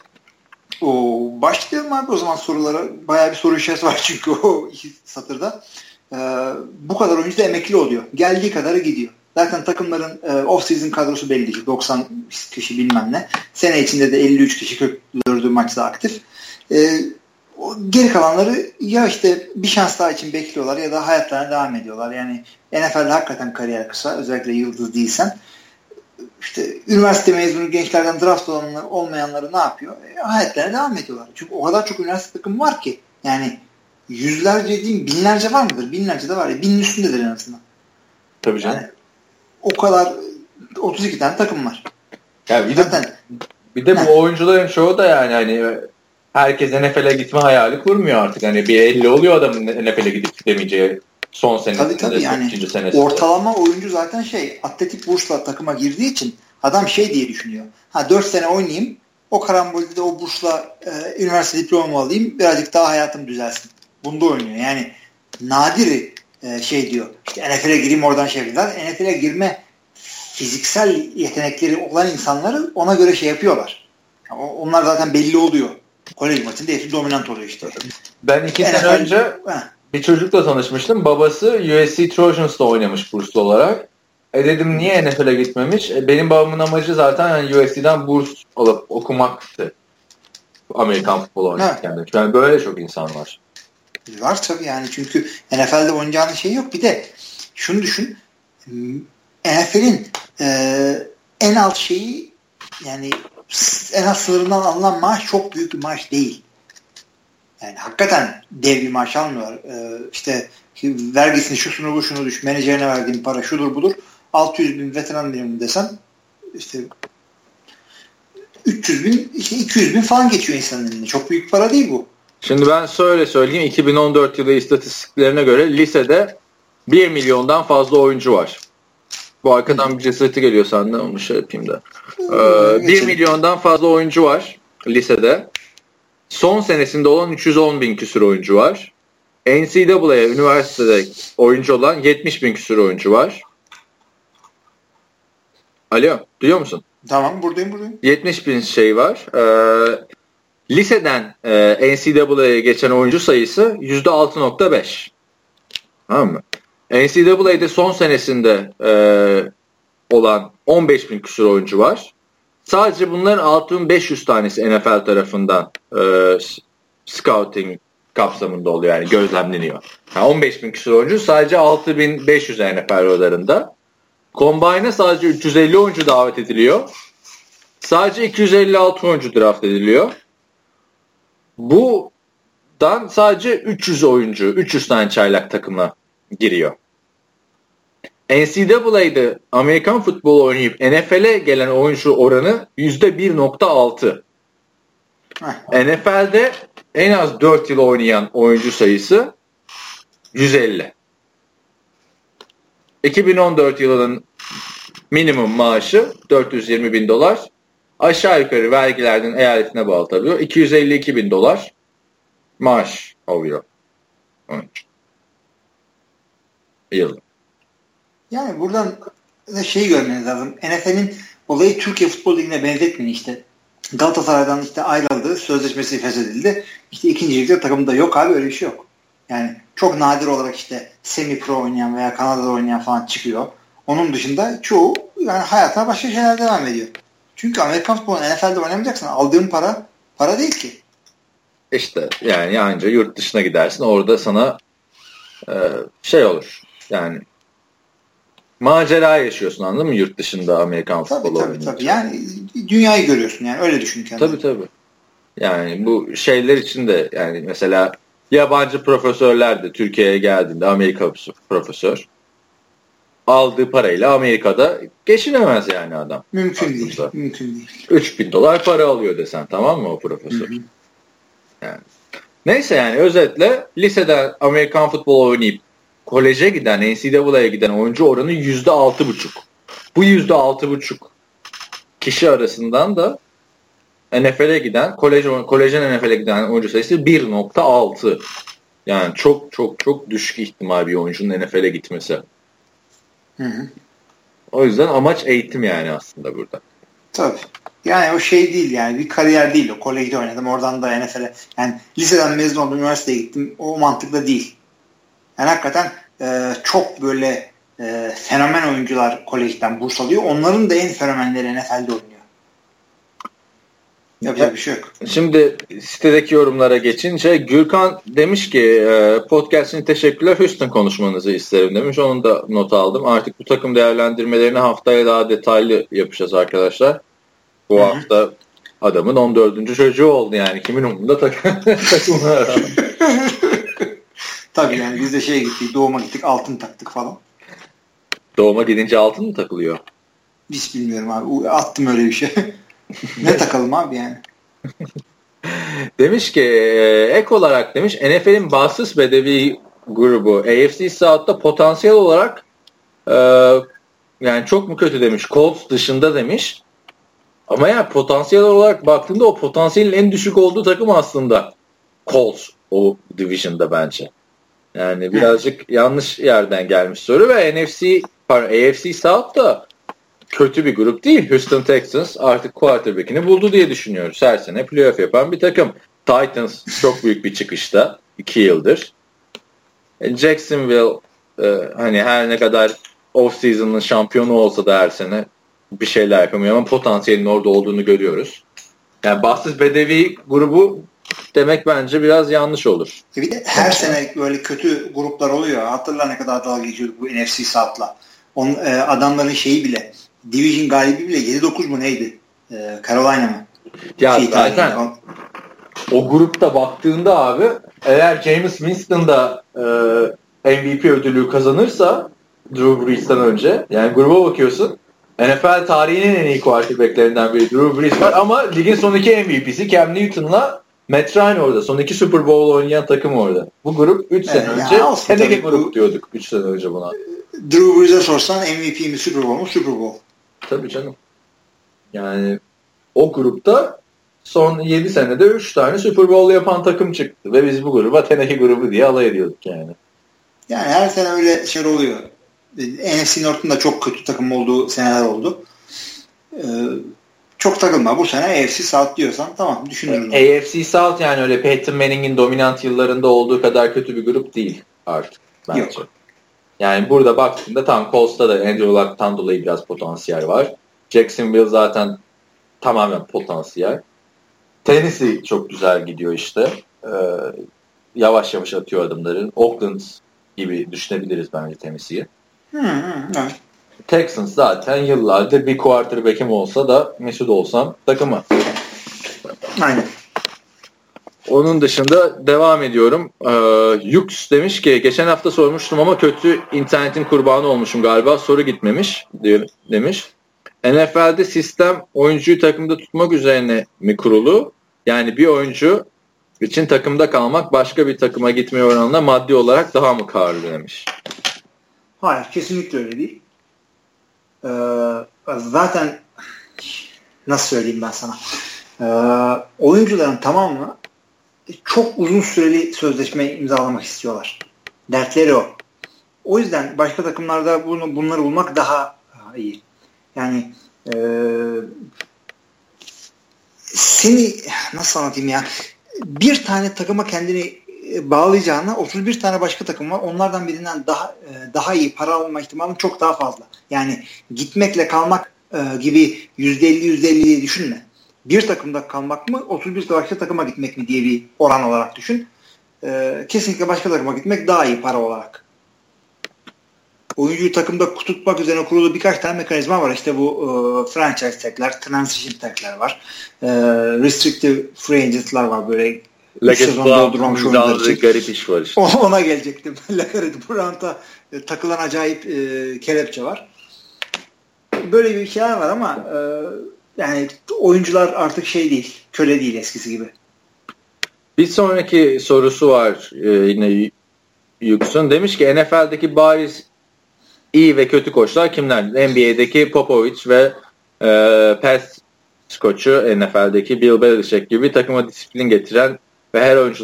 Başlayalım abi o zaman sorulara. Bayağı bir soru işareti var çünkü o iki satırda. Bu kadar oyuncu da emekli oluyor. Geldiği kadarı gidiyor. Zaten takımların off-season kadrosu belli. 90 kişi bilmem ne. Sene içinde de 53 kişi 44 maçta aktif. Geri kalanları ya işte bir şans daha için bekliyorlar ya da hayatlarına devam ediyorlar. Yani NFL'de hakikaten kariyer kısa. Özellikle yıldız değilsen. İşte üniversite mezunu gençlerden draft olmayanları ne yapıyor? Hayatlarına devam ediyorlar. Çünkü o kadar çok üniversite takımı var ki. Yani yüzlerce değil binlerce var mıdır? Binlerce de var ya. Binin üstündedir en azından. Tabii canım. Yani o kadar 32 tane takım var. Ya bir de bu oyuncuların çoğu da yani hani herkes NFL'e gitme hayali kurmuyor artık. Hani bir 50 oluyor adamın NFL'e gidip gidemeyeceği son senesinde. Tabii yani ikinci senesinde. Ortalama oyuncu zaten atletik bursla takıma girdiği için adam diye düşünüyor. 4 sene oynayayım. O karambolde de o bursla üniversite diplomamı alayım. Birazcık daha hayatım düzelsin. Bunda oynuyor. Yani nadir diyor. İşte NFL'e gireyim oradan yapıyorlar. NFL'e girme fiziksel yetenekleri olan insanları ona göre yapıyorlar. Yani onlar zaten belli oluyor. Kolej maçında hepsi dominant oluyor işte. Ben 2 sene önce bir çocukla tanışmıştım. Babası USC Trojans'ta oynamış burslu olarak. Dedim niye NFL'e gitmemiş? Benim babamın amacı zaten yani USC'den burs alıp okumaktı. Amerikan futbolu oynarken. Yani böyle çok insan var. Var tabii yani çünkü NFL'de oynayacağın şey yok. Bir de şunu düşün. NFL'in en alt şeyi yani en alt sınırından alınan maaş çok büyük bir maaş değil. Yani hakikaten dev bir maaş almıyorlar. İşte vergisini şunu düş, menajerine verdiğin para şudur budur. 600 bin veteran minimum desen işte 300 bin, işte 200 bin falan geçiyor insanın eline. Çok büyük para değil bu. Şimdi ben şöyle söyleyeyim. 2014 yılı istatistiklerine göre lisede 1 milyondan fazla oyuncu var. Bu arkadan bir cesareti geliyor senden. Onu şey yapayım da. 1 milyondan fazla oyuncu var lisede. Son senesinde olan 310 bin küsur oyuncu var. NCAA'ya üniversitede oyuncu olan 70 bin küsur oyuncu var. Alo, duyuyor musun? Tamam, buradayım. 70 bin şey var. Liseden NCAA'ya geçen oyuncu sayısı %6.5. Tamam mı? NCAA'de son senesinde olan 15 bin küsur oyuncu var. Sadece bunların 6500 tanesi NFL tarafından scouting kapsamında oluyor, yani gözlemleniyor. Yani 15 bin küsur oyuncu, sadece 6500 NFL radarında. Combine'a sadece 350 oyuncu davet ediliyor. Sadece 256 oyuncu draft ediliyor. Buradan sadece 300 tane çaylak takımla giriyor. NCAA'de Amerikan futbolu oynayıp NFL'e gelen oyuncu oranı %1.6. NFL'de en az 4 yıl oynayan oyuncu sayısı 150. 2014 yılının minimum maaşı $420,000. Aşağı yukarı vergilerden eyaletine bağlı tabii. $252,000 maaş alıyor oyuncu. Yılda. Yani buradan da şeyi görmeniz lazım. NFL'in olayı Türkiye Futbol Ligi'ne benzetmeyin işte. Galatasaray'dan işte ayrıldı, sözleşmesi feshedildi. İşte ikinci ligde takımda yok abi, öyle bir şey yok. Yani çok nadir olarak işte semi-pro oynayan veya Kanada'da oynayan falan çıkıyor. Onun dışında çoğu yani hayatına başka şeyler devam ediyor. Çünkü Amerikan futbolu NFL'de oynamayacaksan aldığın para değil ki. İşte yani anca yurt dışına gidersin, orada sana şey olur yani macera yaşıyorsun, anladın mı, yurt dışında Amerikan futbolu oynayınca. Tabii yani dünyayı görüyorsun, yani öyle düşün kendini. Tabii. Yani bu şeyler için de yani mesela yabancı profesörler de Türkiye'ye geldiğinde, Amerika profesör aldığı parayla Amerika'da geçinemez yani adam. Mümkün değil. $3,000 para alıyor desen, tamam mı, o profesör? Hı-hı. Yani. Neyse, yani özetle lisede Amerikan futbolu oynayıp koleje giden, NCAA'ya giden oyuncu oranı %6,5. Bu %6,5 kişi arasından da NFL'e giden, kolejden NFL'e giden oyuncu sayısı 1.6. Yani çok düşük ihtimal bir oyuncunun NFL'e gitmesi. Hı. O yüzden amaç eğitim yani aslında burada. Tabii. Yani o şey değil, yani bir kariyer değil o. Kolejde oynadım, oradan da NFL'e. Yani liseden mezun oldum, üniversiteye gittim. O mantıkla değil. Yani hakikaten çok böyle fenomen oyuncular kolejden burs alıyor. Onların da en fenomenleri NFL'de oynuyor. Yapacak bir şey yok. Şimdi sitedeki yorumlara geçince Gürkan demiş ki podcast için teşekkürler, Houston konuşmanızı isterim demiş. Onu da not aldım. Artık bu takım değerlendirmelerini haftaya daha detaylı yapacağız arkadaşlar. Bu hafta adamın 14. çocuğu oldu yani. Kimin umurunda takımlar. Tabii yani biz de gittik, doğuma gittik, altın taktık falan. Doğuma gidince altın mı takılıyor? Hiç bilmiyorum abi. Attım öyle bir şey. Ne takalım abi yani? Demiş ki ek olarak demiş NFL'in bahtsız bedevi grubu AFC South'ta potansiyel olarak yani çok mu kötü demiş, Colts dışında demiş. Ama ya potansiyel olarak baktığında o potansiyelin en düşük olduğu takım aslında Colts o division'da bence. Yani birazcık yanlış yerden gelmiş soru ve AFC South'ta kötü bir grup değil. Houston Texans artık quarterback'ini buldu diye düşünüyoruz. Her sene playoff yapan bir takım. Titans çok büyük bir çıkışta 2 yıldır. Jacksonville hani her ne kadar off-season'ın şampiyonu olsa da her sene bir şeyler yapamıyor ama potansiyelin orada olduğunu görüyoruz. Yani bahtsız bedevi grubu demek bence biraz yanlış olur. Bir de her sene böyle kötü gruplar oluyor. Hatırla ne kadar dalga geçiyorduk bu NFC South'la. Adamların şeyi bile, division galibi bile 7-9 mu neydi? Carolina mı? Ya zaten o grupta baktığında abi eğer Jameis Winston da MVP ödülü kazanırsa Drew Brees'ten önce, yani gruba bakıyorsun, NFL tarihinin en iyi quarterbacklerinden biri Drew Brees var ama ligin son iki MVP'si Cam Newton'la Matt Ryan orada. Son iki Super Bowl oynayan takım orada. Bu grup 3 sene önce Teneke grup diyorduk 3 sene önce buna. Drew Brees'e sorsan MVP mi Super Bowl mu? Super Bowl. Tabii canım. Yani o grupta son 7 senede 3 tane Super Bowl yapan takım çıktı ve biz bu gruba Teneke grubu diye alay ediyorduk yani. Yani her sene öyle şey oluyor. NFC North'un da çok kötü takım olduğu seneler oldu. Çok takılma. Bu sene AFC South diyorsan tamam düşünürüz. AFC South yani öyle Peyton Manning'in dominant yıllarında olduğu kadar kötü bir grup değil artık bence. Yok. Yani burada baktığında tam Colts'ta da Andrew Luck'tan dolayı biraz potansiyel var. Jacksonville zaten tamamen potansiyel. Tennessee çok güzel gidiyor işte. Yavaş yavaş atıyor adımları. Oakland gibi düşünebiliriz bence Tennessee'yi. Evet. Texans zaten yıllardır bir quarterback'im olsa da Mesut olsam takımı. Aynen. Onun dışında devam ediyorum. Yux demiş ki geçen hafta sormuştum ama kötü internetin kurbanı olmuşum galiba. Soru gitmemiş demiş. NFL'de sistem oyuncuyu takımda tutmak üzerine mi kurulu? Yani bir oyuncu için takımda kalmak başka bir takıma gitmeye oranla maddi olarak daha mı karlı demiş. Hayır, kesinlikle öyle değil. Zaten nasıl söyleyeyim ben sana? Oyuncuların tamamı çok uzun süreli sözleşme imzalamak istiyorlar. Dertleri o. O yüzden başka takımlarda bunları bulmak daha iyi. Yani seni nasıl anlatayım ya? Bir tane takıma kendini bağlayacağına 31 tane başka takım var. Onlardan birinden daha iyi para alma ihtimalin çok daha fazla. Yani gitmekle kalmak gibi %50 düşünme. Bir takımda kalmak mı 31 başka takıma gitmek mi diye bir oran olarak düşün. Kesinlikle başka takıma gitmek daha iyi para olarak. Oyuncuyu takımda tutmak üzerine kurulu birkaç tane mekanizma var. İşte bu franchise tag'ler, transition tag'ler var. Restricted free agent'lar var böyle. Sezon doldurmamış oyuncular için. Garip iş var işte. Ona gelecektim. Lacaret Blount'a takılan acayip kelepçe var. Böyle bir şeyler var ama yani oyuncular artık şey değil. Köle değil eskisi gibi. Bir sonraki sorusu var yine Yux'un. Demiş ki NFL'deki bariz iyi ve kötü koçlar kimler? NBA'deki Popovich ve pass koçu NFL'deki Bill Belichick gibi takıma disiplin getiren ve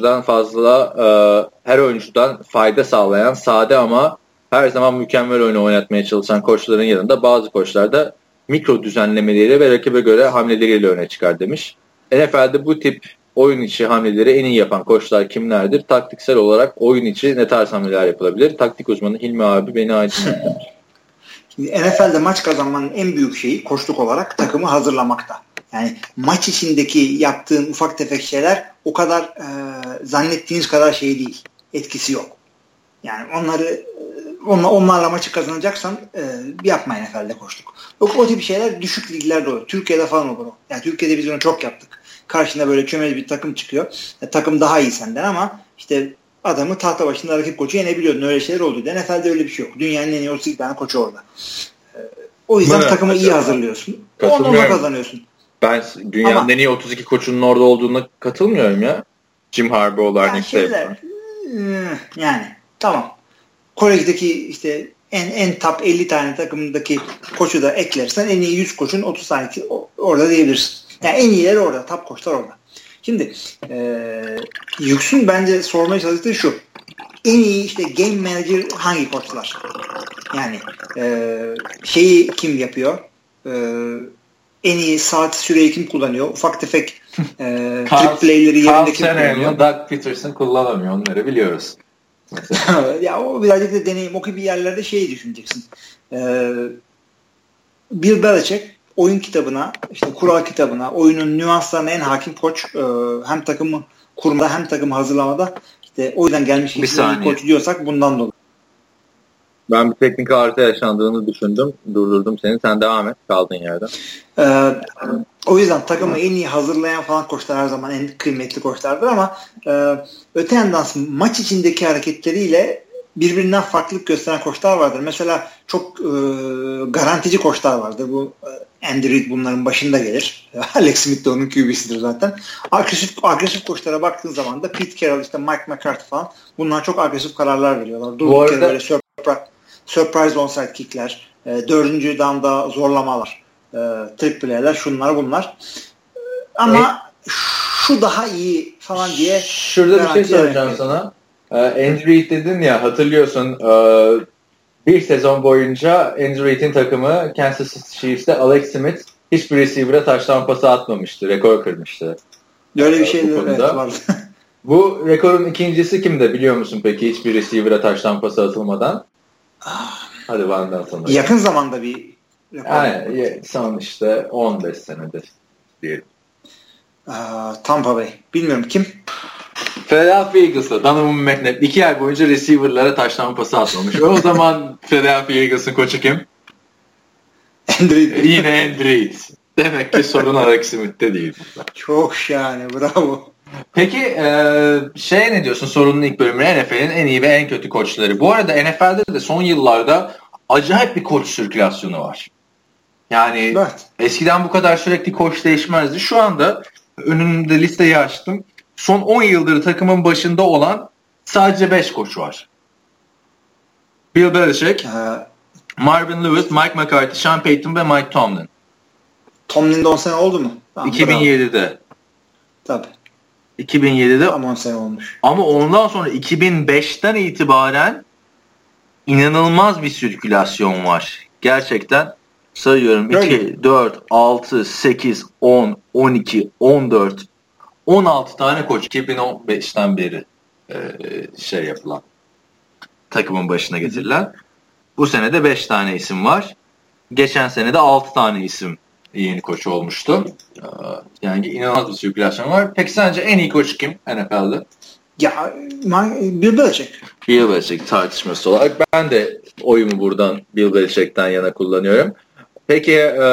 her oyuncudan fayda sağlayan, sade ama her zaman mükemmel oyunu oynatmaya çalışan koçların yanında bazı koçlar da mikro düzenlemeleriyle ve rakibe göre hamleleriyle öne çıkar demiş. NFL'de bu tip oyun içi hamleleri en iyi yapan koçlar kimlerdir? Taktiksel olarak oyun içi ne tarz hamleler yapılabilir? Taktik uzmanı Hilmi abi beni aydınlatır. Şimdi NFL'de maç kazanmanın en büyük şeyi koçluk olarak takımı hazırlamakta. Yani maç içindeki yaptığın ufak tefek şeyler o kadar zannettiğiniz kadar şey değil. Etkisi yok. Yani onlarla maçı kazanacaksan yapma NFL'de koçluk. O tip şeyler düşük liglerde olur. Türkiye'de falan olur o. Yani Türkiye'de biz onu çok yaptık. Karşında böyle çömez bir takım çıkıyor. Takım daha iyi senden ama işte adamı tahta başında rakip koçu yenebiliyordun. Öyle şeyler oldu. NFL'de öyle bir şey yok. Dünyanın en iyi 32 tane koçu orada. O yüzden takımı iyi hazırlıyorsun. Onunla kazanıyorsun. Ben dünyanın en iyi 32 koçunun orada olduğuna katılmıyorum ya. Jim Harbaugh'lar yani yani tamam. Kolejdeki işte en top 50 tane takımdaki koçu da eklersen en iyi 100 koçun 30 tanesi orada diyebilirsin. Yani en iyileri orada. Top koçlar orada. Şimdi Yüksün bence sormaya çalıştığı şu. En iyi işte game manager hangi koçlar? Yani şeyi kim yapıyor? En iyi saat süreyi kim kullanıyor? Ufak tefek trick play'leri yerinde kim kullanıyor? Doug Peterson kullanamıyor. Onları biliyoruz. Ya o birazcık da deneyim. O gibi yerlerde şeyi düşüneceksin. Bill Belichick oyun kitabına, işte kural kitabına, oyunun nüanslarına en hakim koç. Hem takımı kurmada hem takımı hazırlamada. İşte o yüzden gelmiş bir koç diyorsak bundan dolayı. Ben bir teknik harita yaşandığını düşündüm. Durdurdum seni. Sen devam et. Kaldığın yerden. O yüzden takımı en iyi hazırlayan falan koçlar her zaman en kıymetli koçlardır ama öte yandan maç içindeki hareketleriyle birbirinden farklılık gösteren koçlar vardır. Mesela çok garantici koçlar vardır. Bu Andy Reid bunların başında gelir. Alex Smith de onun QB'sidir zaten. Agresif koçlara baktığın zaman da Pete Carroll, işte Mike McCarthy falan bunlar çok agresif kararlar veriyorlar. Durduk yere böyle surprise onside kickler, 4. down'da zorlamalar, triple'ler, şunlar bunlar. Ama şu daha iyi falan diye. Şurada bir şey soracağım sana. Andy Reid dedin ya, hatırlıyorsun bir sezon boyunca Andy Reid'in takımı Kansas City Chiefs'te Alex Smith hiçbir receiver'a touchdown pası atmamıştı. Rekor kırmıştı. Böyle bir şey vardı. Bu rekorun ikincisi kimde biliyor musun peki? Hiçbir receiver'a touchdown pası atılmadan. Hadi benden sonra. Yakın zamanda bir rekor. Yani son işte 15 senedir diyelim. Tampa Bay. Bilmiyorum kim? Philadelphia Eagles'da Donovan McNabb 2 ay boyunca receiver'lara touchdown pası atmamış. O zaman Philadelphia Eagles'ın koçu kim? Yine Andy Reid. Demek ki sorun Alex Smith'te değil. Çok şahane. Bravo. Peki ne diyorsun sorunun ilk bölümüne, NFL'in en iyi ve en kötü koçları. Bu arada NFL'de de son yıllarda acayip bir koç sirkülasyonu var. Yani evet. Eskiden bu kadar sürekli koç değişmezdi. Şu anda önümde listeyi açtım. Son 10 yıldır takımın başında olan sadece 5 koç var. Bill Belichick, Marvin Lewis, Mike McCarthy, Sean Payton ve Mike Tomlin. Tomlin'de 10 sene oldu mu? Tamam, 2007'de. Tabii. 2007'de. Ama 10 sene olmuş. Ama ondan sonra 2005'ten itibaren inanılmaz bir sirkülasyon var. Gerçekten sayıyorum. 2, 4, 6, 8, 10, 12, 14, 16 tane koç 2015'ten beri yapılan, takımın başına getirilen. Bu sene de 5 tane isim var. Geçen sene de 6 tane isim yeni koç olmuştu. Yani inanılmaz bir sirkülasyon var. Peki sence en iyi koç kim NFL'de? Ya Bill Belichick. Bill Belichick tartışması olarak ben de oyumu buradan Bill Belichick'ten yana kullanıyorum. Peki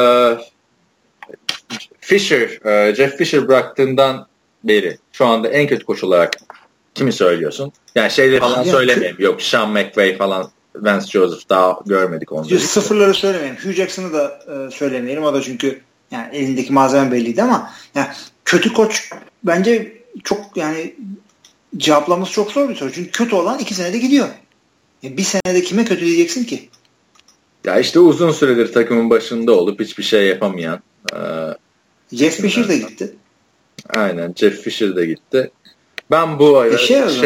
Jeff Fisher bıraktığından beri şu anda en kötü koç olarak kimi söylüyorsun? Yani şeyleri falan söylemeyeyim. Yok Sean McVay falan, Vance Joseph daha görmedik onları. Sıfırları söylemeyeyim. Hugh Jackson'ı da söylemeyelim. O da çünkü yani elindeki malzeme belliydi ama yani kötü koç bence çok yani cevaplaması çok zor bir soru. Çünkü kötü olan 2 senede gidiyor. Bir senede kime kötü diyeceksin ki? Ya işte uzun süredir takımın başında olup hiçbir şey yapamayan. Jeff Fisher de gitti. Aynen, Jeff Fisher de gitti. Ben bu ay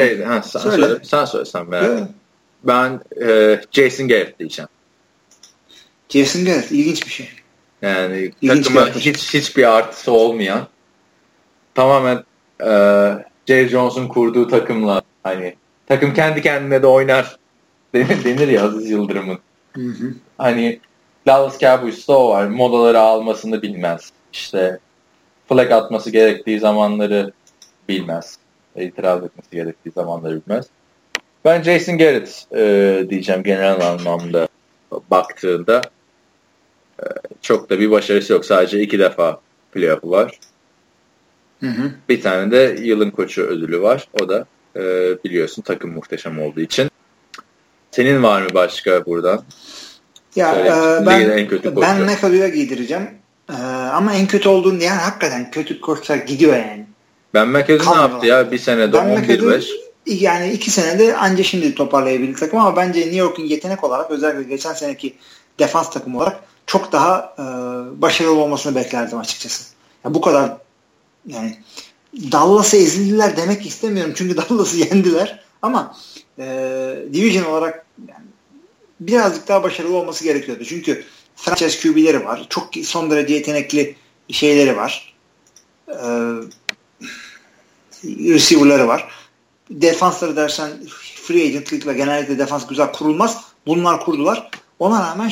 sen söylesen merak. Ben Jason Garrett diyeceğim. Jason Garrett ilginç bir şey. Yani takıma hiçbir artısı olmayan, tamamen Jerry Jones'un kurduğu takımla, hani takım kendi kendine de oynar denir ya Aziz Yıldırım'ın. Hı. Hani Dallas Cowboys'ta o var. Modaları almasını bilmez. İşte flag atması gerektiği zamanları bilmez. İtiraz etmesi gerektiği zamanları bilmez. Ben Jason Garrett diyeceğim genel anlamda baktığında. Çok da bir başarısı yok. Sadece 2 defa playoff'u var. Hı. Bir tane de yılın koçu ödülü var. O da biliyorsun takım muhteşem olduğu için. Senin var mı başka buradan? Ya ben McAdoo'ya giydireceğim. Ama en kötü olduğunu, yani hakikaten kötü koçlar gidiyor yani. Ben McAdoo ne yaptı ya? Bir senede 11-5. Yani 2 senede anca şimdi toparlayabildi takım ama bence New York'un yetenek olarak, özellikle geçen seneki defans takımı olarak çok daha başarılı olmasını beklerdim açıkçası. Ya bu kadar yani Dallas'a ezildiler demek istemiyorum çünkü Dallas'ı yendiler ama division olarak yani birazcık daha başarılı olması gerekiyordu. Çünkü franchise QB'leri var. Çok son derece yetenekli şeyleri var. Receiver'ları var. Defansları dersen free agent'lıkla genellikle defans güzel kurulmaz. Bunlar kurdular. Ona rağmen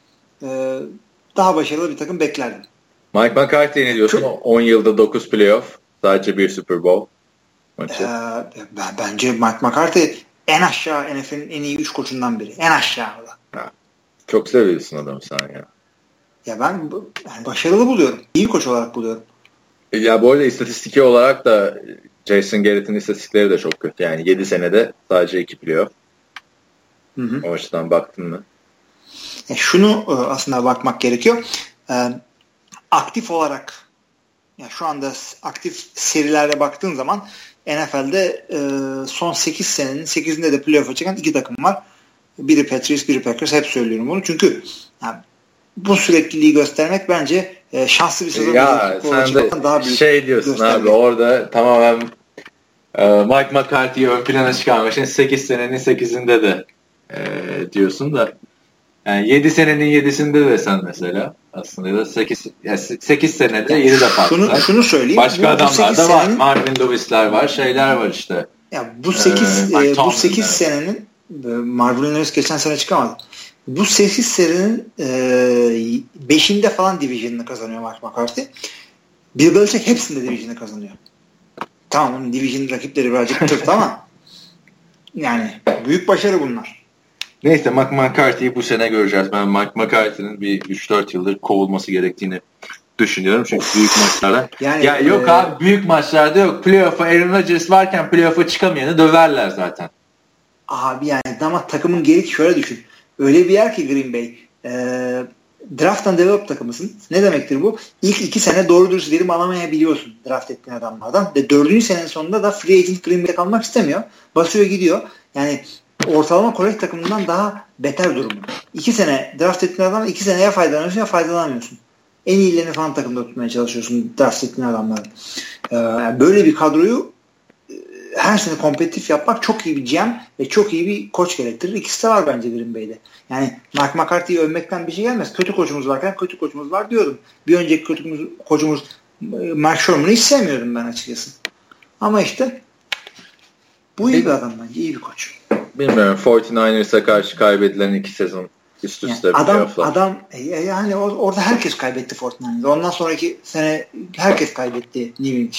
daha başarılı bir takım beklerdim. Mike McCarthy'ye ne diyorsun? 10 yılda 9 playoff. Sadece bir Super Bowl maçı. Bence Mike McCarthy en aşağı NFL'in en iyi 3 koçundan biri. En aşağıda. Çok seviyorsun adamı sen ya. Ya ben başarılı buluyorum. İyi bir koç olarak buluyorum. Ya bu arada istatistiki olarak da Jason Garrett'in istatistikleri de çok kötü. Yani 7 senede sadece 2 playoff. O açıdan baktın mı? Şunu aslında bakmak gerekiyor. Aktif olarak yani şu anda aktif serilerde baktığın zaman NFL'de son 8 senenin 8'inde de playoff'a çıkan 2 takım var. Biri Patriots, biri Packers. Hep söylüyorum bunu. Çünkü yani bu sürekliliği göstermek bence şanslı bir sezon. Ya sen de daha büyük diyorsun abi orada tamamen Mike McCarthy'yi ön plana çıkarmak için 8 senenin 8'inde de diyorsun da yani 7 senenin 7'sinde de sen mesela aslında ya da 8 senede 7 defa. Şunu söyleyeyim. Başka adamlar da var. Marvin Lewis'ler var. Şeyler var işte. Ya bu 8 senenin Marvin Lewis geçen sene çıkamadı. Bu 8 serinin 5'inde falan division'ını kazanıyor Mike McCarthy. Bill Belichick hepsinde division'ını kazanıyor. Tamam onun division rakipleri birazcık tırt ama yani büyük başarı bunlar. Neyse Mike McCarthy'yi bu sene göreceğiz. Ben Mike McCarthy'nin bir 3-4 yıldır kovulması gerektiğini düşünüyorum. Çünkü büyük maçlarda ya yok abi büyük maçlarda yok. Playoff'a Aaron Rodgers varken playoff'a çıkamayanı döverler zaten. Abi yani ama takımın geri şöyle düşün. Öyle bir yer ki Green Bay draft and develop takımısın. Ne demektir bu? İlk 2 sene doğru dürüst verim alamayabiliyorsun draft ettiğin adamlardan. Ve 4. senenin sonunda da free agent Green Bay'de kalmak istemiyor. Basıyor gidiyor. Yani ortalama kolej takımından daha beter durumu. 2 sene draft ettiğin adam 2 seneye faydalanıyorsun ya faydalanamıyorsun. En iyilerini falan takımda tutmaya çalışıyorsun draft ettiğin adamların. Böyle bir kadroyu her sene kompetitif yapmak çok iyi bir GM ve çok iyi bir koç gerektirir. İkisi de var bence Green Bay'de. Yani Mike McCarthy'yi övmekten bir şey gelmez. Kötü koçumuz varken kötü koçumuz var diyordum. Bir önceki kötü koçumuz Mark Sherman'ı hiç sevmiyordum ben açıkçası. Ama işte bu iyi bir adam bence. İyi bir koç. Bilmiyorum. 49ers'a karşı kaybedilen 2 sezon üst üste adam yani orada herkes kaybetti 49ers'a. Ondan sonraki sene herkes kaybetti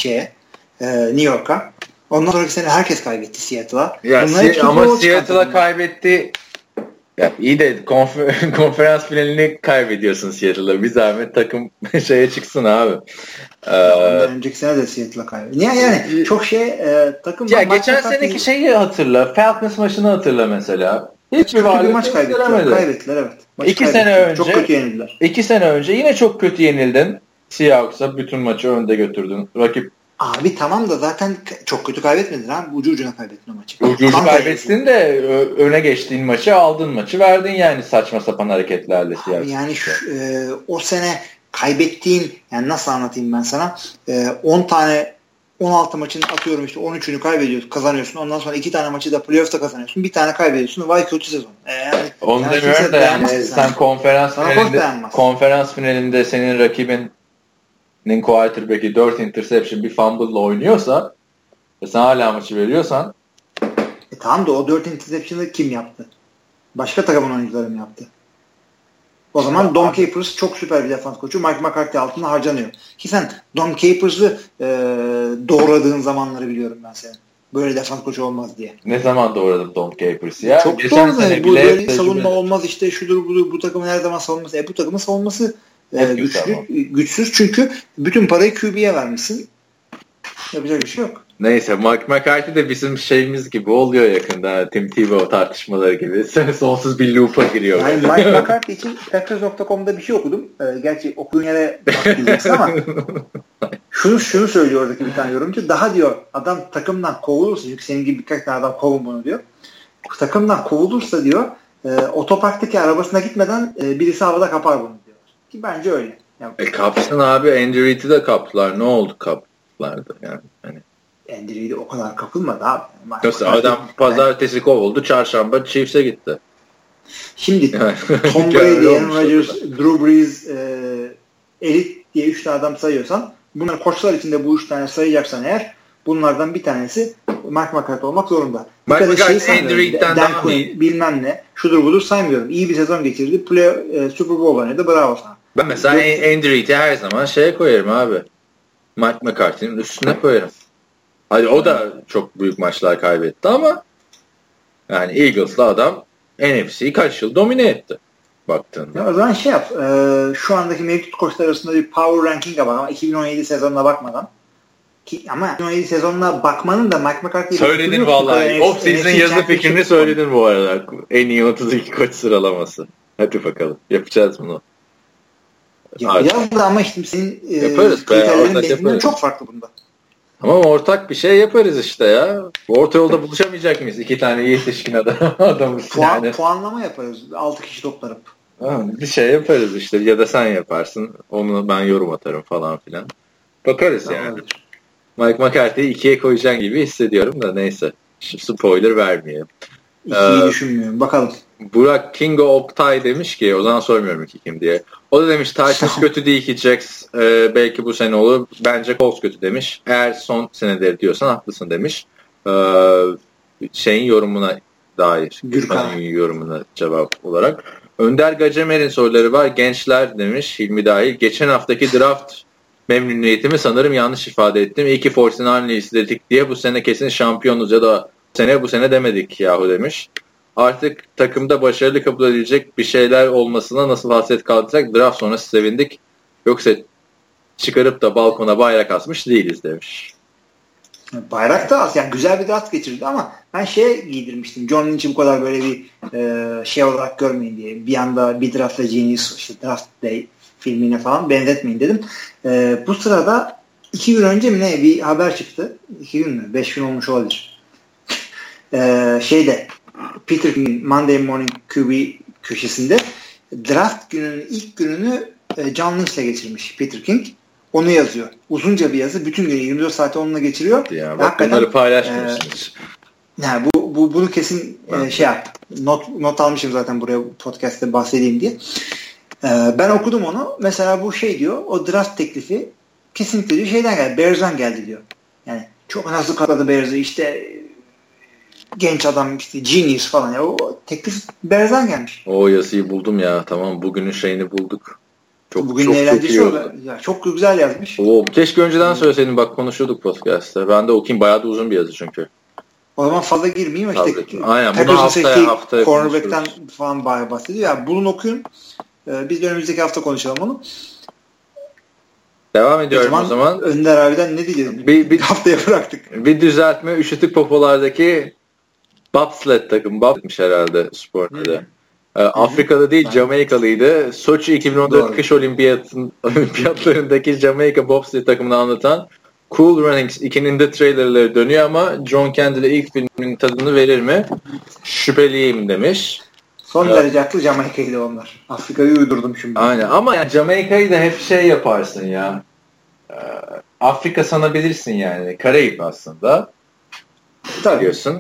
New York'a. Ondan sonraki sene herkes kaybetti Seattle'a. Ama Seattle'a kaybetti. Ya iyi de konferans finalini kaybediyorsun Seattle'a. Bir zahmet takım şeye çıksın abi. Önceki sene de Seattle'a kaybetti. Yani çok takım. Ya geçen seneki şeyi hatırla. Falcons maçını hatırla mesela. Hiçbir maç kaybettiler evet. 2 sene önce çok kötü yenildiler. 2 sene önce yine çok kötü yenildin. Seahawks'a bütün maçı önde götürdün. Rakip abi tamam da zaten çok kötü kaybetmedin abi. Ucu ucuna kaybettin o maçı. Ucu kaybettin de öne geçtiğin maçı aldın maçı verdin yani saçma sapan hareketlerle. Abi yani o sene kaybettiğin yani nasıl anlatayım ben sana 10 tane 16 maçın atıyorum işte 13'ünü kaybediyorsun kazanıyorsun. Ondan sonra 2 tane maçı da playoff'ta kazanıyorsun. Bir tane kaybediyorsun. Vay kötü sezon. Onu demiyorum da yani sen konferans finalinde senin rakibinin quarterback'i 4 interception bir fumble'la oynuyorsa sen hala maçı veriyorsan tamam da o 4 interception'ı kim yaptı? Başka takımın oyuncuları mı yaptı? O zaman Dom Capers çok süper bir defans koçu. Mike McCarthy altında harcanıyor. Ki sen Dom Capers'ı doğradığın zamanları biliyorum ben senin. Böyle defans koçu olmaz diye. Ne zaman doğradın Dom Capers'ı ya? Çok geçen sene bu böyle savunma olmaz işte şudur budur bu takımın her zaman savunması. Bu takımın savunması güçsüz çünkü bütün parayı QB'ye vermişsin. Yapacak bir şey yok. Neyse Mike McCarthy de bizim şeyimiz gibi oluyor yakında. Tim Tebow tartışmaları gibi. Sonsuz bir loop'a giriyor. Yani Mike McCarthy için Packers.com'da bir şey okudum. Gerçi okuduğun yere bakmayacaksın ama şunu söylüyor oradaki bir tane yorumcu. Daha diyor adam takımdan kovulursa çünkü senin gibi birkaç tane adam kovun bunu diyor. Takımdan kovulursa diyor otoparktaki arabasına gitmeden birisi havada kapar bunu diyor. Ki bence öyle. Yani, kapsın abi. Andy Reid'i de kaptılar. Ne oldu kaptılardı yani. Hani Andy Reid'i o kadar kapılmadı abi. Adam pazartesi kovuldu. Çarşamba Chiefs'e gitti. Şimdi Tom Brady, Aaron Rodgers, Drew Brees, elit diye 3 tane adam sayıyorsan bunlar koçlar içinde bu 3 tane sayacaksan eğer bunlardan bir tanesi Mike McCarthy olmak zorunda. Mike McCarthy Andy Reid'den daha iyi. Bilmem ne. Şudur budur saymıyorum. İyi bir sezon geçirdi. Super Bowl oynadı. Bravo sana. Ben mesela Andy Reid'i her zaman şeye koyarım abi. Mike McCarthy'nin üstüne koyarım. Hadi o da çok büyük maçlar kaybetti ama yani Eagles'la adam NFC'yi kaç yıl domine etti baktığında. Ya o zaman şey yap. Şu andaki mevcut koçlar arasında bir power ranking'e bak ama 2017 sezonuna bakmadan. Ama 2017 sezonuna bakmanın da Mike McCarthy'yi söyledin vallahi. Off-season yazı fikrini söyledin bu arada. En iyi 32 koç sıralaması. Hadi bakalım. Yapacağız bunu. Yapacağız da ama işte senin kriterlerin beklediğinden çok farklı bunda. Ama ortak bir şey yaparız işte ya. Orta yolda buluşamayacak mıyız? 2 tane yetişkin adamız yani. Puanlama yaparız. 6 kişi toplanıp. Bir şey yaparız işte. Ya da sen yaparsın. Onu ben yorum atarım falan filan. Bakarız tamam, yani. Mike McCarthy'yi 2'ye koyacağım gibi hissediyorum da neyse. Şimdi spoiler vermeyeyim. 2'yi düşünmüyorum. Bakalım. Burak Kingo Oktay demiş ki, o zaman sormuyorum ki kim diye. O da demiş Titans kötü değil ki Jacks belki bu sene olur. Bence Colts kötü demiş. Eğer son seneleri diyorsan haklısın demiş. Şeyin yorumuna dair. Gürkan'ın yorumuna cevap olarak. Önder Gacemer'in soruları var. Gençler demiş Hilmi dahil. Geçen haftaki draft memnuniyetimi sanırım yanlış ifade ettim. İyi ki 49ers'ı dedik diye bu sene kesin şampiyonuz ya da bu sene demedik yahu demiş. Artık takımda başarılı kabul edilecek bir şeyler olmasına nasıl hasret kaldıysak draft sonrası sevindik. Yoksa çıkarıp da balkona bayrak asmış değiliz demiş. Bayrak da az. Yani güzel bir draft geçirdi ama ben giydirmiştim. John Lynch'i bu kadar böyle bir şey olarak görmeyin diye. Bir anda bir draftla Genius, işte Draft Day filmine falan benzetmeyin dedim. Bu sırada 2 gün önce mi ne bir haber çıktı. 2 gün mü? 5 gün olmuş olabilir. Peter King'in Monday Morning QB köşesinde draft gününün ilk gününü John Lynch'le geçirmiş Peter King. Onu yazıyor. Uzunca bir yazı. Bütün günü 24 saati onunla geçiriyor. Ya bak bunları paylaşmıyorsunuz. Yani bunu kesin not almışım zaten buraya podcast'te bahsedeyim diye. Ben okudum onu. Mesela bu diyor. O draft teklifi kesinlikle diyor şeyden geldi. Bears'dan geldi diyor. Yani çok nasıl katladı Bears'ı işte genç adam işte genius falan ya. O teklif Bears'dan gelmiş. O yazıyı buldum ya. Tamam bugünün şeyini bulduk. Bugün eğlenceli oldu. Ya, çok güzel yazmış. Keşke önceden söyleseydin bak konuşuyorduk podcast'ta. Ben de okuyayım bayağı da uzun bir yazı çünkü. O zaman fazla girmeyeyim işte. Aynen bunu haftaya cornerback'ten falan bahsediyor. Yani bulun okuyun. Biz de önümüzdeki hafta konuşalım onu. Devam ediyorum o zaman. Önder abiden ne diyeceğiz? Bir haftaya bıraktık. Bir düzeltme. Üşütük Popolar'daki bobsled takım. Bob'miş herhalde sporda. Afrika'da değil Jamaika'lıydı. Soçi 2014 kış olimpiyatlarındaki Jamaika bobsled takımını anlatan Cool Runnings 2'nin de trailerleri dönüyor ama John Candy'le ilk filmin tadını verir mi? Şüpheliyim demiş. Son derece haklı Jamaika'ydı onlar. Afrika'yı uydurdum şimdi. Aynen ama yani Jamaika'yı da hep yaparsın ya. Afrika sanabilirsin yani. Karayip aslında. Tabii. Diyorsun.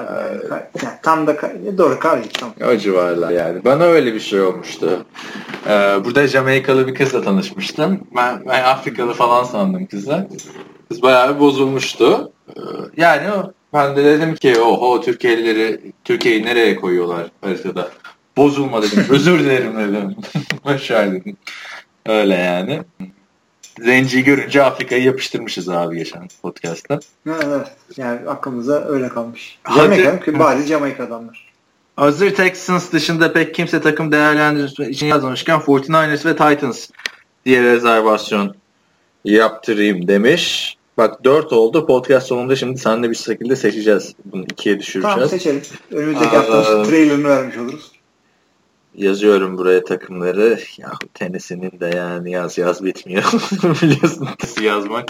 Tam da doğru Karayip. Tamam. O civarlar yani. Bana öyle bir şey olmuştu. Burada Jamaikalı bir kızla tanışmıştım. Ben Afrikalı falan sandım kızla. Kız bayağı bir bozulmuştu. Yani ben de dedim ki Türkiye'yi nereye koyuyorlar haritada? Bozulma dedim. Özür dilerim dedim. Başar dedim. Öyle yani. Zenciyi görünce Afrika'yı yapıştırmışız abi geçen podcast'ta. Evet. Yani aklımıza öyle kalmış. Jamaika, bari Jamaika adamlar. Hazır Texans dışında pek kimse takım değerlendirmesi için yazmamışken 49ers ve Titans diye rezervasyon yaptırayım demiş. Bak 4 oldu. Podcast sonunda şimdi seninle bir şekilde seçeceğiz. Bunu 2'ye düşüreceğiz. Tamam seçelim. Önümüzdeki hafta trailerını vermiş oluruz. Yazıyorum buraya takımları. Yahu Tennessee'nin de yani yaz bitmiyor. Biliyorsun yazmak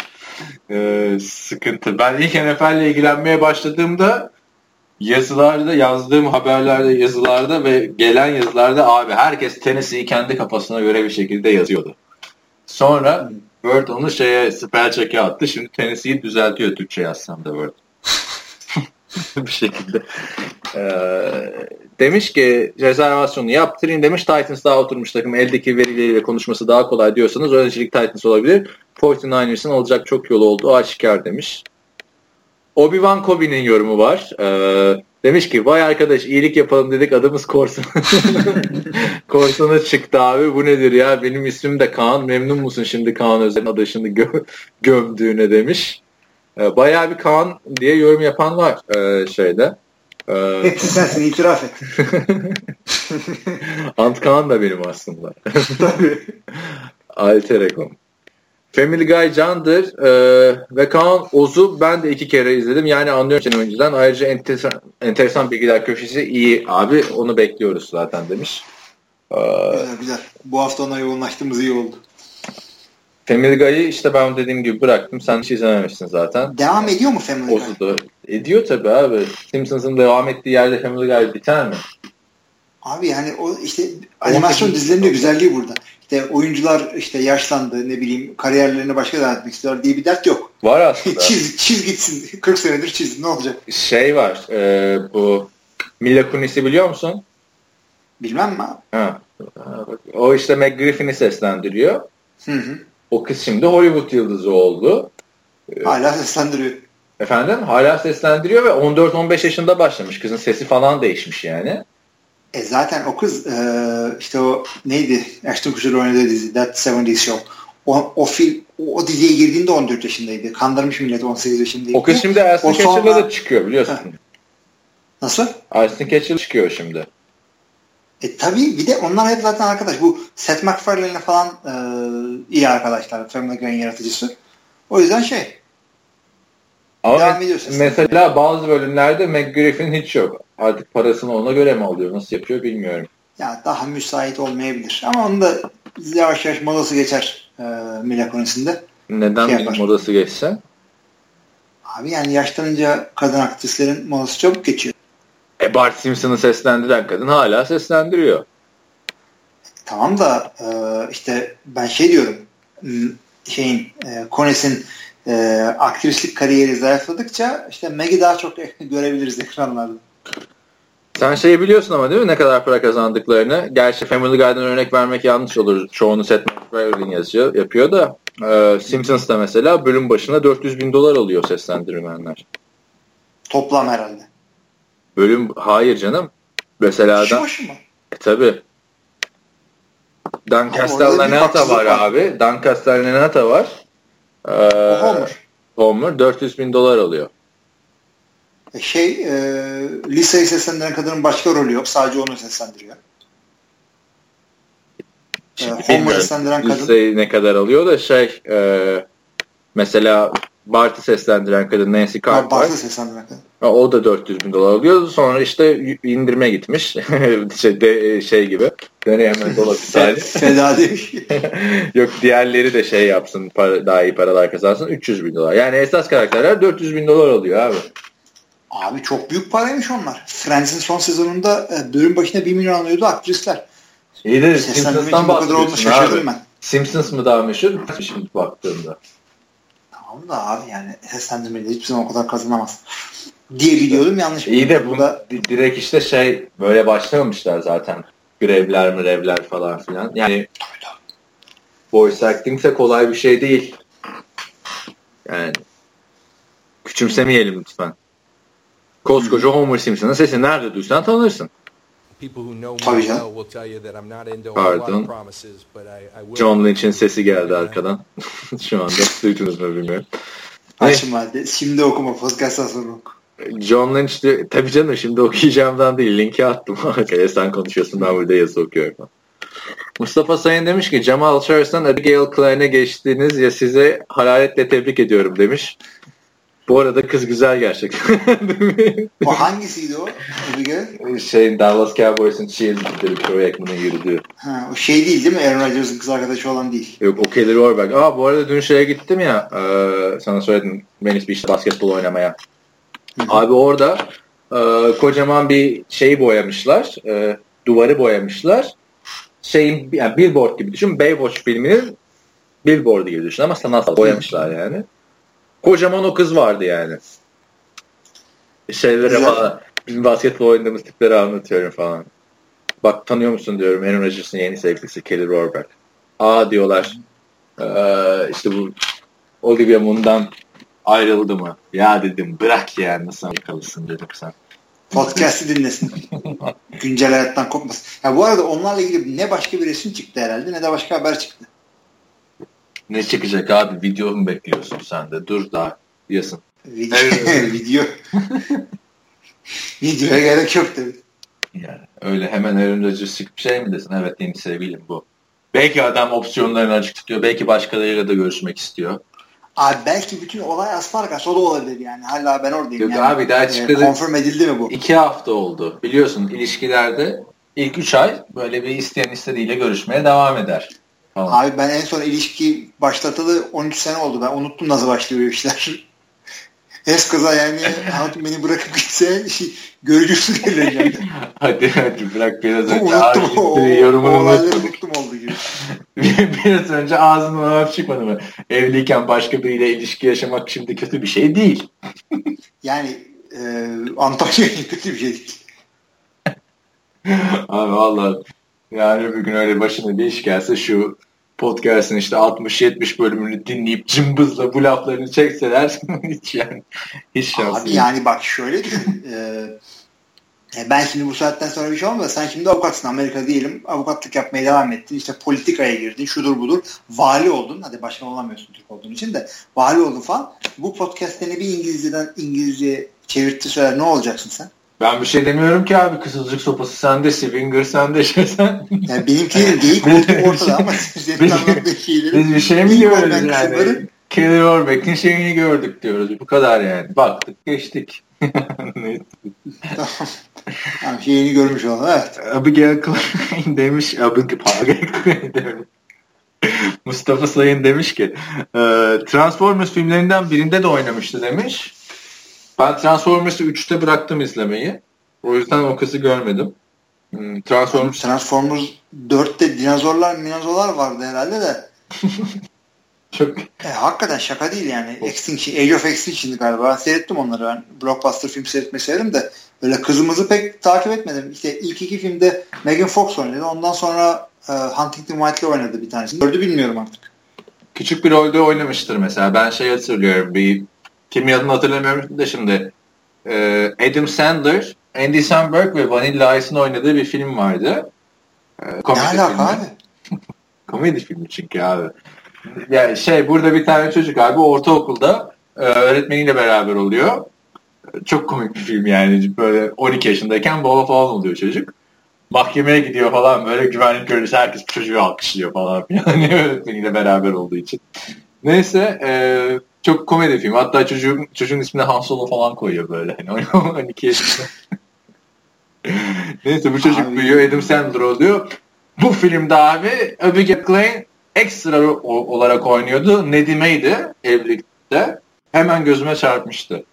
sıkıntı. Ben ilk NFL ile ilgilenmeye başladığımda yazdığım haberlerde, yazılarda ve gelen yazılarda abi herkes Tennessee'yi kendi kafasına göre bir şekilde yazıyordu. Sonra Word onu spell check'e attı. Şimdi Tennessee'yi düzeltiyor Türkçe yazsam da Word. Bir şekilde. Demiş ki rezervasyonu yaptırayım demiş. Titans daha oturmuş takım. Eldeki verileriyle konuşması daha kolay diyorsanız öncelilik Titans olabilir. 49ers'ın alacak çok yolu oldu. Aşikar demiş. Obi-Wan Kenobi'nin yorumu var. Demiş ki vay arkadaş iyilik yapalım dedik adımız korsan. Korsana çıktı abi bu nedir ya benim ismim de Kaan memnun musun şimdi Kaan Özer'in adaşını gömdüğüne demiş. Bayağı bir Kaan diye yorum yapan var şeyde. Hepsi sensin itiraf et. Ant Kaan da benim aslında. Tabii. Alter Ego. Family Guy candır ve Kaan Oz'u ben de 2 kere izledim. Yani anlıyorum seni önceden. Ayrıca enteresan bilgiler köşesi iyi abi. Onu bekliyoruz zaten demiş. Güzel. Bu hafta ona yoğunlaştığımız iyi oldu. Family Guy'ı işte ben dediğim gibi bıraktım. Sen hiç izlememişsin zaten. Devam ediyor mu Family Guy? Oz'u da ediyor tabii abi. Simpsons'ın devam ettiği yerde Family Guy biter mi? Abi yani o işte animasyon dizilerinin de güzelliği burada. İşte oyuncular işte yaşlandı ne bileyim kariyerlerini başka devam etmek istiyorlar diye bir dert yok. Var aslında. çiz gitsin. 40 senedir çiz. Ne olacak? Şey var. Bu Mila Kunis'i biliyor musun? Bilmem mi? Ha. O işte McGriffin'i seslendiriyor. Hı. O kız şimdi Hollywood yıldızı oldu. Hala seslendiriyor. Efendim? Hala seslendiriyor ve 14-15 yaşında başlamış. Kızın sesi falan değişmiş yani. Zaten o kız işte o neydi? Ashton Kutcher'ın oynadığı dizi That 70's Show. O diziye girdiğinde 14 yaşındaydı. Kandırmış millet 18 yaşındaydı. O kız şimdi Ashton Kutcher'la da çıkıyor biliyorsun. Nasıl? Ashton Kutcher çıkıyor şimdi. Tabii bir de onlar hep zaten arkadaş. Bu Seth MacFarlane'le falan iyi arkadaşlar. Family Guy'ın yaratıcısı. O yüzden ama mesela bazı bölümlerde McGriffin hiç yok. Artık parasını ona göre mi alıyor? Nasıl yapıyor bilmiyorum. Ya daha müsait olmayabilir. Ama onun da yavaş yavaş modası geçer Mila Kunis'inde. Neden modası geçse? Abi yani yaşlanınca kadın aktrislerin modası çabuk geçiyor. Bart Simpson'ı seslendiren kadın hala seslendiriyor. Tamam da işte ben diyorum Kunis'in aktrislik kariyeri zayıfladıkça işte Maggie daha çok görebiliriz ekranlarda. Sen biliyorsun ama değil mi ne kadar para kazandıklarını? Gerçi Family Guy'dan örnek vermek yanlış olur. Çoğunu Seth MacFarlane yapıyor da Simpsons'ta mesela bölüm başına $400,000 alıyor seslendirmenler. Toplam herhalde. Bölüm hayır canım. Mesela Kişi başı mı? Tabii. Dan Castellaneta var abi. Dan Castellaneta var. Homer $400,000 alıyor. Lisa'yı seslendiren kadının başka rolü yok. Sadece onu seslendiriyor. Homer'ı seslendiren kadın. Lisa'yı ne kadar alıyor da mesela Bart'ı seslendiren kadın Nancy Cartwright. Bart'ı seslendiren kadın. O da $400,000 alıyordu. Sonra işte indirime gitmiş. Gibi. Deneyemen dolap iptali. Feda demiş. Yok diğerleri de yapsın. Daha iyi paralar kazansın. $300,000. Yani esas karakterler $400,000 alıyor abi. Abi çok büyük paraymış onlar. Friends'in son sezonunda bölüm başına 1 milyon alıyordu aktrisler. İyi de Simpsons'tan bahsediyorsun abi. Ben. Simpsons mı daha meşhur? Şimdi baktığımda. Tamam da abi yani seslendirmede hiçbir zaman o kadar kazanamaz. Diye biliyordum yanlış. İyi de burada direkt işte böyle başlamamışlar zaten. Grevler falan filan. Yani voice acting ise kolay bir şey değil. Yani küçümsemeyelim lütfen. Koskoca Homer Simpson'ın sesini nerede duysan tanırsın. Tabii canım. Pardon. John Lynch'in sesi geldi arkadan. Şu anda duydunuz mu bilmiyorum. Açım halde. Şimdi okuma. Podcast'tan sonra oku. John Lynch tabii canım şimdi okuyacağımdan değil. Linki attım. Sen konuşuyorsun ben burada yazı okuyorum. Mustafa Sayın demiş ki Jamal Charles'tan Abigail Cline'e geçtiniz ya size hararetle tebrik ediyorum demiş. Bu arada kız güzel gerçekten. O hangisiydi o? Dallas Cowboys'un cheerleader'ı bir Troy Aikman'ın yürüdüğü. Ha, o değil mi? Aaron Rodgers'ın kız arkadaşı olan değil. Yok o Kelly Rohrbeck. Bu arada dün gittim ya sana söyledim Venice Beach'te basketbol oynamaya. Hı-hı. Abi orada kocaman bir boyamışlar. Duvarı boyamışlar. Yani billboard gibi düşün. Baywatch filminin billboardu gibi düşün ama sanatsal boyamışlar yani. Kocaman o kız vardı yani. Falan. Bizim basketbol oynadığımız tipleri anlatıyorum falan. Bak tanıyor musun diyorum. Aaron Rodgers'ın yeni sevgilisi Kelly Rohrbeck. Diyorlar. İşte bu Olivia Munn'dan ayrıldı mı? Ya dedim bırak ya, nasıl Amerikalısın dedim sen. Podcast'i dinlesin. Güncel hayattan kopmasın. Ya bu arada onlarla ilgili ne başka bir resim çıktı herhalde ne de başka haber çıktı. Ne çıkacak abi? Video mu bekliyorsun sen de? Dur daha yasın. Video. Videoya gerek yok tabii. Yani öyle hemen Aaron Rodgers çıkıp şey mi desin? Evet, yeni sevgilim bu. Belki adam opsiyonlarını açık tutuyor. Belki başkalarıyla da görüşmek istiyor. Abi belki bütün olay Aspargas, o da olabilir yani. Hala ben oradayım. Yok yani. abi, daha çıkalı. Confirm edildi mi bu? 2 hafta oldu. Biliyorsun ilişkilerde ilk 3 ay böyle bir isteyen istediğiyle görüşmeye devam eder. Tamam. Abi ben en son ilişki başlatalı 13 sene oldu. Ben unuttum nasıl başlıyor işler. Eskaza yani hatun beni bırakıp gitse görücüsü gelir yani. hadi bırak biraz önce. Unuttum o yorumunu olayları unuttum oldu gibi. Biraz önce ağzından laf çıkmadı mı? Evliyken başka biriyle ilişki yaşamak şimdi kötü bir şey değil. Yani Antalya kötü bir şey değil. Abi vallahi yani bir gün öyle başına bir iş gelse şu podcast'ın işte 60-70 bölümünü dinleyip cımbızla bu laflarını çekseler hiç şansı Abi yani bak şöyle düşün. Ben şimdi bu saatten sonra bir şey olmadı. Sen şimdi avukatsın, Amerika diyelim. Avukatlık yapmaya devam ettin. İşte politikaya girdin. Şudur budur. Vali oldun. Hadi başkan olamıyorsun Türk olduğun için de. Vali oldun falan. Bu podcast seni bir İngilizce çevirtti söyler. Ne olacaksın sen? Ben bir şey demiyorum ki abi. Kısılcık sopası sende, Swinger sende, sen. Yani benimkilerin geyik olduğu ortada ama senin anlattığın şeyleri. Biz bir şey mi diyoruz yani? Kelly Orbeck'in şeyini gördük diyoruz. Bu kadar yani. Baktık geçtik. Tamam, şeyini görmüş olalım. Evet. Abigail Klein demiş. Mustafa Sayın demiş ki Transformers filmlerinden birinde de oynamıştı demiş. Ben Transformers'ı 3'te bıraktım izlemeyi. O yüzden o kızı görmedim. Transformers 4'te dinozorlar vardı herhalde de. Çok. Hakikaten şaka değil yani. Age of Extinction'dı galiba. Ben seyrettim onları. Ben blockbuster film seyretmeyi severim de öyle kızımızı pek takip etmedim. İşte ilk 2 filmde Megan Fox oynadı. Ondan sonra Huntington Whiteley oynadı bir tanesini. Gördü bilmiyorum artık. Küçük bir rolde oynamıştır mesela. Ben hatırlıyorum. Kimin adını hatırlamıyorum da şimdi. Adam Sandler, Andy Samberg ve Vanilla Ice'ın oynadığı bir film vardı. Ne alaka abi? Komedi filmi çünkü abi. Yani burada bir tane çocuk abi ortaokulda öğretmeniyle beraber oluyor. Çok komik bir film yani. Böyle 12 yaşındayken baba falan oluyor çocuk. Mahkemeye gidiyor falan, böyle güvenlik görevlisi herkes bu çocuğu alkışlıyor falan. Yani öğretmeniyle beraber olduğu için. Neyse çok komedi film. Hatta çocuğun ismine Han Solo falan koyuyor böyle. Hani 12 yaşında. Neyse bu çocuk büyüyor, Adam Sandler oluyor. Bu filmde abi Abigail Klein ekstra olarak oynuyordu. Nedime'ydi evlilikte. Hemen gözüme çarpmıştı.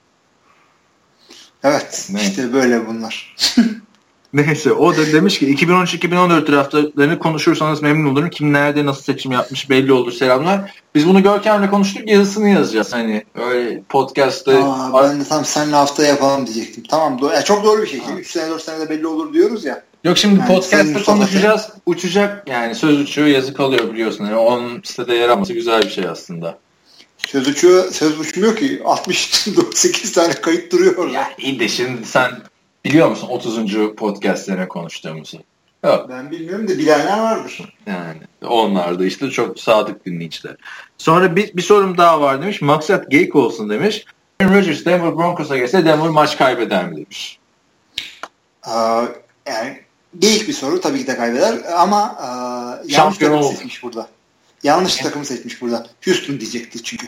Evet. İşte böyle bunlar. Neyse o da demiş ki 2013-2014 draftlarını konuşursanız memnun olurum. Kim nerede nasıl seçim yapmış belli olur, selamlar. Biz bunu Görkem'le konuştuk, yazısını yazacağız. Hani öyle podcast'ta. Ben de tam seninle haftaya yapalım diyecektim. Tamam çok doğru bir şey. 3 sene 4 senede belli olur diyoruz ya. Yok şimdi yani podcast'ta konuşacağız. Uçacak yani, söz uçuyor yazı kalıyor biliyorsun. Yani onun sitede yer alması güzel bir şey aslında. Söz uçmuyor ki. 68 tane kayıt duruyor orada. Ya iyi de şimdi sen biliyor musun 30. podcast'lerine konuştuğumuzu? Yok. Ben bilmiyorum da bilenler vardır. Yani onlar da işte çok sadık dinleyiciler. Sonra bir sorum daha var demiş. Maksat geyik olsun demiş. Aaron Rodgers Denver Broncos'a gelse Denver maç kaybeder mi demiş. Yani geyik bir soru, tabii ki de kaybeder ama yanlış takımı seçmiş burada. Yanlış takımı seçmiş burada. Houston diyecekti çünkü.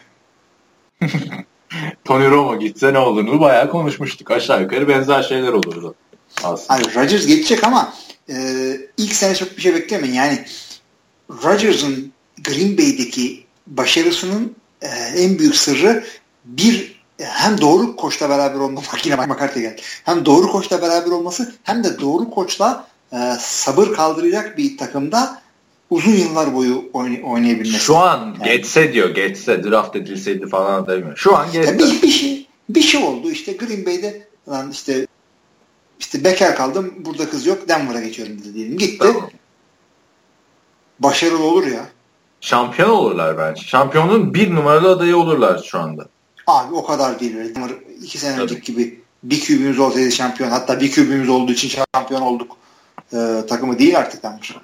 Tony Romo gitse ne olurdu? Bayağı konuşmuştuk. Aşağı yukarı benzer şeyler olurdu aslında. Hayır, Rodgers geçecek ama ilk sene çok bir şey beklemeyin. Yani Rodgers'ın Green Bay'deki başarısının en büyük sırrı hem doğru koçla beraber olması, yine McCarthy geldi. Hem doğru koçla beraber olması hem de doğru koçla sabır kaldıracak bir takımda uzun yıllar boyu oynayabilmesi. Şu an yani. Geçse draft edilseydi falan demiyor. Şu an geçse. Bir şey oldu işte Green Bay'de işte bekar kaldım, burada kız yok, Denver'a geçiyorum dedi diyelim. Gitti. Tamam. Başarılı olur ya. Şampiyon olurlar bence. Şampiyonun 1 numaralı adayı olurlar şu anda. Abi o kadar değil. Denver 2 sene önceki gibi bir QB'miz olsaydı şampiyon, hatta bir QB'miz olduğu için şampiyon olduk takımı değil artık Denver.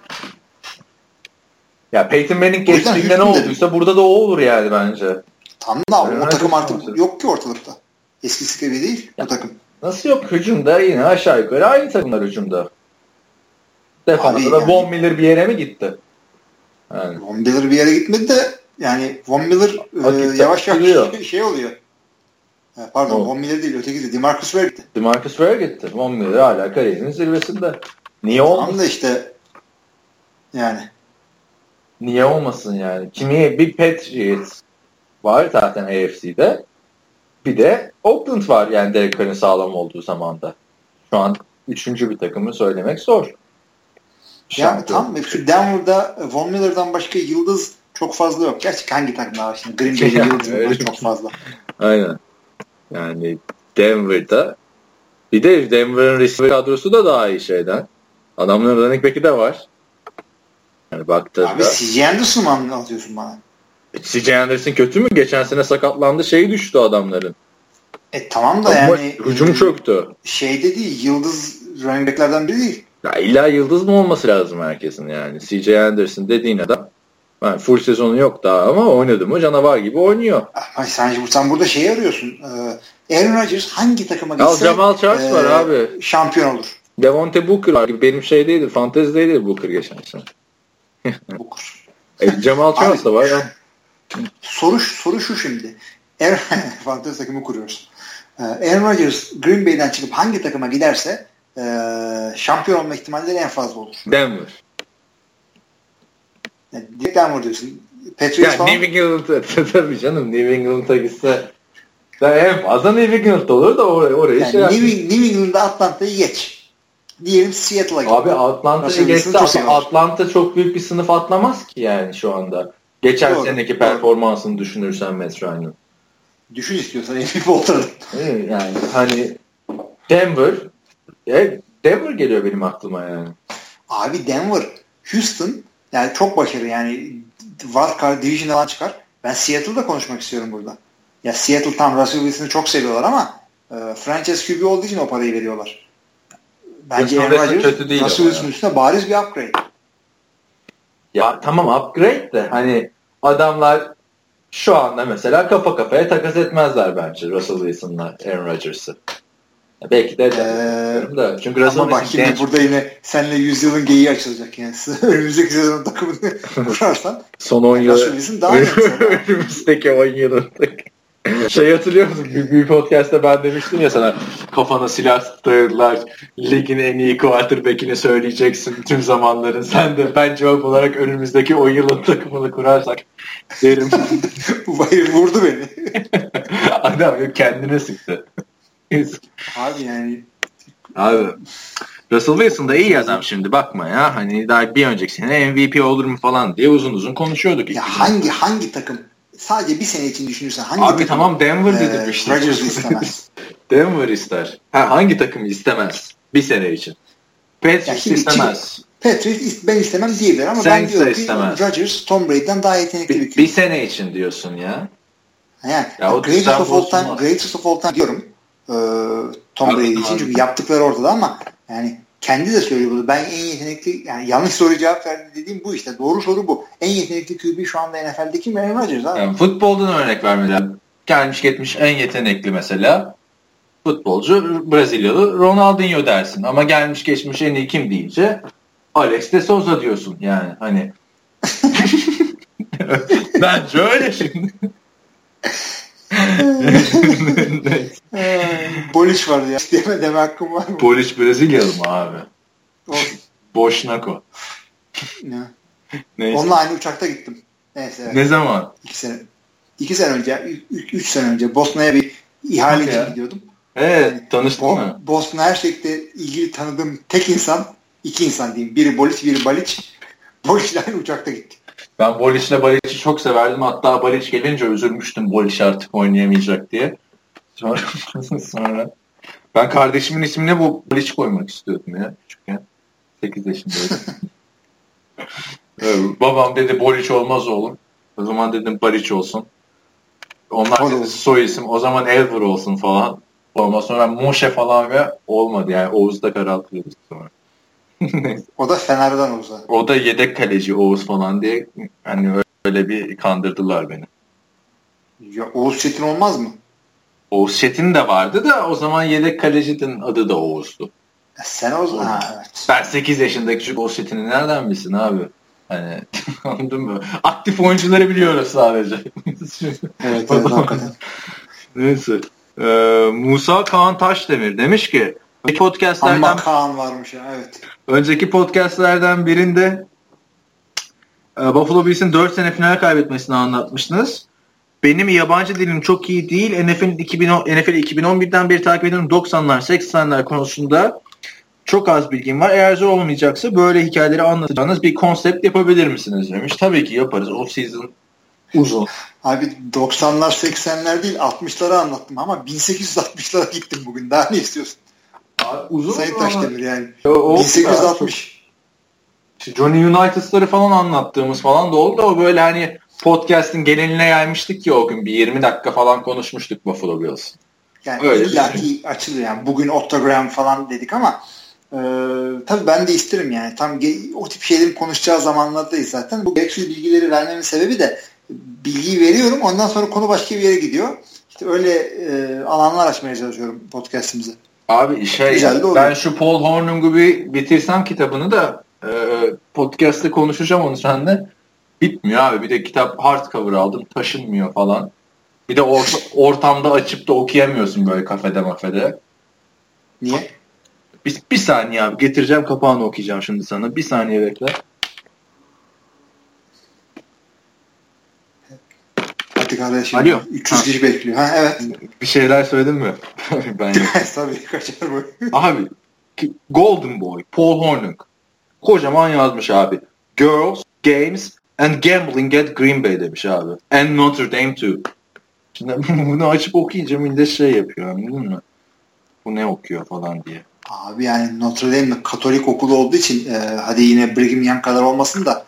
Ya Peyton Manning geçtiğinde ne olduysa burada da o olur yani bence. Tam da o takım artık yok ki ortalıkta. Eskisi gibi değil bu takım. Nasıl yok? Hücumda yine aşağı yukarı aynı takımlar hücumda. Defansta da Von Miller bir yere mi gitti? Yani. Von Miller bir yere gitmedi de yani Von Miller yavaş yavaş şey oluyor. Pardon, Von Miller değil, öteki de DeMarcus Ware gitti. DeMarcus Ware gitti. Von Miller hala kariyerinin zirvesinde. Niye olmasın? Tamam da işte yani. Niye olmasın yani? Kimi bir Patriots var zaten AFC'de. Bir de Oakland var yani Derek Carr'ın sağlam olduğu zamanda. Şu an 3. bir takımı söylemek zor. Yani tam şu Denver'da Von Miller'dan başka yıldız çok fazla yok. Gerçi hangi takımda var şimdi? Green Bay'de yıldız var çok fazla. Aynen. Yani Denver'da bir de Denver'ın receiver kadrosu da daha iyi şeyden. Adamların running back'i de var. Yani baktığında. Abi C.J. Anderson mı anlatıyorsun bana? C.J. Anderson kötü mü? Geçen sene sakatlandı, şeyi düştü adamların. Tamam da ama yani hücum çöktü. Şeyde değil, yıldız running back'lerden biri değil. Ya illa yıldız mı olması lazım herkesin yani. C.J. Anderson dediğin adam yani full sezonu yok daha ama oynadı mı canavar gibi oynuyor. Ay, sen burada şeyi arıyorsun. Aaron Rodgers hangi takıma gitse Jamal Charles var abi. Şampiyon olur. Devontae Booker var. Benim şeydeydi, fantezideydi Booker geçen sene. Booker. Jamal Charles da var ya. Soru şu şimdi. Fantezi takımı kuruyoruz. Aaron Rodgers Green Bay'den çıkıp hangi takıma giderse şampiyon olma ihtimalleri en fazla olur. Denver. Yani Denver diyorsun. Patriots falan. New England'a tabii canım. New England'a gitse en fazla New England'da olur da orayı yani New England'da Atlanta'yı geç. Diyelim Seattle'a gitti. Abi Atlanta'yı geçse Atlanta çok büyük bir sınıf atlamaz ki yani şu anda. Geçen seneki performansını düşünürsen Matt Ryan'ın. Düşün istiyorsan MVP oturalım. Yani hani Denver geliyor benim aklıma yani. Abi Denver, Houston yani çok başarılı yani wildcard division'dan çıkar. Ben Seattle'da konuşmak istiyorum burada. Ya Seattle tam Russell Wilson'ı çok seviyorlar ama franchise QB olduğu için o parayı veriyorlar. Bence Aaron Rodgers Russell Wilson'ın üstüne bariz bir upgrade. Ya tamam upgrade de hani adamlar şu anda mesela kafa kafaya takas etmezler bence Russell Wilson'la Aaron Rodgers'ı. Belki de da. Çünkü ama bak şimdi burada yine seninle 100 yılın geyiği açılacak yani. Önümüzdeki sezonun takımını kurarsan son 10 yıl önümüzdeki 10 yılın şey hatırlıyor musun? Bir podcast'ta ben demiştim ya sana kafana silah tutarlar, ligin en iyi quarterback'ini söyleyeceksin tüm zamanların. Sen de ben cevap olarak önümüzdeki 10 yılın takımını kurarsak derim. Vurdu beni. Adam yok kendine sıktı. Abi yani abi Russell Wilson da iyi adam şimdi bakma ya. Hani daha bir önceki sene MVP olur mu falan diye uzun uzun konuşuyorduk. Ya hangi takım sadece bir sene için düşünürsen hangi abi takım? Tamam Denver dedim işte. Rodgers istemez. Denver ister. Hangi takım istemez bir sene için? Patriots istemez. Patriots ben istemem diyebilir ama ben diyorum ki Rodgers Tom Brady'den daha yetenekli bir bir sene için diyorsun ya. Yani greatest of all time diyorum. Tom Brady için çünkü yaptıkları ortada ama yani kendi de söylüyor bunu. Ben en yetenekli yani yanlış soruya cevap verdi dediğim bu işte. Doğru soru bu. En yetenekli QB şu anda NFL'deki mi? Aaron Rodgers abi. Yani futboldan örnek vermediler. Gelmiş gitmiş en yetenekli mesela futbolcu Brezilyalı Ronaldinho dersin. Ama gelmiş geçmiş en iyi kim deyince Alex de Souza diyorsun yani hani. Bence öyle şimdi. Boliç vardı ya. Deme hakkım var mı? Boliç Brezilyalı mı abi? Boşnako. Onunla aynı uçakta gittim. Neyse. Evet. Ne zaman? 2 sene önce, 3 sene önce Bosna'ya bir ihale için gidiyordum. Evet, yani, tanıştın mı? Bosna her şekilde ilgili tanıdığım tek insan, 2 insan diyeyim. Biri Boliç, biri Baliç. Boliç'le aynı uçakta gittik. Ben Boliç'le Baliç'i çok severdim. Hatta Baliç gelince üzülmüştüm Boliç artık oynayamayacak diye. Sonra ben kardeşimin ismine bu Baliç koymak istiyordum ya küçükken. 8 yaşındaydım. Babam dedi Boliç olmaz oğlum. O zaman dedim Baliç olsun. Onlar soy isim. O zaman Elver olsun falan. Ondan sonra Moshe falan ve olmadı yani. Oğuz'da karaltıyoruz sonra. O da Fener'den Oğuz'a. O da yedek kaleci Oğuz falan diye hani öyle bir kandırdılar beni. Ya Oğuz Çetin olmaz mı? Oğuz Çetin de vardı da o zaman yedek kalecinin adı da Oğuz'du. Sen Oğuz. Evet. Ben 8 yaşındaki çocuk Oğuz Çetin'i nereden bilsin abi? Hani anladın mı? Aktif oyuncuları biliyoruz sadece. Evet hakikaten. Neyse. Musa Kaan Taşdemir demiş ki Ama Kaan varmış ya, evet. Önceki podcastlerden birinde Buffalo Bills'in 4 sene final kaybetmesini anlatmıştınız. Benim yabancı dilim çok iyi değil. NFL'i 2011'den beri takip ediyorum. 90'lar, 80'ler konusunda çok az bilgim var. Eğer zor olmayacaksa böyle hikayeleri anlatacağınız bir konsept yapabilir misiniz demiş. Tabii ki yaparız. O season uzun. Abi 90'lar 80'ler değil 60'ları anlattım ama 1860'lara gittim bugün. Daha ne istiyorsun? Abi, uzun Sayın Taşdemir yani. O 1860. Johnny United'ları falan anlattığımız falan da oldu da o böyle hani podcast'in geneline yaymıştık ya o gün. Bir 20 dakika falan konuşmuştuk Buffalo Bills. Yani illaki açılıyor yani. Bugün Octagram falan dedik ama tabii ben de isterim yani. Tam o tip şeylerin konuşacağı zamanlardayız zaten. Bu gereksiz bilgileri vermemin sebebi de bilgiyi veriyorum. Ondan sonra konu başka bir yere gidiyor. İşte öyle alanlar açmaya çalışıyorum podcast'imize. Abi ben şu Paul Hornung'u bir bitirsem kitabını da podcast'te konuşacağım onu seninle. Bitmiyor abi. Bir de kitap hardcover aldım. Taşınmıyor falan. Bir de ortamda açıp da okuyamıyorsun böyle kafede. Niye? Bir saniye abi. Getireceğim kapağını okuyacağım şimdi sana. Bir saniye bekle. Hadi kardeşim. Alo. 300 kişi bekliyor. Ha, evet. Bir şeyler söyledin mi? Ben tabii kaçar bu. Abi Golden Boy Paul Hornung kocaman yazmış abi. Girls, Games and Gambling at Green Bay demiş abi. And Notre Dame too. Şimdi bunu açıp okuyunca millet şey yapıyor anladın mı? Bu ne okuyor falan diye. Abi yani Notre Dame Katolik okulu olduğu için hadi yine Brigham Young kadar olmasın da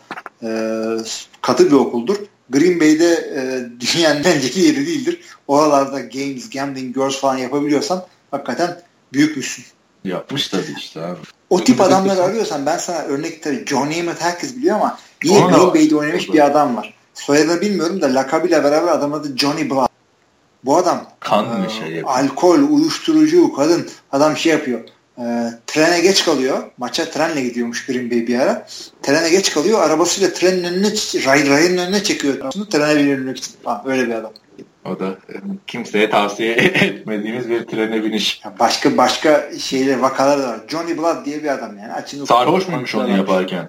katı bir okuldur. Green Bay'de dünyanın en önceki yeri değildir. Oralarda games, gambling, girls falan yapabiliyorsan hakikaten büyükmüşsün. Yapmış tabii işte abi. O tip adamları arıyorsan ben sana örnek tabii John Namath herkes biliyor ama yine Green Bay'de oynamış bir adam var. Soyadını bilmiyorum da lakabıyla beraber adam adı Johnny Blood. Bu adam alkol, uyuşturucu, kadın adam şey yapıyor. Trene geç kalıyor. Maça trenle gidiyormuş Green Bay bir ara. Trene geç kalıyor. Arabasıyla trenin önüne rayın önüne çekiyor. Trene binilmek için. Öyle bir adam. O da kimseye tavsiye etmediğimiz bir trene biniş. Başka şeyler, vakalar da var. Johnny Blood diye bir adam yani. Sarhoş muymuş onu yaparken?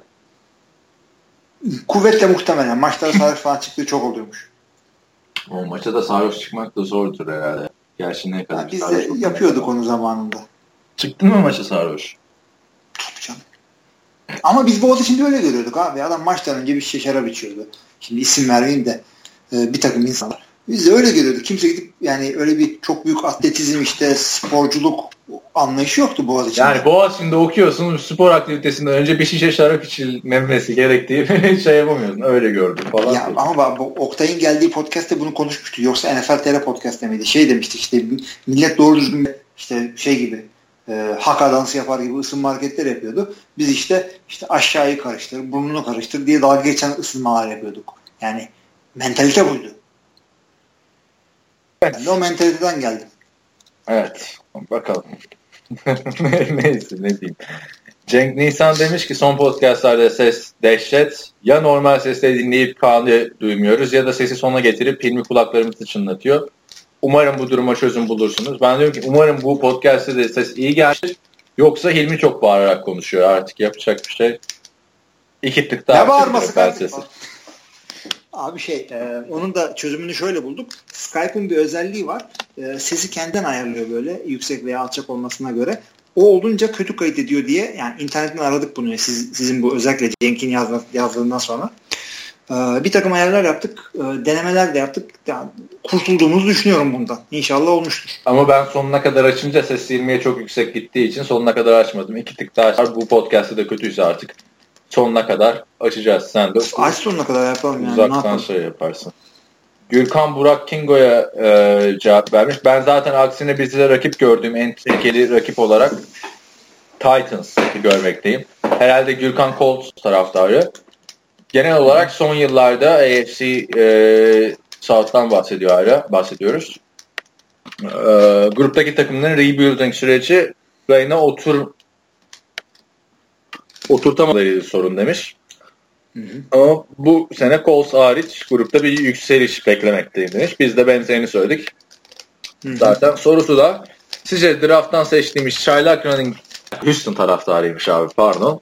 Kuvvetle muhtemelen. Maçlara sarhoş falan çıktığı çok oluyormuş. O maça da sarhoş çıkmak da zordur herhalde. Gerçi ne kadar biz de yapıyorduk onu zamanında. Çıktın mı maça sarhoş? Tabii canım. Ama biz bu şimdi öyle görüyorduk abi. Adam maçtan önce bir şişe şarap içiyordu. Şimdi isim vermeyeyim de bir takım insanlar. Biz de öyle görüyorduk. Kimse gidip yani öyle bir çok büyük atletizm işte sporculuk anlayışı yoktu Boğaziçi'nde. Yani Boğaziçi'nde okuyorsun spor aktivitesinden önce bir şişe şarap içilmemesi gerektiği şey yapamıyorsun. Öyle gördüm falan. Ya ama Oktay'ın geldiği podcast'te bunu konuşmuştu. Yoksa NFL TR podcast'te miydi? Şey demiştik işte millet doğru düzgün işte şey gibi haka dansı yapar gibi ısınma hareketleri yapıyordu. Biz işte aşağıyı karıştır, burnunu karıştır diye dalga geçen ısınmalar yapıyorduk. Yani mentalite buydu. Ben de o mentaliteden geldim. Evet. Bakalım. Neyse ne diyeyim. Cenk Nisan demiş ki son podcastlarda ses dehşet. Ya normal sesleri dinleyip Kaan'ı duymuyoruz ya da sesi sona getirip Hilmi kulaklarımızı çınlatıyor. Umarım bu duruma çözüm bulursunuz. Ben diyorum ki umarım bu podcast'te de ses iyi gelir. Yoksa Hilmi çok bağırarak konuşuyor. Artık yapacak bir şey. İki tık daha. Ne bağırması kardeşim? Abi onun da çözümünü şöyle bulduk. Skype'ın bir özelliği var. Sesi kendinden ayarlıyor böyle yüksek veya alçak olmasına göre. O olunca kötü kayıt ediyor diye yani internetten aradık bunu. Sizin bu özellikle Cenk'in yazdığından sonra. Bir takım ayarlar yaptık. Denemeler de yaptık. Yani kurtulduğumuzu düşünüyorum bundan. İnşallah olmuştur. Ama ben sonuna kadar açınca ses 20'ye çok yüksek gittiği için sonuna kadar açmadım. İki tık daha açar. Bu podcast'ı da kötüyse artık sonuna kadar açacağız. Sen de aç sonuna kadar yapalım yani. Uzaktan şey yaparsın. Gürkan Burak Kingo'ya cevap vermiş. Ben zaten aksine bizde rakip gördüğüm en tehlikeli rakip olarak Titans görmekteyim. Herhalde Gürkan Colts taraftarı. Genel olarak son yıllarda AFC South'tan bahsediyoruz. Gruptaki takımların rebuilding süreci rayına oturtamadığı sorun demiş. Ama bu sene Colts hariç grupta bir yükseliş beklemekteyim demiş. Biz de benzerini söyledik. Zaten sorusu da sizce draft'tan seçtiğimiz çaylak running Houston taraftarıymış abi, pardon.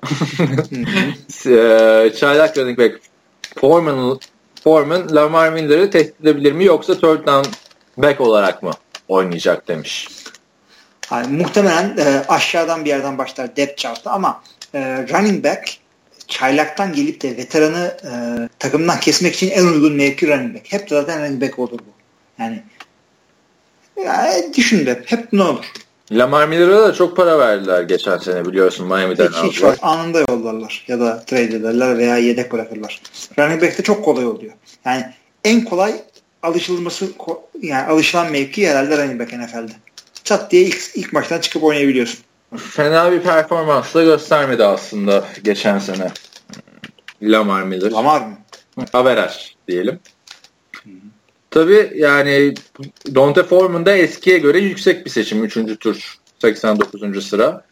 Çaylak running back Foreman Lamar Miller'ı tehdit edebilir mi yoksa third down back olarak mı oynayacak demiş. Yani, muhtemelen aşağıdan bir yerden başlar depth chart'ta ama running back çaylaktan gelip de veteranı takımdan kesmek için en uygun mevki running back. Hep zaten running back olur bu. Yani düşün de hep ne olur. Lamar Miller'a da çok para verdiler geçen sene, biliyorsun, Miami'den hiç var. Anında yollarlar ya da trade ederler veya yedek bırakırlar. Running back'te çok kolay oluyor. Yani en kolay alışılan mevki herhalde running back NFL'de. Çat diye ilk maçtan çıkıp oynayabiliyorsun. Fena bir performans da göstermedi aslında geçen sene Lamar Miller. Lamar mı? Average diyelim. Tabii yani Dante Foreman da eskiye göre yüksek bir seçim. 3. tur 89. sıra.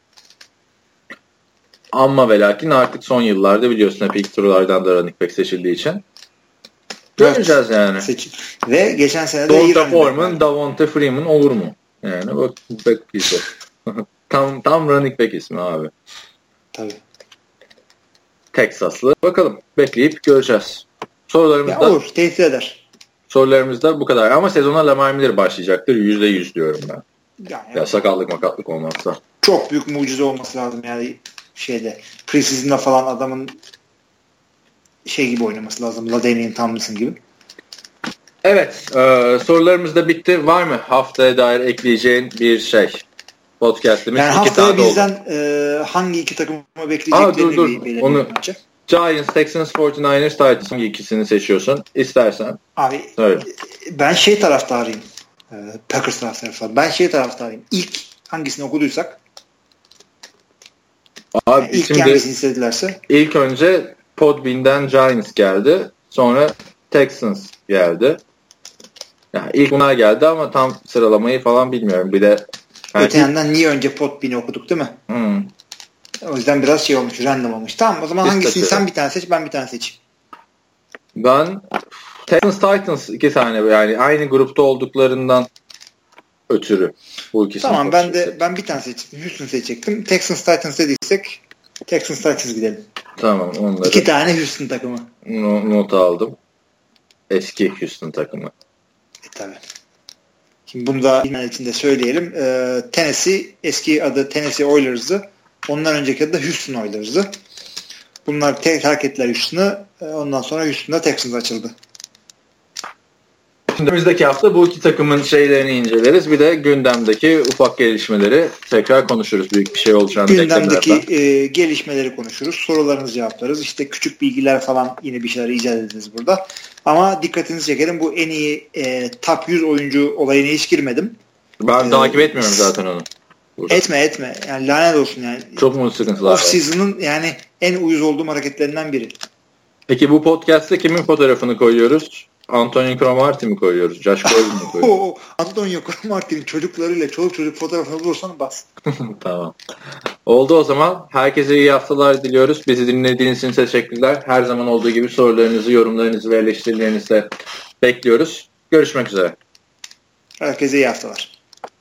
Ama ve lakin artık son yıllarda biliyorsun hep ilk turlardan da running back seçildiği için. Göreceğiz yani. Seçim. Ve geçen sene de Dante Foreman, Davante Freeman olur mu? Yani bak back piece. tam running back ismi abi. Tabii. Texaslı. Bakalım. Bekleyip göreceğiz. Sorularımızda olur. Tehdit eder. Sorularımızda bu kadar. Ama sezona Lamar Miller başlayacaktır. %100 diyorum ben. Ya sakallık makatlık olmazsa. Çok büyük mucize olması lazım yani preseason'da falan adamın gibi oynaması lazım. LaDainian Tomlinson gibi. Evet. Sorularımız da bitti. Var mı haftaya dair ekleyeceğin bir şey? Podcast'imiz yani 2 saat oldu. Haftaya bizden hangi iki takımı bekleyeceklerini belirleyelim önce. Giants, Texans, 49ers, Titans, hangi ikisini seçiyorsun? İstersen. Abi öyle. Ben taraftarıyım. Packers taraftarı falan. Ben taraftarıyım. İlk hangisini okuduysak abi ilk hangisini istedilerse. İlk önce Podbean'den Giants geldi. Sonra Texans geldi. Yani ilk bunlar geldi ama tam sıralamayı falan bilmiyorum. Bir de öte yandan niye önce Podbean'i okuduk değil mi? O yüzden biraz olmuş, random olmuş. Tamam, o zaman hangisini sen bir tane seç, ben bir tane seçeyim. Ben Texans Titans iki tane, yani aynı grupta olduklarından ötürü bu ikisini. Tamam, ben bir tane seçtim. Houston seçecektim. Texans Titans dediysek Texans Titans gidelim. Tamam, onları. 2 tane Houston takımı. Not aldım. Eski Houston takımı. Tabii. Şimdi bunu da içinde söyleyelim. Tennessee, eski adı Tennessee Oilers'dı. Ondan önceki adı da Houston Oilers'dı. Bunlar terk ettiler Houston'ı. Ondan sonra Houston'da Texans açıldı. Şimdi önümüzdeki hafta bu iki takımın şeylerini inceleriz. Bir de gündemdeki ufak gelişmeleri tekrar konuşuruz. Büyük bir şey olacağını gündemdeki gelişmeleri konuşuruz. Sorularınızı cevaplarız. İşte küçük bilgiler falan, yine bir şeyler icat ederiz burada. Ama dikkatinizi çekerim. Bu en iyi top 100 oyuncu olayına hiç girmedim. Ben takip etmiyorum zaten onu. Burada. Etme. Yani lanet olsun yani. Çok mu sıkıntılar var? Off-season'ın yani en uyuz olduğum hareketlerinden biri. Peki bu podcast'te kimin fotoğrafını koyuyoruz? Antonio Cromartie mi koyuyoruz? Josh Gordon mu koyuyoruz? Antonio Cromartie'nin çocuklarıyla çoluk çocuk fotoğrafını bulursan bas. Tamam. Oldu o zaman. Herkese iyi haftalar diliyoruz. Bizi dinlediğiniz için teşekkürler. Her zaman olduğu gibi sorularınızı, yorumlarınızı ve eleştirilerinizi de bekliyoruz. Görüşmek üzere. Herkese iyi haftalar.